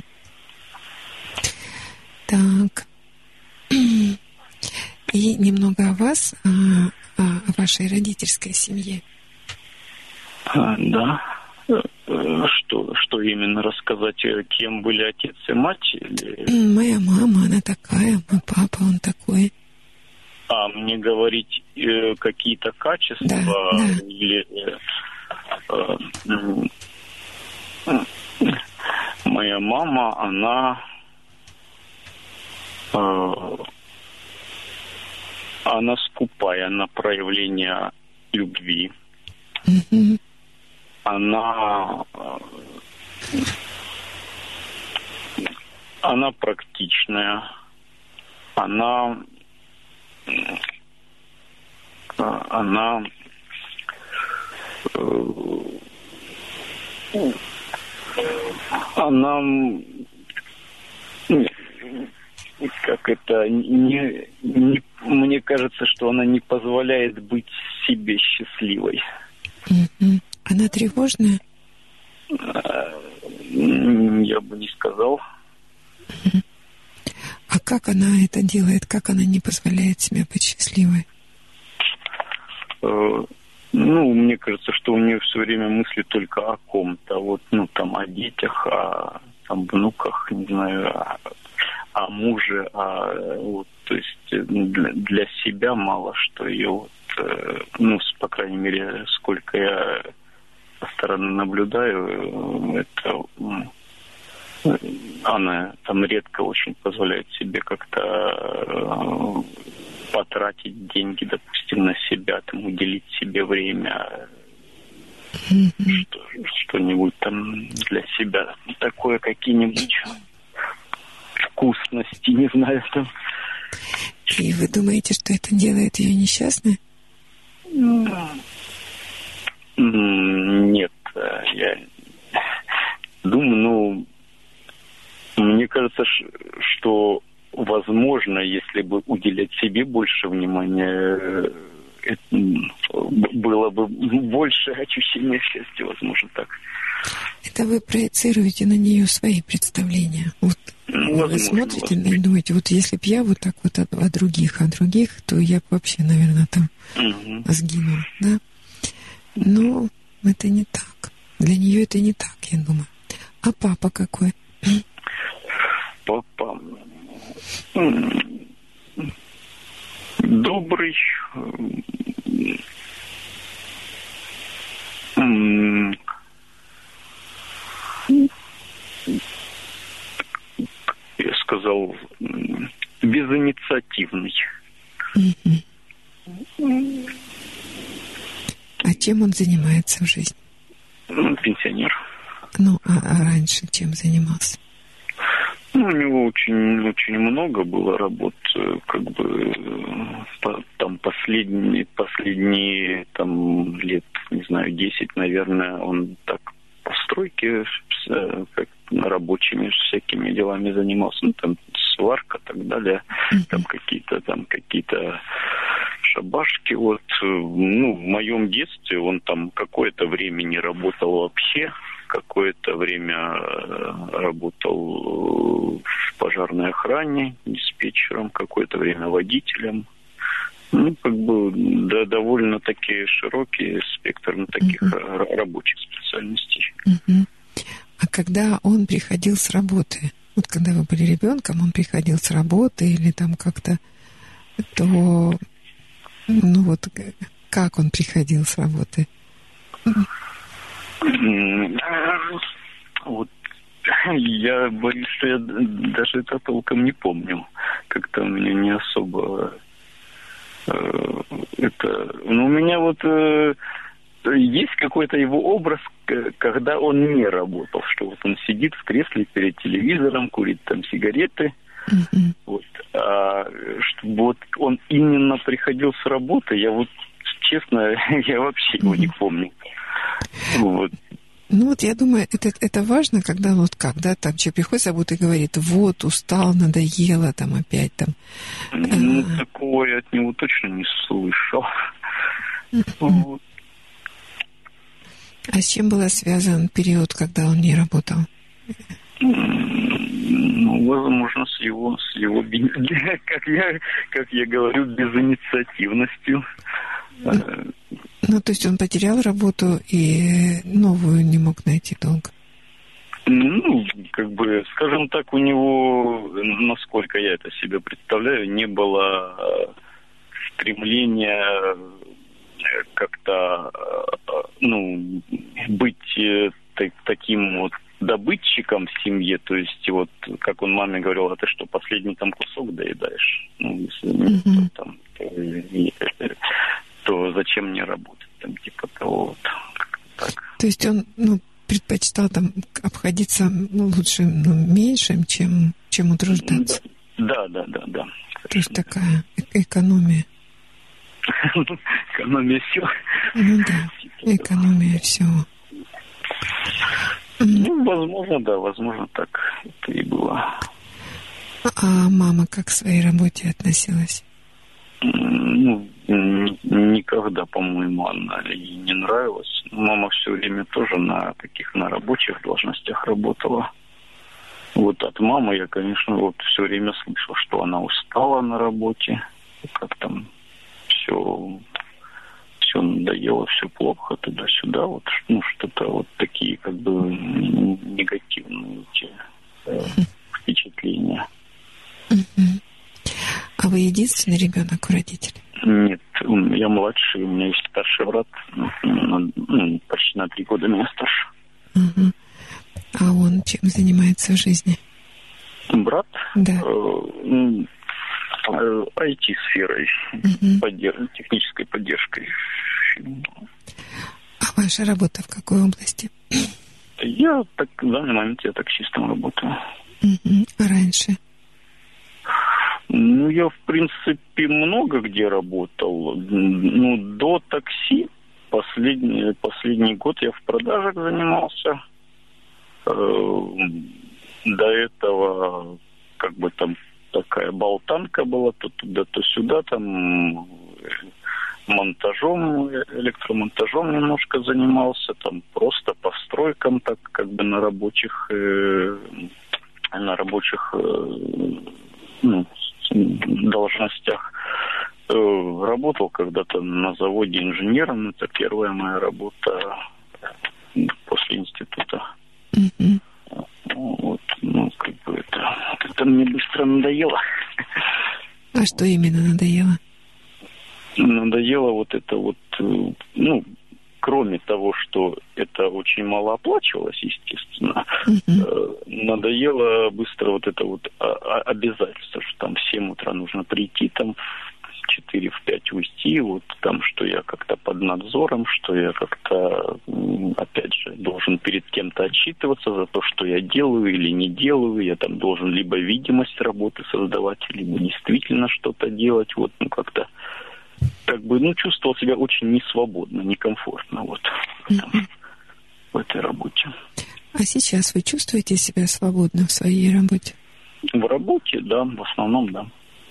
Так. И немного о вас, о вашей родительской семье. Да. Что именно рассказать? Кем были отец и мать? Или... Моя мама, она такая, мой папа, он такой. А мне говорить какие-то качества? Да. Или... Моя мама, она скупая на проявление любви. Она практичная. Она как это мне кажется, что она не позволяет быть себе счастливой. Она тревожная? Я бы не сказал. А как она это делает? Как она не позволяет себе быть счастливой? Мне кажется, что у нее все время мысли только о ком-то. Вот, о детях, о внуках, не знаю, о муже. То есть для себя мало что ее, по крайней мере, сколько я со стороны наблюдаю, это она редко очень позволяет себе как-то потратить деньги, допустим, на себя, уделить себе время, что-нибудь для себя, такое, какие-нибудь вкусности, не знаю, И вы думаете, что это делает ее несчастной? Нет, я думаю, мне кажется, что возможно, если бы уделять себе больше внимания, было бы больше ощущения счастья, возможно, так. Это вы проецируете на нее свои представления. Вот вы смотрите и думаете, вот если бы я вот так вот о других, то я бы вообще, наверное, сгинула, да? Но это не так. Для нее это не так, я думаю. А папа какой? Папа добрый, я сказал, безинициативный. А чем он занимается в жизни? Пенсионер. А раньше чем занимался? у него очень много было работ, как бы там последние там лет, не знаю, 10, наверное, он так по стройке как рабочими всякими делами занимался, ну там сварка и так далее, там какие-то шабашки. Вот, ну, в моем детстве он там какое-то время не работал вообще, какое-то время работал в пожарной охране, диспетчером, какое-то время водителем. Ну, как бы, да, довольно-таки широкий спектр таких рабочих специальностей. А когда он приходил с работы, вот когда вы были ребенком, он приходил с работы или там как-то, то, ну вот, как он приходил с работы? Вот я боюсь, что я даже это толком не помню. Как-то у меня не особо это... Ну, у меня вот есть какой-то его образ, когда он не работал, что вот он сидит в кресле перед телевизором, курит там сигареты. Вот. А чтобы вот он именно приходил с работы, я вот, честно, я вообще его не помню. Вот. Ну вот я думаю, это важно, когда вот когда там человек приходит с работы и говорит, вот, устал, надоело, там опять там. Ну, такого я от него точно не слышал. Вот. А с чем был связан период, когда он не работал? Ну, возможно, с его как я говорю, безинициативностью. Ну, то есть он потерял работу и новую не мог найти долго? Ну, как бы, скажем так, у него, насколько я это себе представляю, не было стремления как-то, ну, быть таким вот добытчиком в семье, то есть вот, как он маме говорил, а ты что, последний там кусок доедаешь? Ну, если нет, то, там, то зачем мне работать? Там, типа того вот. Так. То есть он, ну, предпочитал там обходиться, ну, лучше, ну, меньшим, чем утруждаться? Да. То есть такая экономия. Экономия всего. Ну да, экономия всего. Ну, возможно, так это и было. А мама как к своей работе относилась? Ну, никогда, по-моему, она ей не нравилась. Мама все время тоже на рабочих должностях работала. Вот от мамы я, конечно, вот все время слышал, что она устала на работе, как там все надоело, все плохо, туда-сюда, вот, ну, что-то вот такие, как бы, негативные впечатления. А вы единственный ребенок у родителей? Нет, я младший, у меня есть старший брат, почти на 3 года меня старше. А он чем занимается в жизни? Брат? Да. IT-сферой, технической поддержкой. А ваша работа в какой области? Я в данный момент я таксистом работаю. А раньше? Ну, я, в принципе, много где работал. Ну, до такси последний год я в продажах занимался. До этого как бы там такая болтанка была, то туда, то сюда, там монтажом, электромонтажом немножко занимался, там просто по стройкам, так как бы на рабочих должностях. Работал когда-то на заводе инженером, это первая моя работа после института. Вот, ну, как бы это мне быстро надоело. А что именно надоело? Надоело вот это вот, ну, кроме того, что это очень мало оплачивалось, естественно, надоело быстро вот это вот обязательство, что там в 7 утра нужно прийти, там в 4-5 уйти, вот там, что я как-то под надзором, что я как-то, опять же, должен должен перед кем-то отчитываться за то, что я делаю или не делаю. Я там должен либо видимость работы создавать, либо действительно что-то делать. Вот, ну, как-то, как бы, ну, чувствовал себя очень несвободно, некомфортно вот в этой работе. А сейчас вы чувствуете себя свободно в своей работе? В работе, да, в основном, да.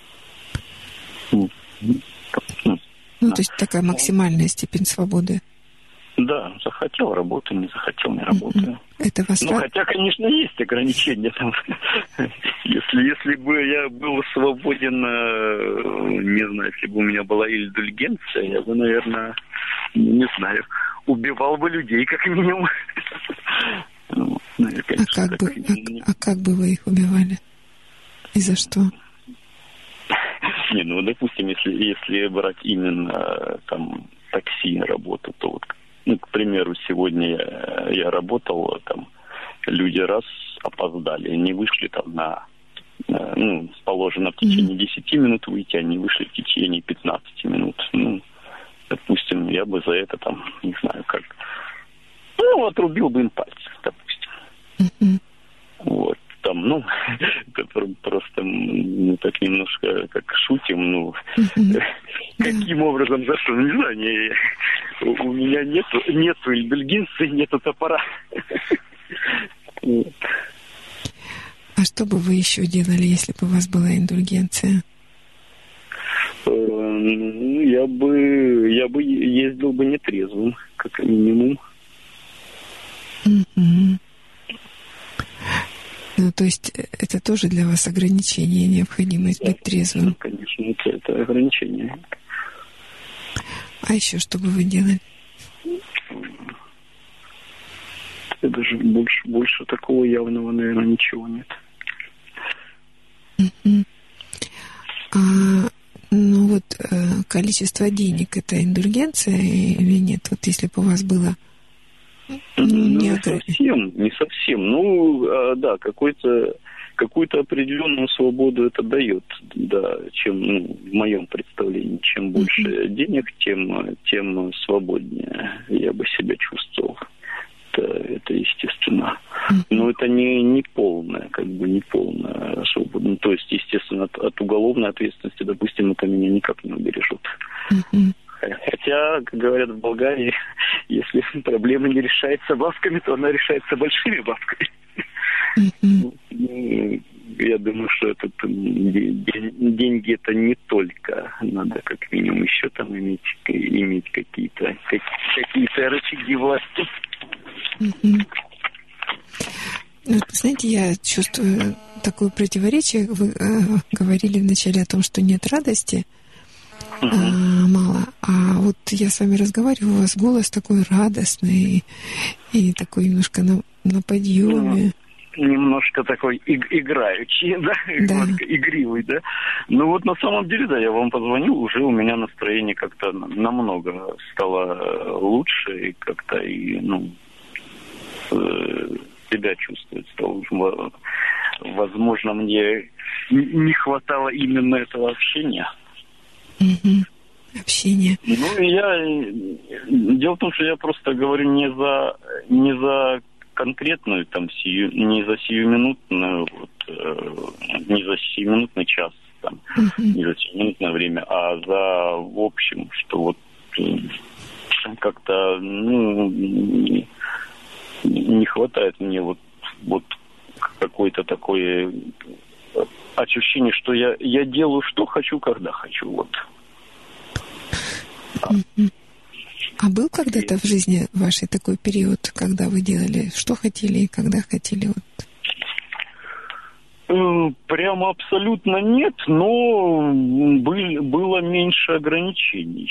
Ну, то есть такая максимальная степень свободы. Да, захотел — работаю, не захотел — не работаю. Это вас... Ну, хотя, конечно, есть ограничения там. Если бы я был свободен, не знаю, если бы у меня была индульгенция, я бы, наверное, не знаю, убивал бы людей, как минимум. Ну, конечно, как бы вы их убивали? И за что? Не, ну, допустим, если брать именно там такси работу, то вот, ну, к примеру, сегодня я работал, там люди раз опоздали, не вышли там ну, положено в течение 10 минут выйти, они вышли в течение 15 минут. Ну, допустим, я бы за это там, не знаю, как, ну, отрубил бы им пальцы, допустим. Вот. Там, ну, это просто мы так немножко как шутим, ну, каким образом, за что, не знаю, у меня нету индульгенции, нету топора. А что бы вы еще делали, если бы у вас была индульгенция? Ну, я бы ездил бы нетрезвым, как минимум. Ну, то есть это тоже для вас ограничение, необходимость быть трезвым? Да, конечно, это ограничение. А еще что бы вы делали? Даже больше такого явного, наверное, ничего нет. Ну вот количество денег — это индульгенция или нет? Вот если бы у вас было... Не совсем. Ну, да, какую-то определенную свободу это дает, да, чем, ну, в моем представлении, чем больше денег, тем свободнее я бы себя чувствовал. Это естественно. Но это не полная, как бы не полная свобода. Ну, то есть, естественно, от уголовной ответственности, допустим, это меня никак не убережет. Хотя, как говорят в Болгарии, если проблема не решается бабками, то она решается большими бабками. Я думаю, что деньги это не только. Надо как минимум еще там иметь какие-то рычаги власти. Знаете, я чувствую такое противоречие. Вы говорили вначале о том, что нет радости, мало. А вот я с вами разговариваю, у вас голос такой радостный и такой немножко на подъеме. Немножко такой играющий, да? Немножко игривый, да? Ну вот на самом деле, да, я вам позвонил, уже у меня настроение как-то намного стало лучше, и как-то, себя чувствовать стало. Возможно, мне не хватало именно этого общения. Общение. Ну, дело в том, что я просто говорю не за конкретную, там, не за сиюминутную, не за сиюминутный час, там, не за сиюминутное время, а за в общем, что вот как-то, ну, не хватает мне вот какое-то такое ощущение, что я делаю, что хочу, когда хочу, вот. А был когда-то в жизни вашей такой период, когда вы делали, что хотели и когда хотели? Прямо абсолютно нет, но было меньше ограничений.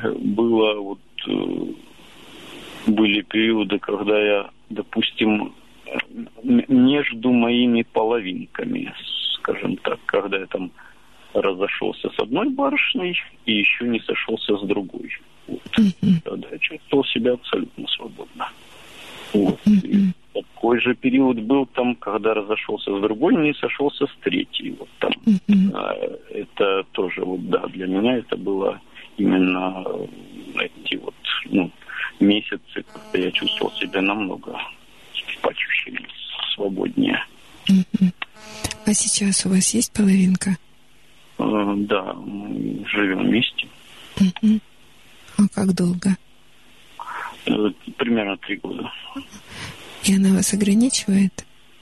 Были периоды, когда я, допустим, между моими половинками, скажем так, когда я там разошелся с одной барышней и еще не сошелся с другой. Вот. Тогда я чувствовал себя абсолютно свободно. Вот. И такой же период был там, когда разошелся с другой, не сошелся с третьей. Вот там. Это тоже, вот, да, для меня это было именно эти вот, ну, месяцы как-то я чувствовал себя намного почуще, свободнее. А сейчас у вас есть половинка? Да, мы живем вместе. А как долго? Примерно 3 года. И она вас ограничивает?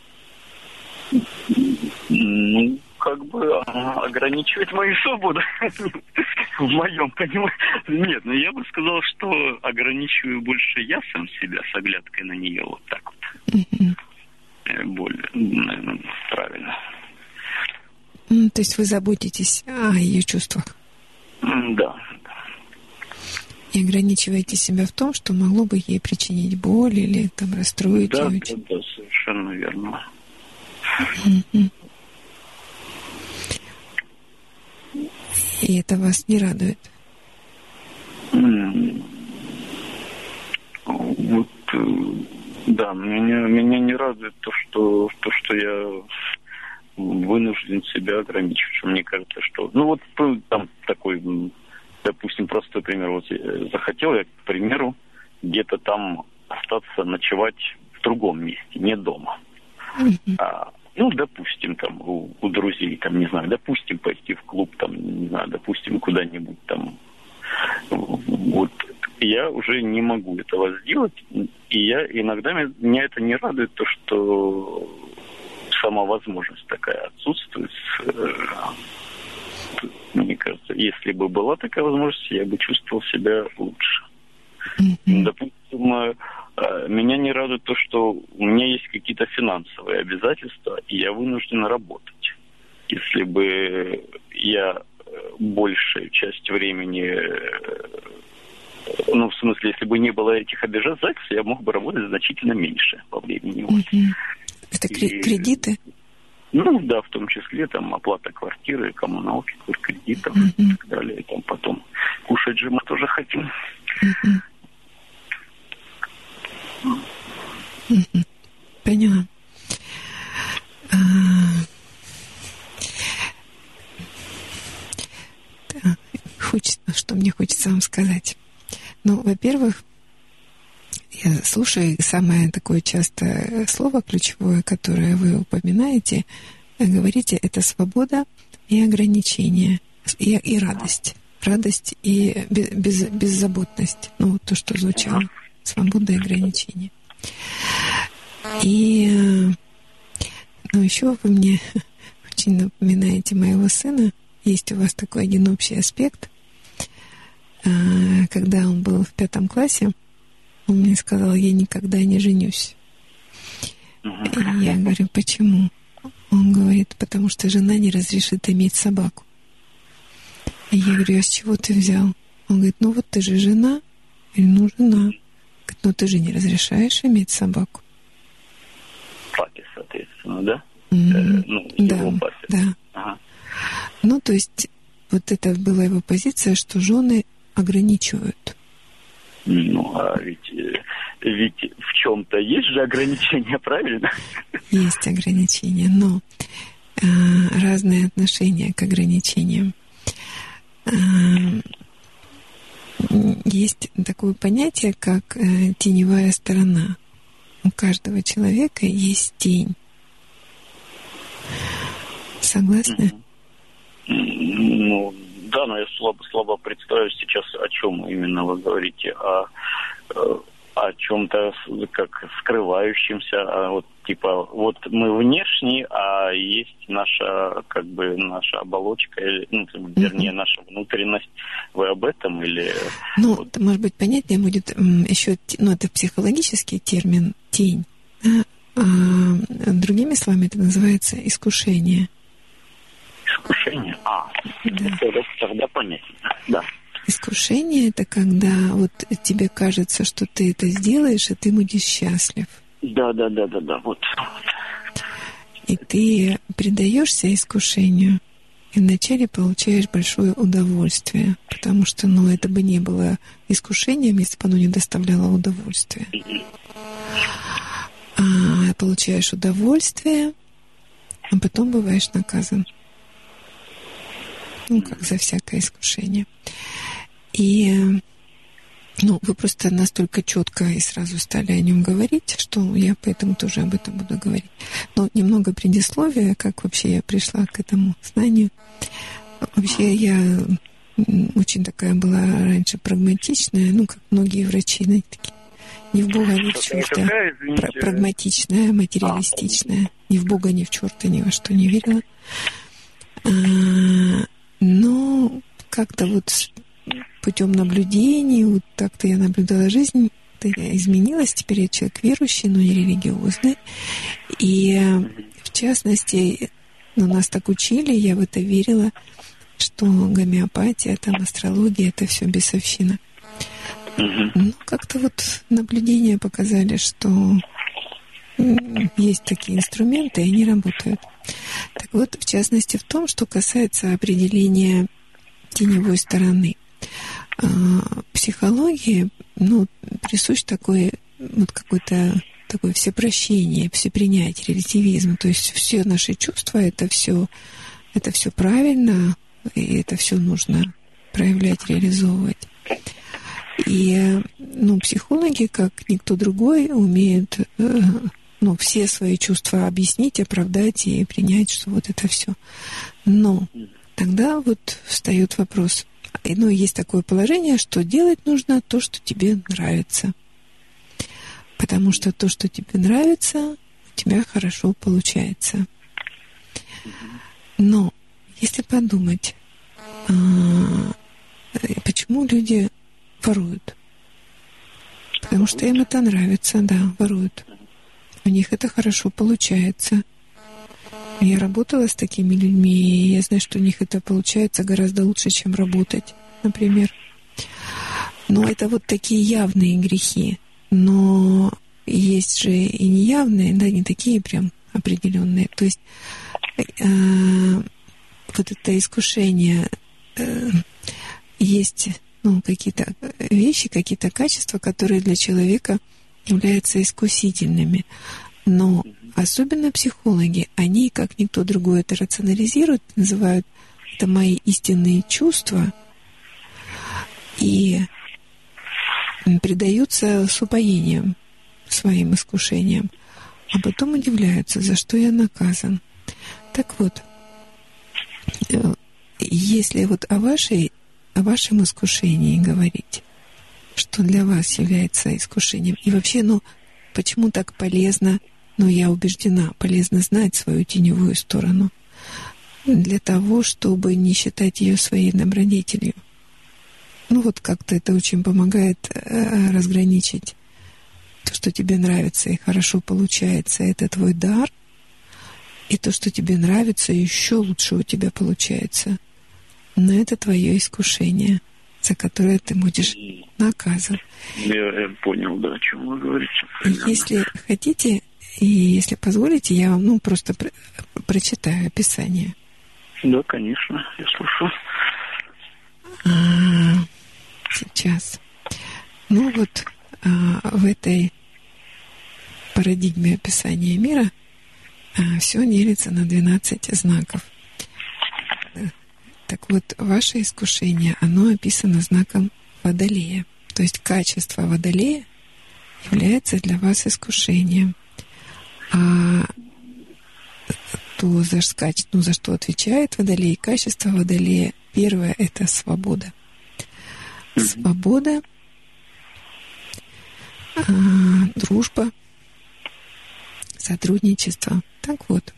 Ну, как бы она ограничивает мою свободу. В моем понимании. Нет, ну я бы сказал, что ограничиваю больше я сам себя с оглядкой на нее. Вот так вот. Более, наверное, правильно. То есть вы заботитесь о ее чувствах? Да. И ограничиваете себя в том, что могло бы ей причинить боль или там расстроить ее? Да, совершенно верно. И это вас не радует? Вот, да, меня не радует то, что я вынужден себя ограничивать. Мне кажется, что... Ну вот там такой, допустим, простой пример. Вот захотел я, к примеру, где-то там остаться ночевать в другом месте, не дома. Ну, допустим, там у друзей, там, не знаю, допустим, пойти в клуб, там, не знаю, допустим, куда-нибудь там. Вот. Я уже не могу этого сделать. И я иногда меня это не радует, то, что сама возможность такая отсутствует. Мне кажется, если бы была такая возможность, я бы чувствовал себя лучше. Допустим, меня не радует то, что у меня есть какие-то финансовые обязательства, и я вынужден работать. Если бы я большую часть времени, ну, в смысле, если бы не было этих обязательств, я мог бы работать значительно меньше по времени. Это кредиты? Ну, да, в том числе, там, оплата квартиры, коммуналки, кредитов и так далее. И там потом кушать же мы тоже хотим. Поняла. Что мне хочется вам сказать? Ну, во-первых, я слушаю, и самое такое частое слово ключевое, которое вы упоминаете, говорите, это свобода и ограничение, и радость. Радость и беззаботность. Ну, вот то, что звучало. Свобода и ограничение. И, ну, еще вы мне очень напоминаете моего сына. Есть у вас такой один общий аспект. Когда он был в 5 классе, он мне сказал, я никогда не женюсь. И я говорю, почему? Он говорит, потому что жена не разрешит иметь собаку. И я говорю, а с чего ты взял? Он говорит, ну вот ты же жена. Я говорю, ну жена. Говорит, ну ты же не разрешаешь иметь собаку. Папе, соответственно, да? Да, да. Ага. Ну, то есть, вот это была его позиция, что жены ограничивают. Ну, а ведь в чем-то есть же ограничения, правильно? Есть ограничения, но разные отношения к ограничениям. Есть такое понятие, как теневая сторона. У каждого человека есть тень. Согласны? Ну, да, но я слабо представляю сейчас, о чем именно вы говорите. О чем-то как скрывающемся, вот типа вот мы внешние, а есть наша как бы наша оболочка, ну, вернее наша внутренность. Вы об этом или? Ну, вот. Может быть, понятнее будет еще, ну, это психологический термин тень, да? А другими словами это называется искушение. Искушение? Да. Тогда понятно, да. Искушение — это когда вот тебе кажется, что ты это сделаешь, и ты будешь счастлив. Да, вот. И ты предаешься искушению, и вначале получаешь большое удовольствие, потому что, ну, это бы не было искушением, если бы оно не доставляло удовольствия. Получаешь удовольствие, а потом бываешь наказан. Ну, как за всякое искушение. И Ну, вы просто настолько четко и сразу стали о нем говорить, что я поэтому тоже об этом буду говорить. Но немного предисловия, как вообще я пришла к этому знанию. Вообще я очень такая была раньше прагматичная, ну, как многие врачи, знаете, такие. Ни в Бога, ни в черта. Прагматичная, материалистичная. Ни в Бога, ни в черта, ни во что не верила. Но как-то вот путем наблюдений, вот так-то я наблюдала жизнь, я изменилась, теперь я человек верующий, но не религиозный. И в частности, нас так учили, я в это верила, что гомеопатия, там, астрология, это все бесовщина. Ну, как-то вот наблюдения показали, что есть такие инструменты, и они работают. Так вот, в частности, в том, что касается определения теневой стороны. Психологии, присущ такой, вот какой-то такое всепрощение, всепринятие, релятивизм. То есть все наши чувства, это все правильно, и это все нужно проявлять, реализовывать. И психологи, как никто другой, умеют все свои чувства объяснить, оправдать и принять, что вот это все. Но тогда вот встает вопрос. Есть такое положение, что делать нужно то, что тебе нравится. Потому что то, что тебе нравится, у тебя хорошо получается. Но если подумать, почему люди воруют? Потому что им это нравится, да, воруют. У них это хорошо получается. Я работала с такими людьми, и я знаю, что у них это получается гораздо лучше, чем работать, например. Но это вот такие явные грехи. Но есть же и неявные, да, не такие прям определенные. То есть вот это искушение, есть какие-то вещи, какие-то качества, которые для человека являются искусительными. Но особенно психологи, они, как никто другой, это рационализируют, называют это мои истинные чувства и предаются с упоением своим искушениям, а потом удивляются, за что я наказан. Так вот, если вот о вашем искушении говорить, что для вас является искушением, и вообще, почему так полезно, я убеждена, полезно знать свою теневую сторону, для того, чтобы не считать ее своей добродетелью. Вот как-то это очень помогает разграничить то, что тебе нравится и хорошо получается, это твой дар, и то, что тебе нравится, еще лучше у тебя получается. Но это твое искушение, за которое ты будешь наказан. Я понял, да, о чем вы говорите. Если хотите, и если позволите, я вам просто прочитаю описание. Да, конечно, я слушаю. Сейчас. В этой парадигме описания мира все делится на 12 знаков. Так вот, ваше искушение, оно описано знаком Водолея. То есть качество Водолея является для вас искушением. А то, за что отвечает Водолей, качество Водолея, первое — это свобода. Свобода, дружба, сотрудничество. Так вот,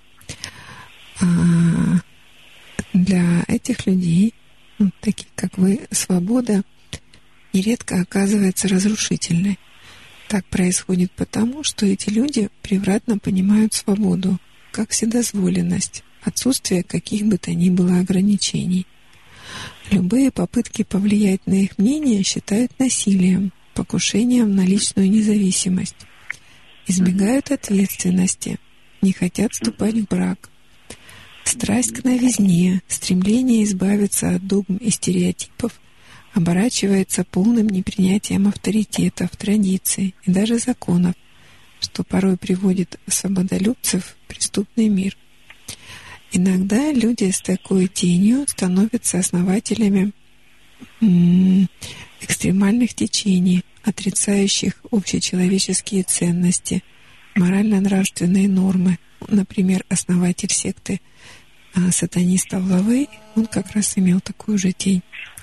для этих людей, таких как вы, свобода нередко оказывается разрушительной. Так происходит потому, что эти люди превратно понимают свободу как вседозволенность, отсутствие каких бы то ни было ограничений. Любые попытки повлиять на их мнение считают насилием, покушением на личную независимость. Избегают ответственности, не хотят вступать в брак. Страсть к новизне, стремление избавиться от догм и стереотипов оборачивается полным непринятием авторитетов, традиций и даже законов, что порой приводит свободолюбцев в преступный мир. Иногда люди с такой тенью становятся основателями экстремальных течений, отрицающих общечеловеческие ценности, морально-нравственные нормы. Например, основатель секты сатанистов Лавей, он как раз имел такую же тень.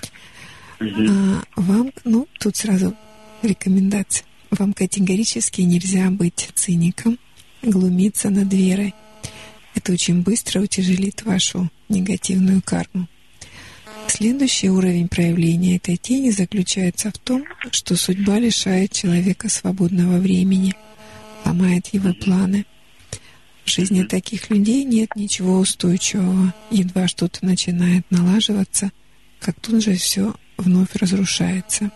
Вам, тут сразу рекомендация. Вам категорически нельзя быть циником, глумиться над верой. Это очень быстро утяжелит вашу негативную карму. Следующий уровень проявления этой тени заключается в том, что судьба лишает человека свободного времени, ломает его планы. В жизни таких людей нет ничего устойчивого. Едва что-то начинает налаживаться, как тут же все вновь разрушается.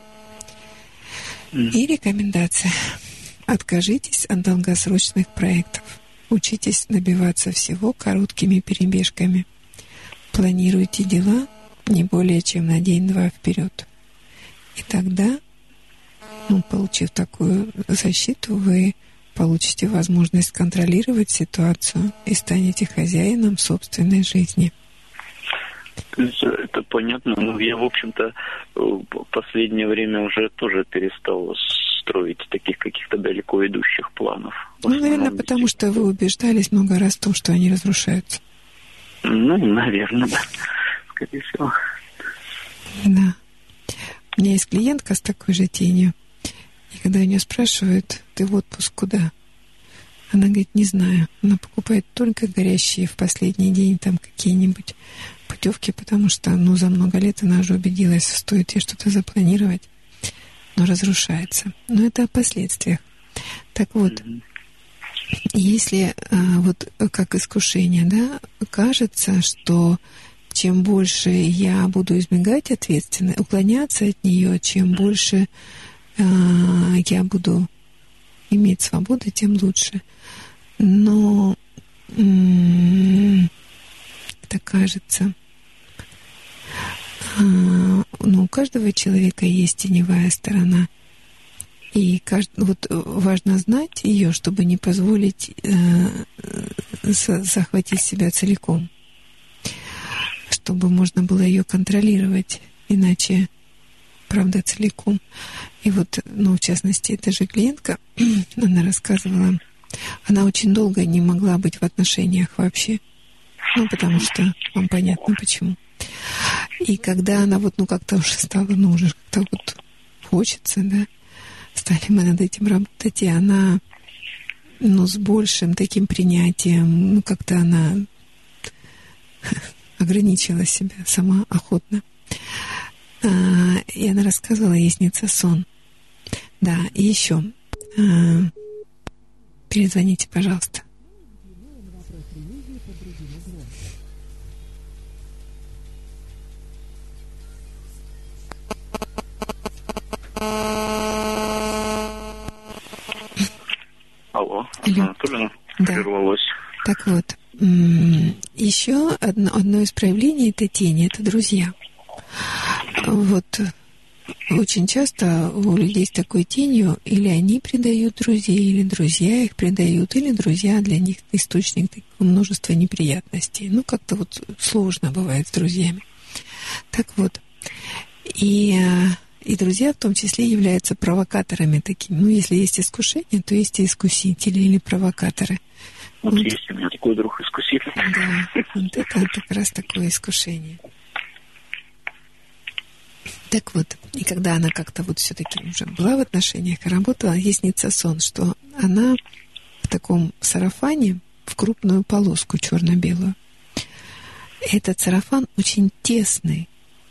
И рекомендация. Откажитесь от долгосрочных проектов. Учитесь добиваться всего короткими перебежками. Планируйте дела не более чем на день-два вперед. И тогда, получив такую защиту, вы получите возможность контролировать ситуацию и станете хозяином собственной жизни. Это понятно. Но я, в общем-то, в последнее время уже тоже перестал строить таких каких-то далеко идущих планов. Наверное, потому что вы убеждались много раз в том, что они разрушаются. Наверное, да. Скорее всего. Да. У меня есть клиентка с такой же тенью. И когда ее спрашивают, ты в отпуск куда? Она говорит, не знаю. Она покупает только горящие в последний день там какие-нибудь путевки, потому что, за много лет она уже убедилась, стоит ей что-то запланировать, но разрушается. Но это о последствиях. Так вот, если как искушение, кажется, что чем больше я буду избегать ответственности, уклоняться от нее, чем больше я буду иметь свободу, тем лучше. Но это кажется. У каждого человека есть теневая сторона. И важно знать ее, чтобы не позволить захватить себя целиком. Чтобы можно было ее контролировать. Иначе, правда, целиком. И в частности, эта же клиентка, она рассказывала, она очень долго не могла быть в отношениях вообще. Потому что вам понятно почему. И когда она как-то уже стала, уже как-то хочется, стали мы над этим работать, и она, с большим таким принятием, как-то она ограничила себя сама охотно. И она рассказывала, ей снится сон. Да, и еще. Перезвоните, пожалуйста. Алло. Тоже прервалось. Так вот, еще одно из проявлений этой тени — это друзья. Очень часто у людей с такой тенью или они предают друзей, или друзья их предают, или друзья для них источник множества неприятностей. Как-то сложно бывает с друзьями. Так вот, и друзья в том числе являются провокаторами такими. Если есть искушение, то есть и искусители или провокаторы. Есть у меня такой друг искуситель. Да, это как раз такое искушение. Так вот, и когда она как-то все-таки уже была в отношениях и работала, ей снится сон, что она в таком сарафане в крупную полоску черно-белую. Этот сарафан очень тесный.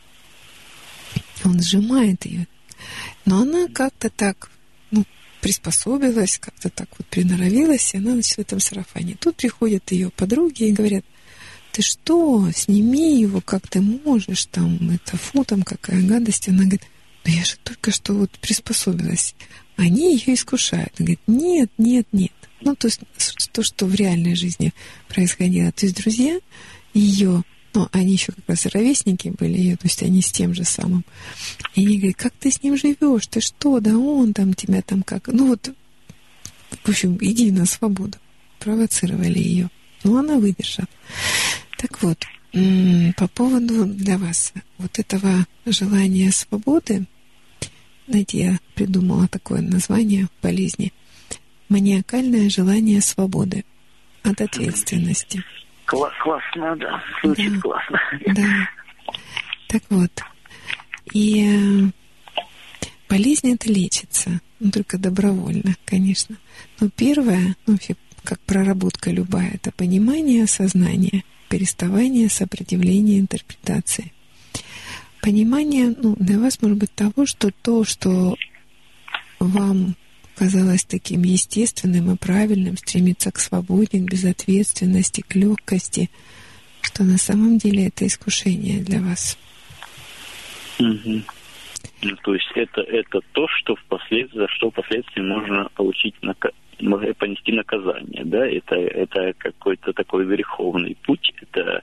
Он сжимает ее. Но она как-то так, приспособилась, как-то так приноровилась, и она, в этом сарафане. Тут приходят ее подруги и говорят, ты что, сними его, как ты можешь, какая гадость. Она говорит, я же только что приспособилась. Они ее искушают. Она говорит, нет. То есть то, что в реальной жизни происходило. То есть друзья ее, они еще как раз ровесники были ее, то есть они с тем же самым. И они говорят, как ты с ним живешь, ты что, да он тебя как. В общем, иди на свободу. Провоцировали ее. Она выдержала. Так вот, по поводу для вас вот этого желания свободы, знаете, я придумала такое название болезни. Маниакальное желание свободы от ответственности. Классно, да. Звучит да. классно. Да. Так вот. И болезнь это лечится. Только добровольно, конечно. Но первое, вообще, как проработка любая, это понимание, осознание, переставание, сопротивление, интерпретации. Понимание, для вас может быть того, что то, что вам казалось таким естественным и правильным, стремиться к свободе, к безответственности, к легкости, что на самом деле это искушение для вас. Угу. Ну, то есть это то, что за что впоследствии можно получить понести наказание, да? Это какой-то такой греховный путь, это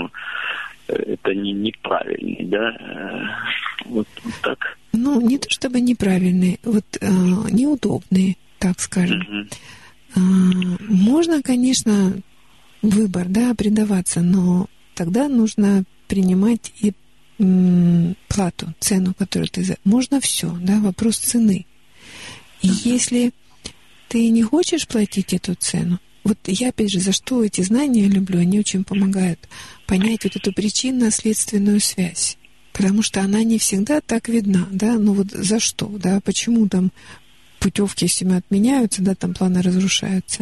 неправильный, да? Вот так. Не то чтобы неправильный, неудобный, так скажем. Можно, конечно, выбор, да, предаваться, но тогда нужно принимать и плату, цену, которую ты... Можно все, да, вопрос цены. И если ты не хочешь платить эту цену, вот я, опять же, за что эти знания люблю, они очень помогают понять вот эту причинно-следственную связь. Потому что она не всегда так видна, да, за что, да, почему там путевки всеми отменяются, да, там планы разрушаются.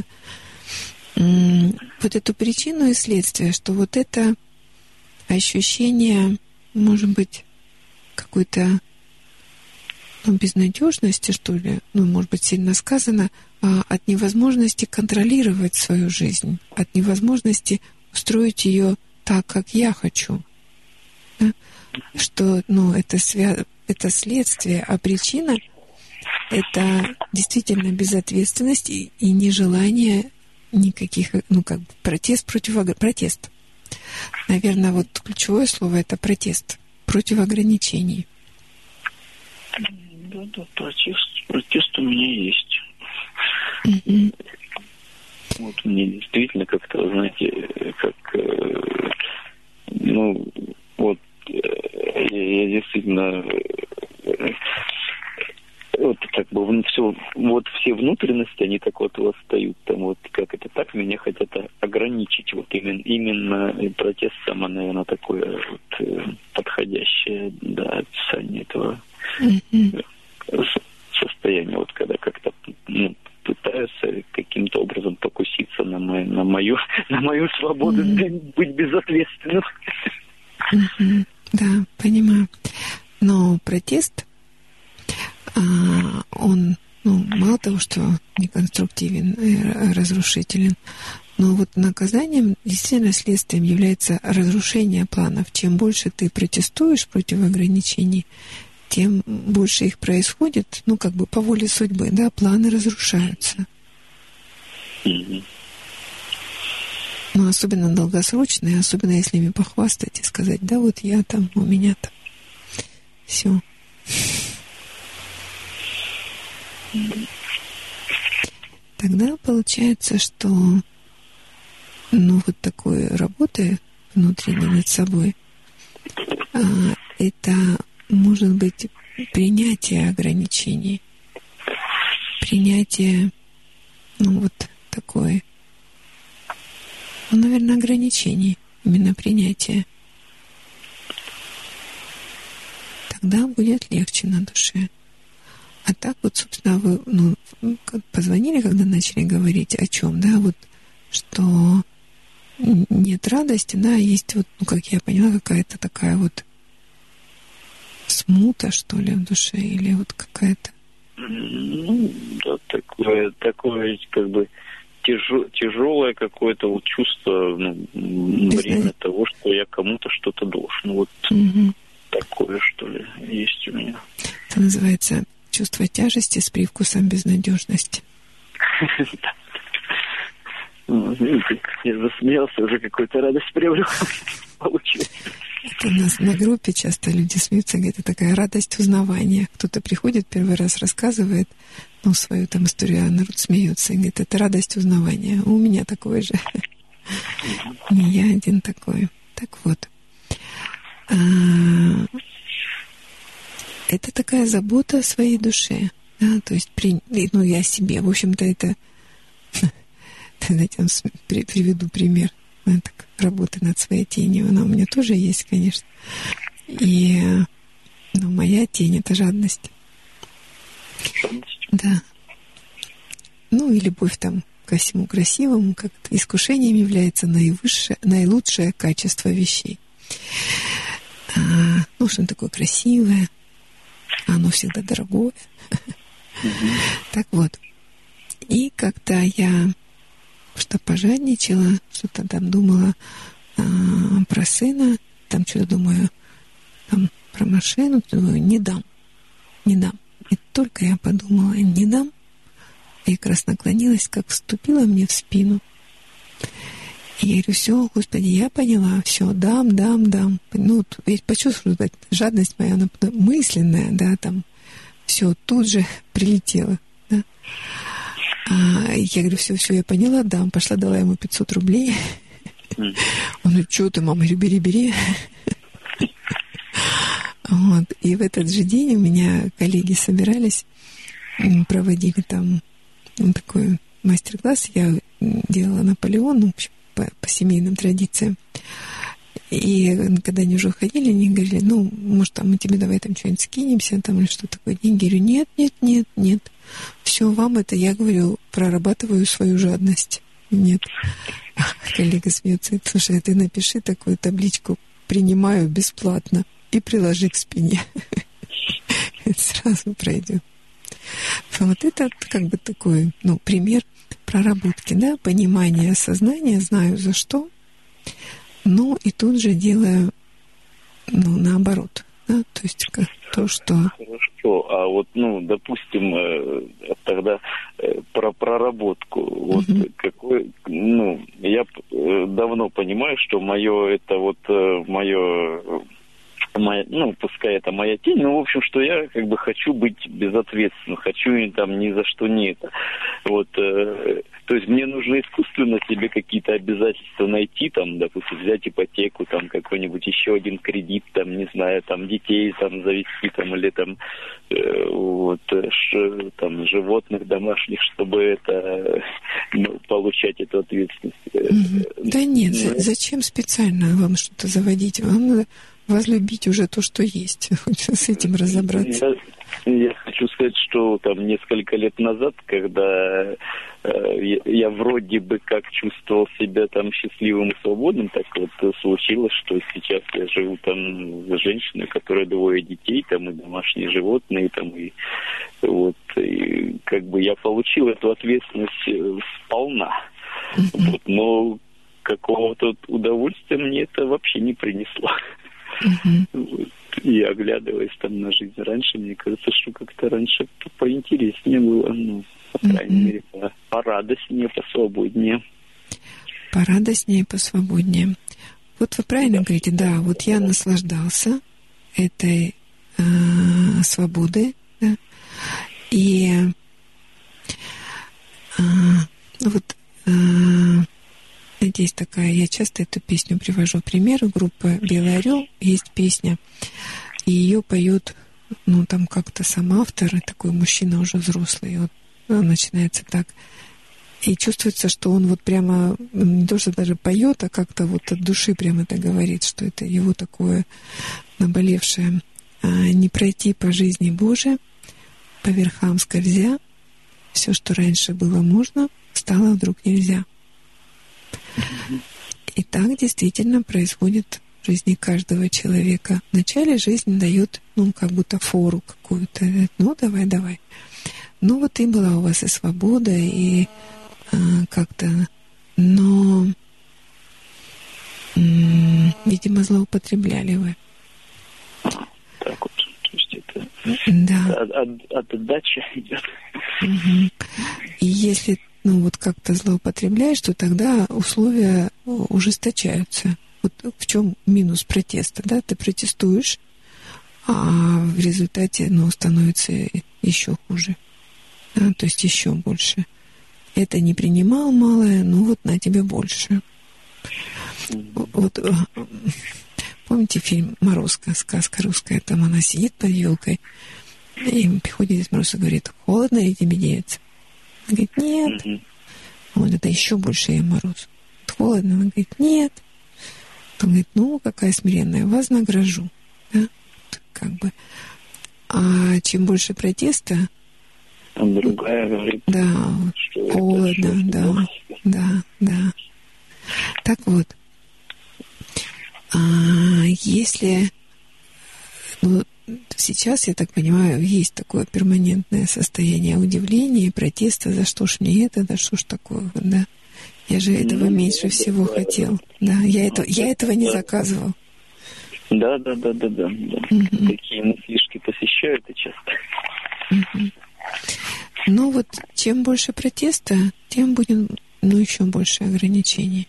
Вот эту причину и следствие, что вот это ощущение, может быть, какой-то безнадежности, что ли, может быть, сильно сказано, от невозможности контролировать свою жизнь, от невозможности устроить ее так, как я хочу. Да? Что, это следствие, а причина — это действительно безответственность и нежелание никаких, протест протест. Наверное, вот ключевое слово — это протест против ограничений. Да, протест у меня есть. Mm-hmm. Вот мне действительно как-то, знаете, я действительно все внутренности, они так восстают, там как это так, меня хотят ограничить, именно протест самое, наверное, такое подходящее, да, описание этого состояния, когда как-то пытаются каким-то образом покуситься на мою свободу быть безответственным. Да, понимаю. Но протест, он, мало того, что неконструктивен и разрушителен, но наказанием, действительно, следствием является разрушение планов. Чем больше ты протестуешь против ограничений, тем больше их происходит, по воле судьбы, да, планы разрушаются. Особенно долгосрочные, особенно если ими похвастать и сказать, да, вот я там, у меня там. Все. Тогда получается, что такой работы внутренней над собой, это может быть принятие ограничений, принятие, такое, наверное, ограничений, именно принятие. Тогда будет легче на душе. А так собственно, вы позвонили, когда начали говорить о чем, да, что нет радости, да, есть как я поняла, какая-то такая смута, что ли, в душе, или какая-то... Да, такое тяжелое какое-то чувство, время того, что я кому-то что-то должен. Такое, что ли, есть у меня. Это называется чувство тяжести с привкусом безнадежности. Я засмеялся, уже какую-то радость приобрел. Получилось. Это у нас на группе часто люди смеются, говорят, это такая радость узнавания. Кто-то приходит, первый раз рассказывает свою там историю, а народ смеется и говорит, это радость узнавания. У меня такое же. Не я один такой. Так вот. Это такая забота о своей душе. Да? То есть, ну, я о себе. В общем-то, это... Знаете, приведу пример. Так, работы над своей тенью. Она у меня тоже есть, конечно. И моя тень — это жадность. Да. Ну, и любовь там ко всему красивому, как-то искушением является наилучшее качество вещей. Ну, что оно такое красивое, оно всегда дорогое. Так вот. И когда я что пожадничала, что-то там думала про сына, там что-то думаю, там про машину, думаю, не дам. И только я подумала, не дам, я как раз наклонилась, как вступила мне в спину. И я говорю, все, Господи, я поняла, все, дам. Ну, я почувствовала, что жадность моя, она мысленная, да, там, все, тут же прилетело, да. Я говорю, все, я поняла, дам. Пошла, дала ему 500 рублей. Он говорит, что ты, мама? Я говорю, бери. Вот. И в этот же день у меня коллеги собирались, проводили там такой мастер-класс. Я делала Наполеон, ну, в общем, по семейным традициям. И когда они уже уходили, они говорили, ну, может, там мы тебе давай там что-нибудь скинемся, там, или что такое. Я говорю, нет. Все, вам это, я говорю, прорабатываю свою жадность. Нет. Коллега смеется. Слушай, ты напиши такую табличку, принимаю бесплатно, и приложи к спине. Это сразу пройдет. Вот это как бы такой, ну, пример проработки, да, понимание, осознание, знаю за что, но и тут же делаю, ну, наоборот, да, то есть как то, что... Хорошо, а вот, ну, допустим, тогда про проработку, вот какой, ну, я давно понимаю, что мое, это вот мое... ну, пускай это моя тень, но, в общем, что я как бы хочу быть безответственным, хочу там ни за что не это. Вот, то есть мне нужно искусственно себе какие-то обязательства найти, там, допустим, взять ипотеку, там, какой-нибудь еще один кредит, там, не знаю, там, детей там завести, там, или там, вот, там, животных домашних, чтобы это, ну, получать эту ответственность. Да нет, зачем специально вам что-то заводить? Вам надо возлюбить уже то, что есть, с этим разобраться. Я хочу сказать, что там несколько лет назад, когда я вроде бы как чувствовал себя там счастливым и свободным, так вот случилось, что сейчас я живу там с женщиной, у которой 2 детей, там и домашние животные, там и вот, и как бы я получил эту ответственность сполна, вот, но какого-то удовольствия мне это вообще не принесло. Вот. И оглядываясь там на жизнь раньше, мне кажется, что как-то раньше поинтереснее было, ну, по крайней мере, порадостнее, посвободнее. Порадостнее, посвободнее. Вот вы правильно говорите, да, вот я наслаждался этой свободой, да, и вот есть такая, я часто эту песню привожу в пример, у группы «Белый орел» есть песня, и ее поет, ну, там как-то сам автор, такой мужчина уже взрослый, и вот начинается так, и чувствуется, что он вот прямо, не то, что даже поет, а как-то вот от души прямо это говорит, что это его такое наболевшее, не пройти по жизни Божией, по верхам скользя, все, что раньше было можно, стало вдруг нельзя. И так действительно происходит в жизни каждого человека. Вначале жизнь дает, ну, как будто фору какую-то. Ну, давай. Ну, вот и была у вас и свобода, и как-то... Но, видимо, злоупотребляли вы. Так вот, то есть это... Да. От отдачи идет. И если... ну, вот как-то злоупотребляешь, то тогда условия ужесточаются. Вот в чем минус протеста, да? Ты протестуешь, а в результате, ну, становится еще хуже. Да? То есть еще больше. Это не принимал малое, ну вот на тебе больше. вот помните фильм «Морозко», сказка русская, там она сидит под елкой, и приходит Дед Мороз и говорит: холодно ли тебе, девица? Она говорит: нет. Вот это еще больше ей мороз. Холодно? Она говорит: нет. Он говорит: ну, какая смиренная, вознагражу. Да? Как бы. А чем больше протеста, другая говорит, да, что холодно, да. Так вот, если сейчас, я так понимаю, есть такое перманентное состояние удивления и протеста: за что ж мне это, да что ж такое, да? Я же этого меньше всего хотел. Да, я этого не заказывал. Да. Такие мыслишки посещают и часто. Но вот чем больше протеста, тем будет, еще больше ограничений.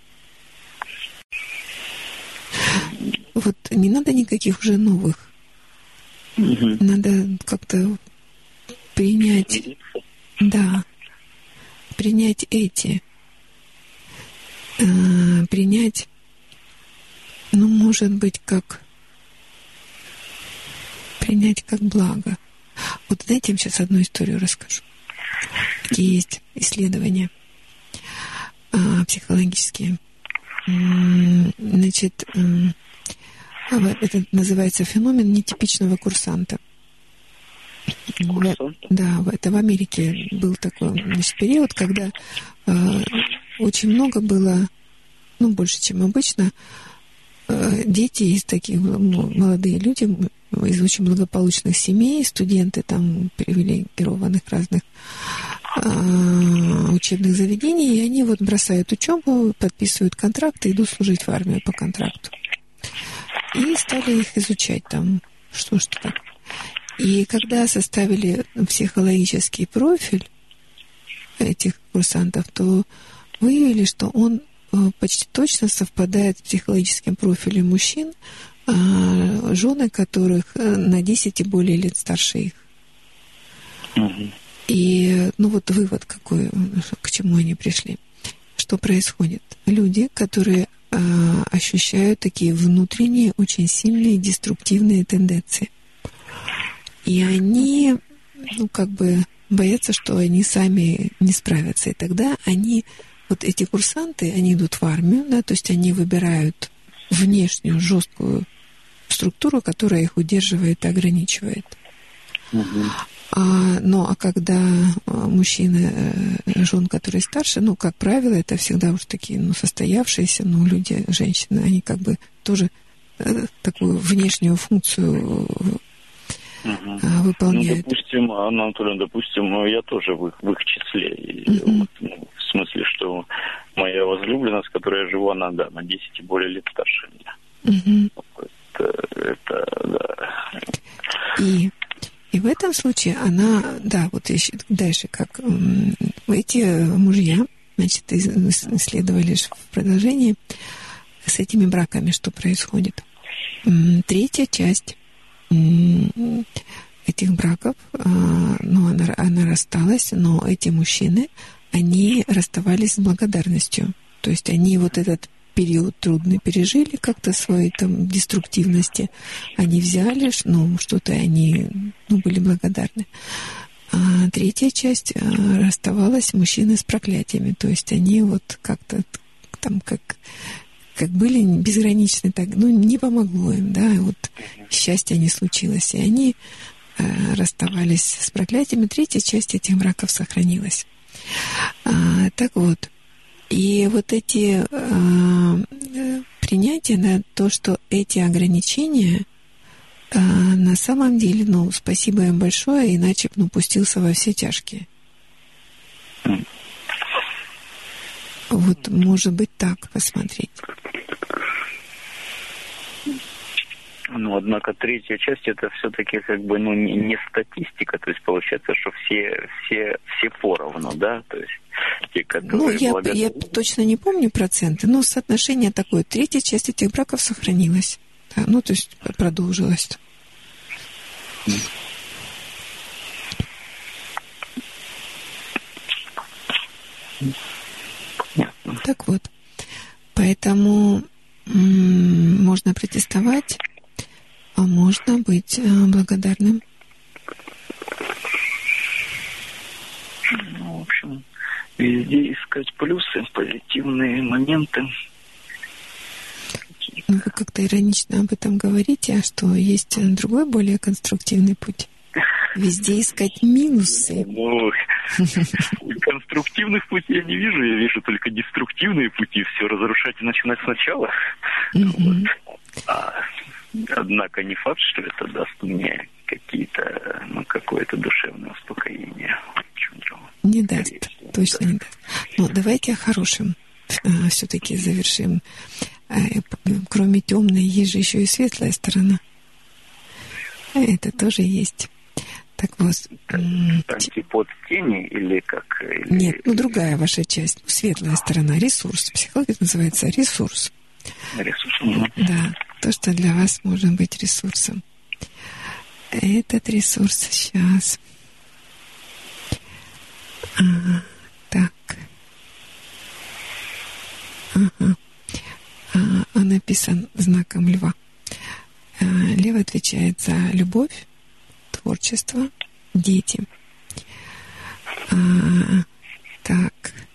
Вот не надо никаких уже новых. Надо как-то принять, принять эти. Принять, может быть, принять как благо. Вот знаете, я вам сейчас одну историю расскажу. Есть исследования психологические. Значит, это называется феномен нетипичного курсанта. Да, это в Америке был такой, период, когда очень много было, больше, чем обычно, дети из таких, молодые люди из очень благополучных семей, студенты там привилегированных разных учебных заведений, и они бросают учебу, подписывают контракты, идут служить в армию по контракту. И стали их изучать там, что так. И когда составили психологический профиль этих курсантов, то выявили, что он почти точно совпадает с психологическим профилем мужчин, жены которых на 10 и более лет старше их. И, вывод какой, к чему они пришли. Что происходит? Люди, которые ощущают такие внутренние, очень сильные деструктивные тенденции. И они, боятся, что они сами не справятся. И тогда они, эти курсанты, они идут в армию, да, то есть они выбирают внешнюю жесткую структуру, которая их удерживает и ограничивает. А когда мужчины, жен, которые старше, как правило, это всегда уж такие, состоявшиеся, люди, женщины, они тоже такую внешнюю функцию выполняют. Допустим, Анна Анатольевна, я тоже в их числе. В смысле, что моя возлюбленная, с которой я живу, она, на 10 и более лет старше меня. И в этом случае она, дальше, как эти мужья, исследовали в продолжении с этими браками, что происходит. Третья часть этих браков, она рассталась, но эти мужчины, они расставались с благодарностью. То есть они этот период трудный пережили как-то своей деструктивности. Они взяли, что-то они были благодарны. А третья часть расставалась мужчины с проклятиями. То есть они как-то там как были безграничны, так, не помогло им, да, счастья не случилось. И они расставались с проклятиями. Третья часть этих браков сохранилась. Так вот. И эти принятия, то, что эти ограничения на самом деле, спасибо им большое, иначе пустился во все тяжкие. Может быть, так посмотреть. Однако третья часть это все-таки не статистика, то есть получается, что все поровну, да, то есть те, которые я точно не помню проценты, но соотношение такое: третья часть этих браков сохранилась, да, то есть продолжилась. Так вот, поэтому Можно протестовать, а можно быть благодарным. Ну, в общем, везде искать плюсы, позитивные моменты. Вы как-то иронично об этом говорите, а что есть другой, более конструктивный путь? Везде искать минусы. Ну, конструктивных путей я не вижу, я вижу только деструктивные пути, все разрушать и начинать сначала. Вот. Однако не факт, что это даст мне какое-то душевное успокоение. Не даст, точно не даст. Но давайте о хорошем все-таки завершим. Кроме темной, есть же еще и светлая сторона. Это тоже есть. Так вот. Антипод тени или как? Нет, другая ваша часть. Светлая сторона, ресурс. Психология называется ресурс. Ресурс. Да, то, что для вас может быть ресурсом. Этот ресурс сейчас. Так. Он написан знаком льва. Лев отвечает за любовь, творчество, дети. Так.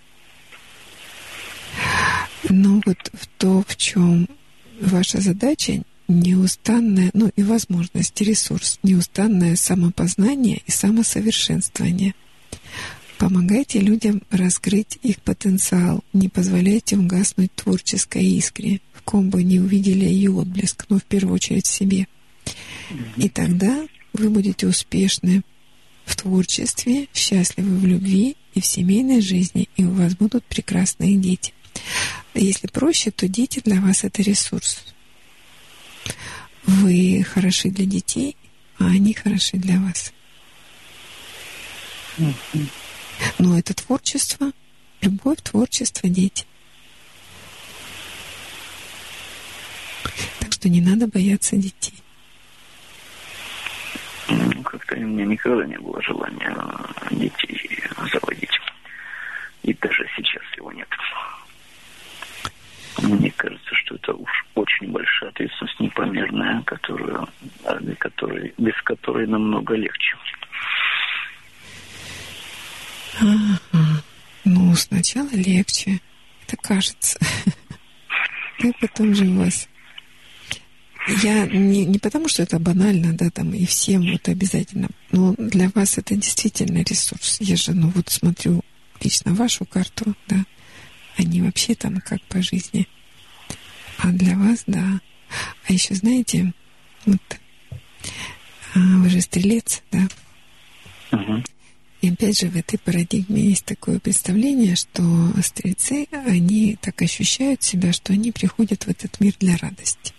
Ну вот в чем ваша задача неустанная, и возможность, ресурс, неустанное самопознание и самосовершенствование. Помогайте людям раскрыть их потенциал, не позволяйте угаснуть творческой искре, в ком бы не увидели ее отблеск, но в первую очередь в себе. И тогда вы будете успешны в творчестве, счастливы в любви и в семейной жизни, и у вас будут прекрасные дети. Если проще, то дети для вас — это ресурс. Вы хороши для детей, а они хороши для вас. Но это творчество, любовь, творчество, дети. Так что не надо бояться детей. Как-то у меня никогда не было желания детей заводить. И даже сейчас его нет. Мне кажется, что это уж очень большая ответственность, непомерная, без которой намного легче. Ну, сначала легче. Это кажется. И потом же у вас... Я не потому, что это банально, да, там, и всем вот обязательно. Но для вас это действительно ресурс. Я же, смотрю лично вашу карту, да. Они вообще там как по жизни. А для вас, да. А еще, знаете, вы же стрелец, да. И опять же в этой парадигме есть такое представление, что стрельцы, они так ощущают себя, что они приходят в этот мир для радости.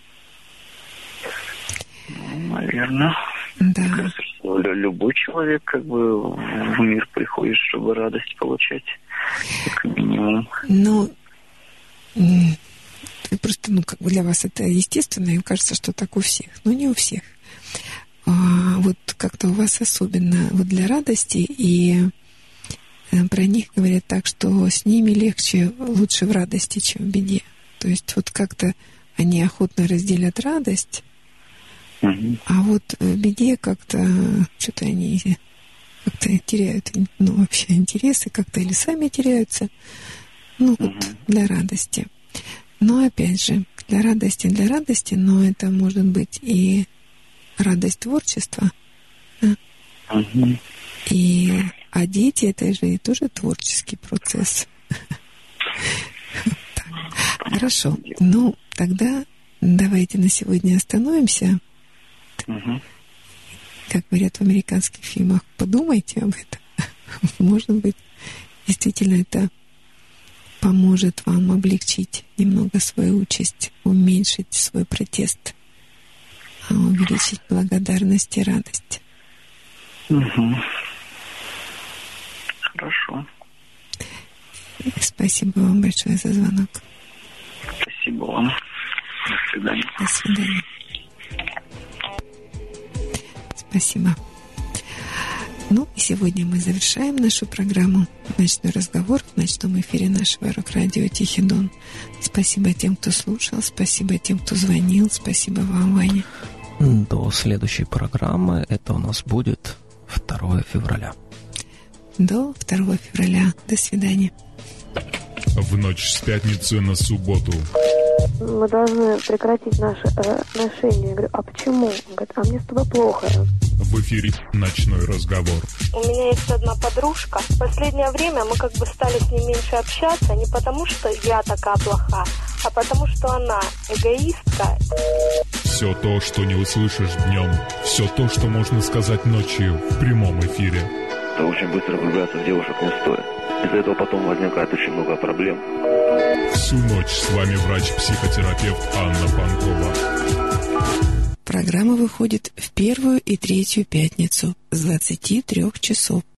Наверное. Да. Мне кажется, что любой человек в мир приходит, чтобы радость получать, как минимум. Просто, для вас это естественно, и кажется, что так у всех. Но не у всех. Вот как-то у вас особенно для радости, и про них говорят так, что с ними лучше в радости, чем в беде. То есть как-то они охотно разделят радость, а вот в беде как-то что-то они как-то теряют вообще интересы, как-то или сами теряются, для радости. Но опять же, для радости, но это может быть и радость творчества. А дети — это же и тоже творческий процесс. Хорошо. Тогда давайте на сегодня остановимся. Как говорят в американских фильмах, подумайте об этом. Может быть, действительно это поможет вам облегчить немного свою участь, уменьшить свой протест, увеличить благодарность и радость. Хорошо. Спасибо вам большое за звонок. Спасибо вам. До свидания. До свидания. Спасибо. Ну и сегодня мы завершаем нашу программу «Ночной разговор» в ночном эфире нашего рок-радио «Тихий Дон». Спасибо тем, кто слушал, спасибо тем, кто звонил, спасибо вам, Ваня. До следующей программы, это у нас будет 2 февраля. До 2 февраля. До свидания. В ночь с пятницы на субботу. Мы должны прекратить наши отношения. Я говорю, а почему? Он говорит, а мне с тобой плохо. В эфире «Ночной разговор». У меня есть одна подружка. В последнее время мы как бы стали с ней меньше общаться, не потому что я такая плохая, а потому что она эгоистка. Все то, что не услышишь днем, все то, что можно сказать ночью в прямом эфире. Это очень быстро влюбляться в девушек не стоит. Из-за этого потом возникает очень много проблем. Всю ночь с вами врач-психотерапевт Анна Панкова. Программа выходит в первую и третью пятницу с 23 часов.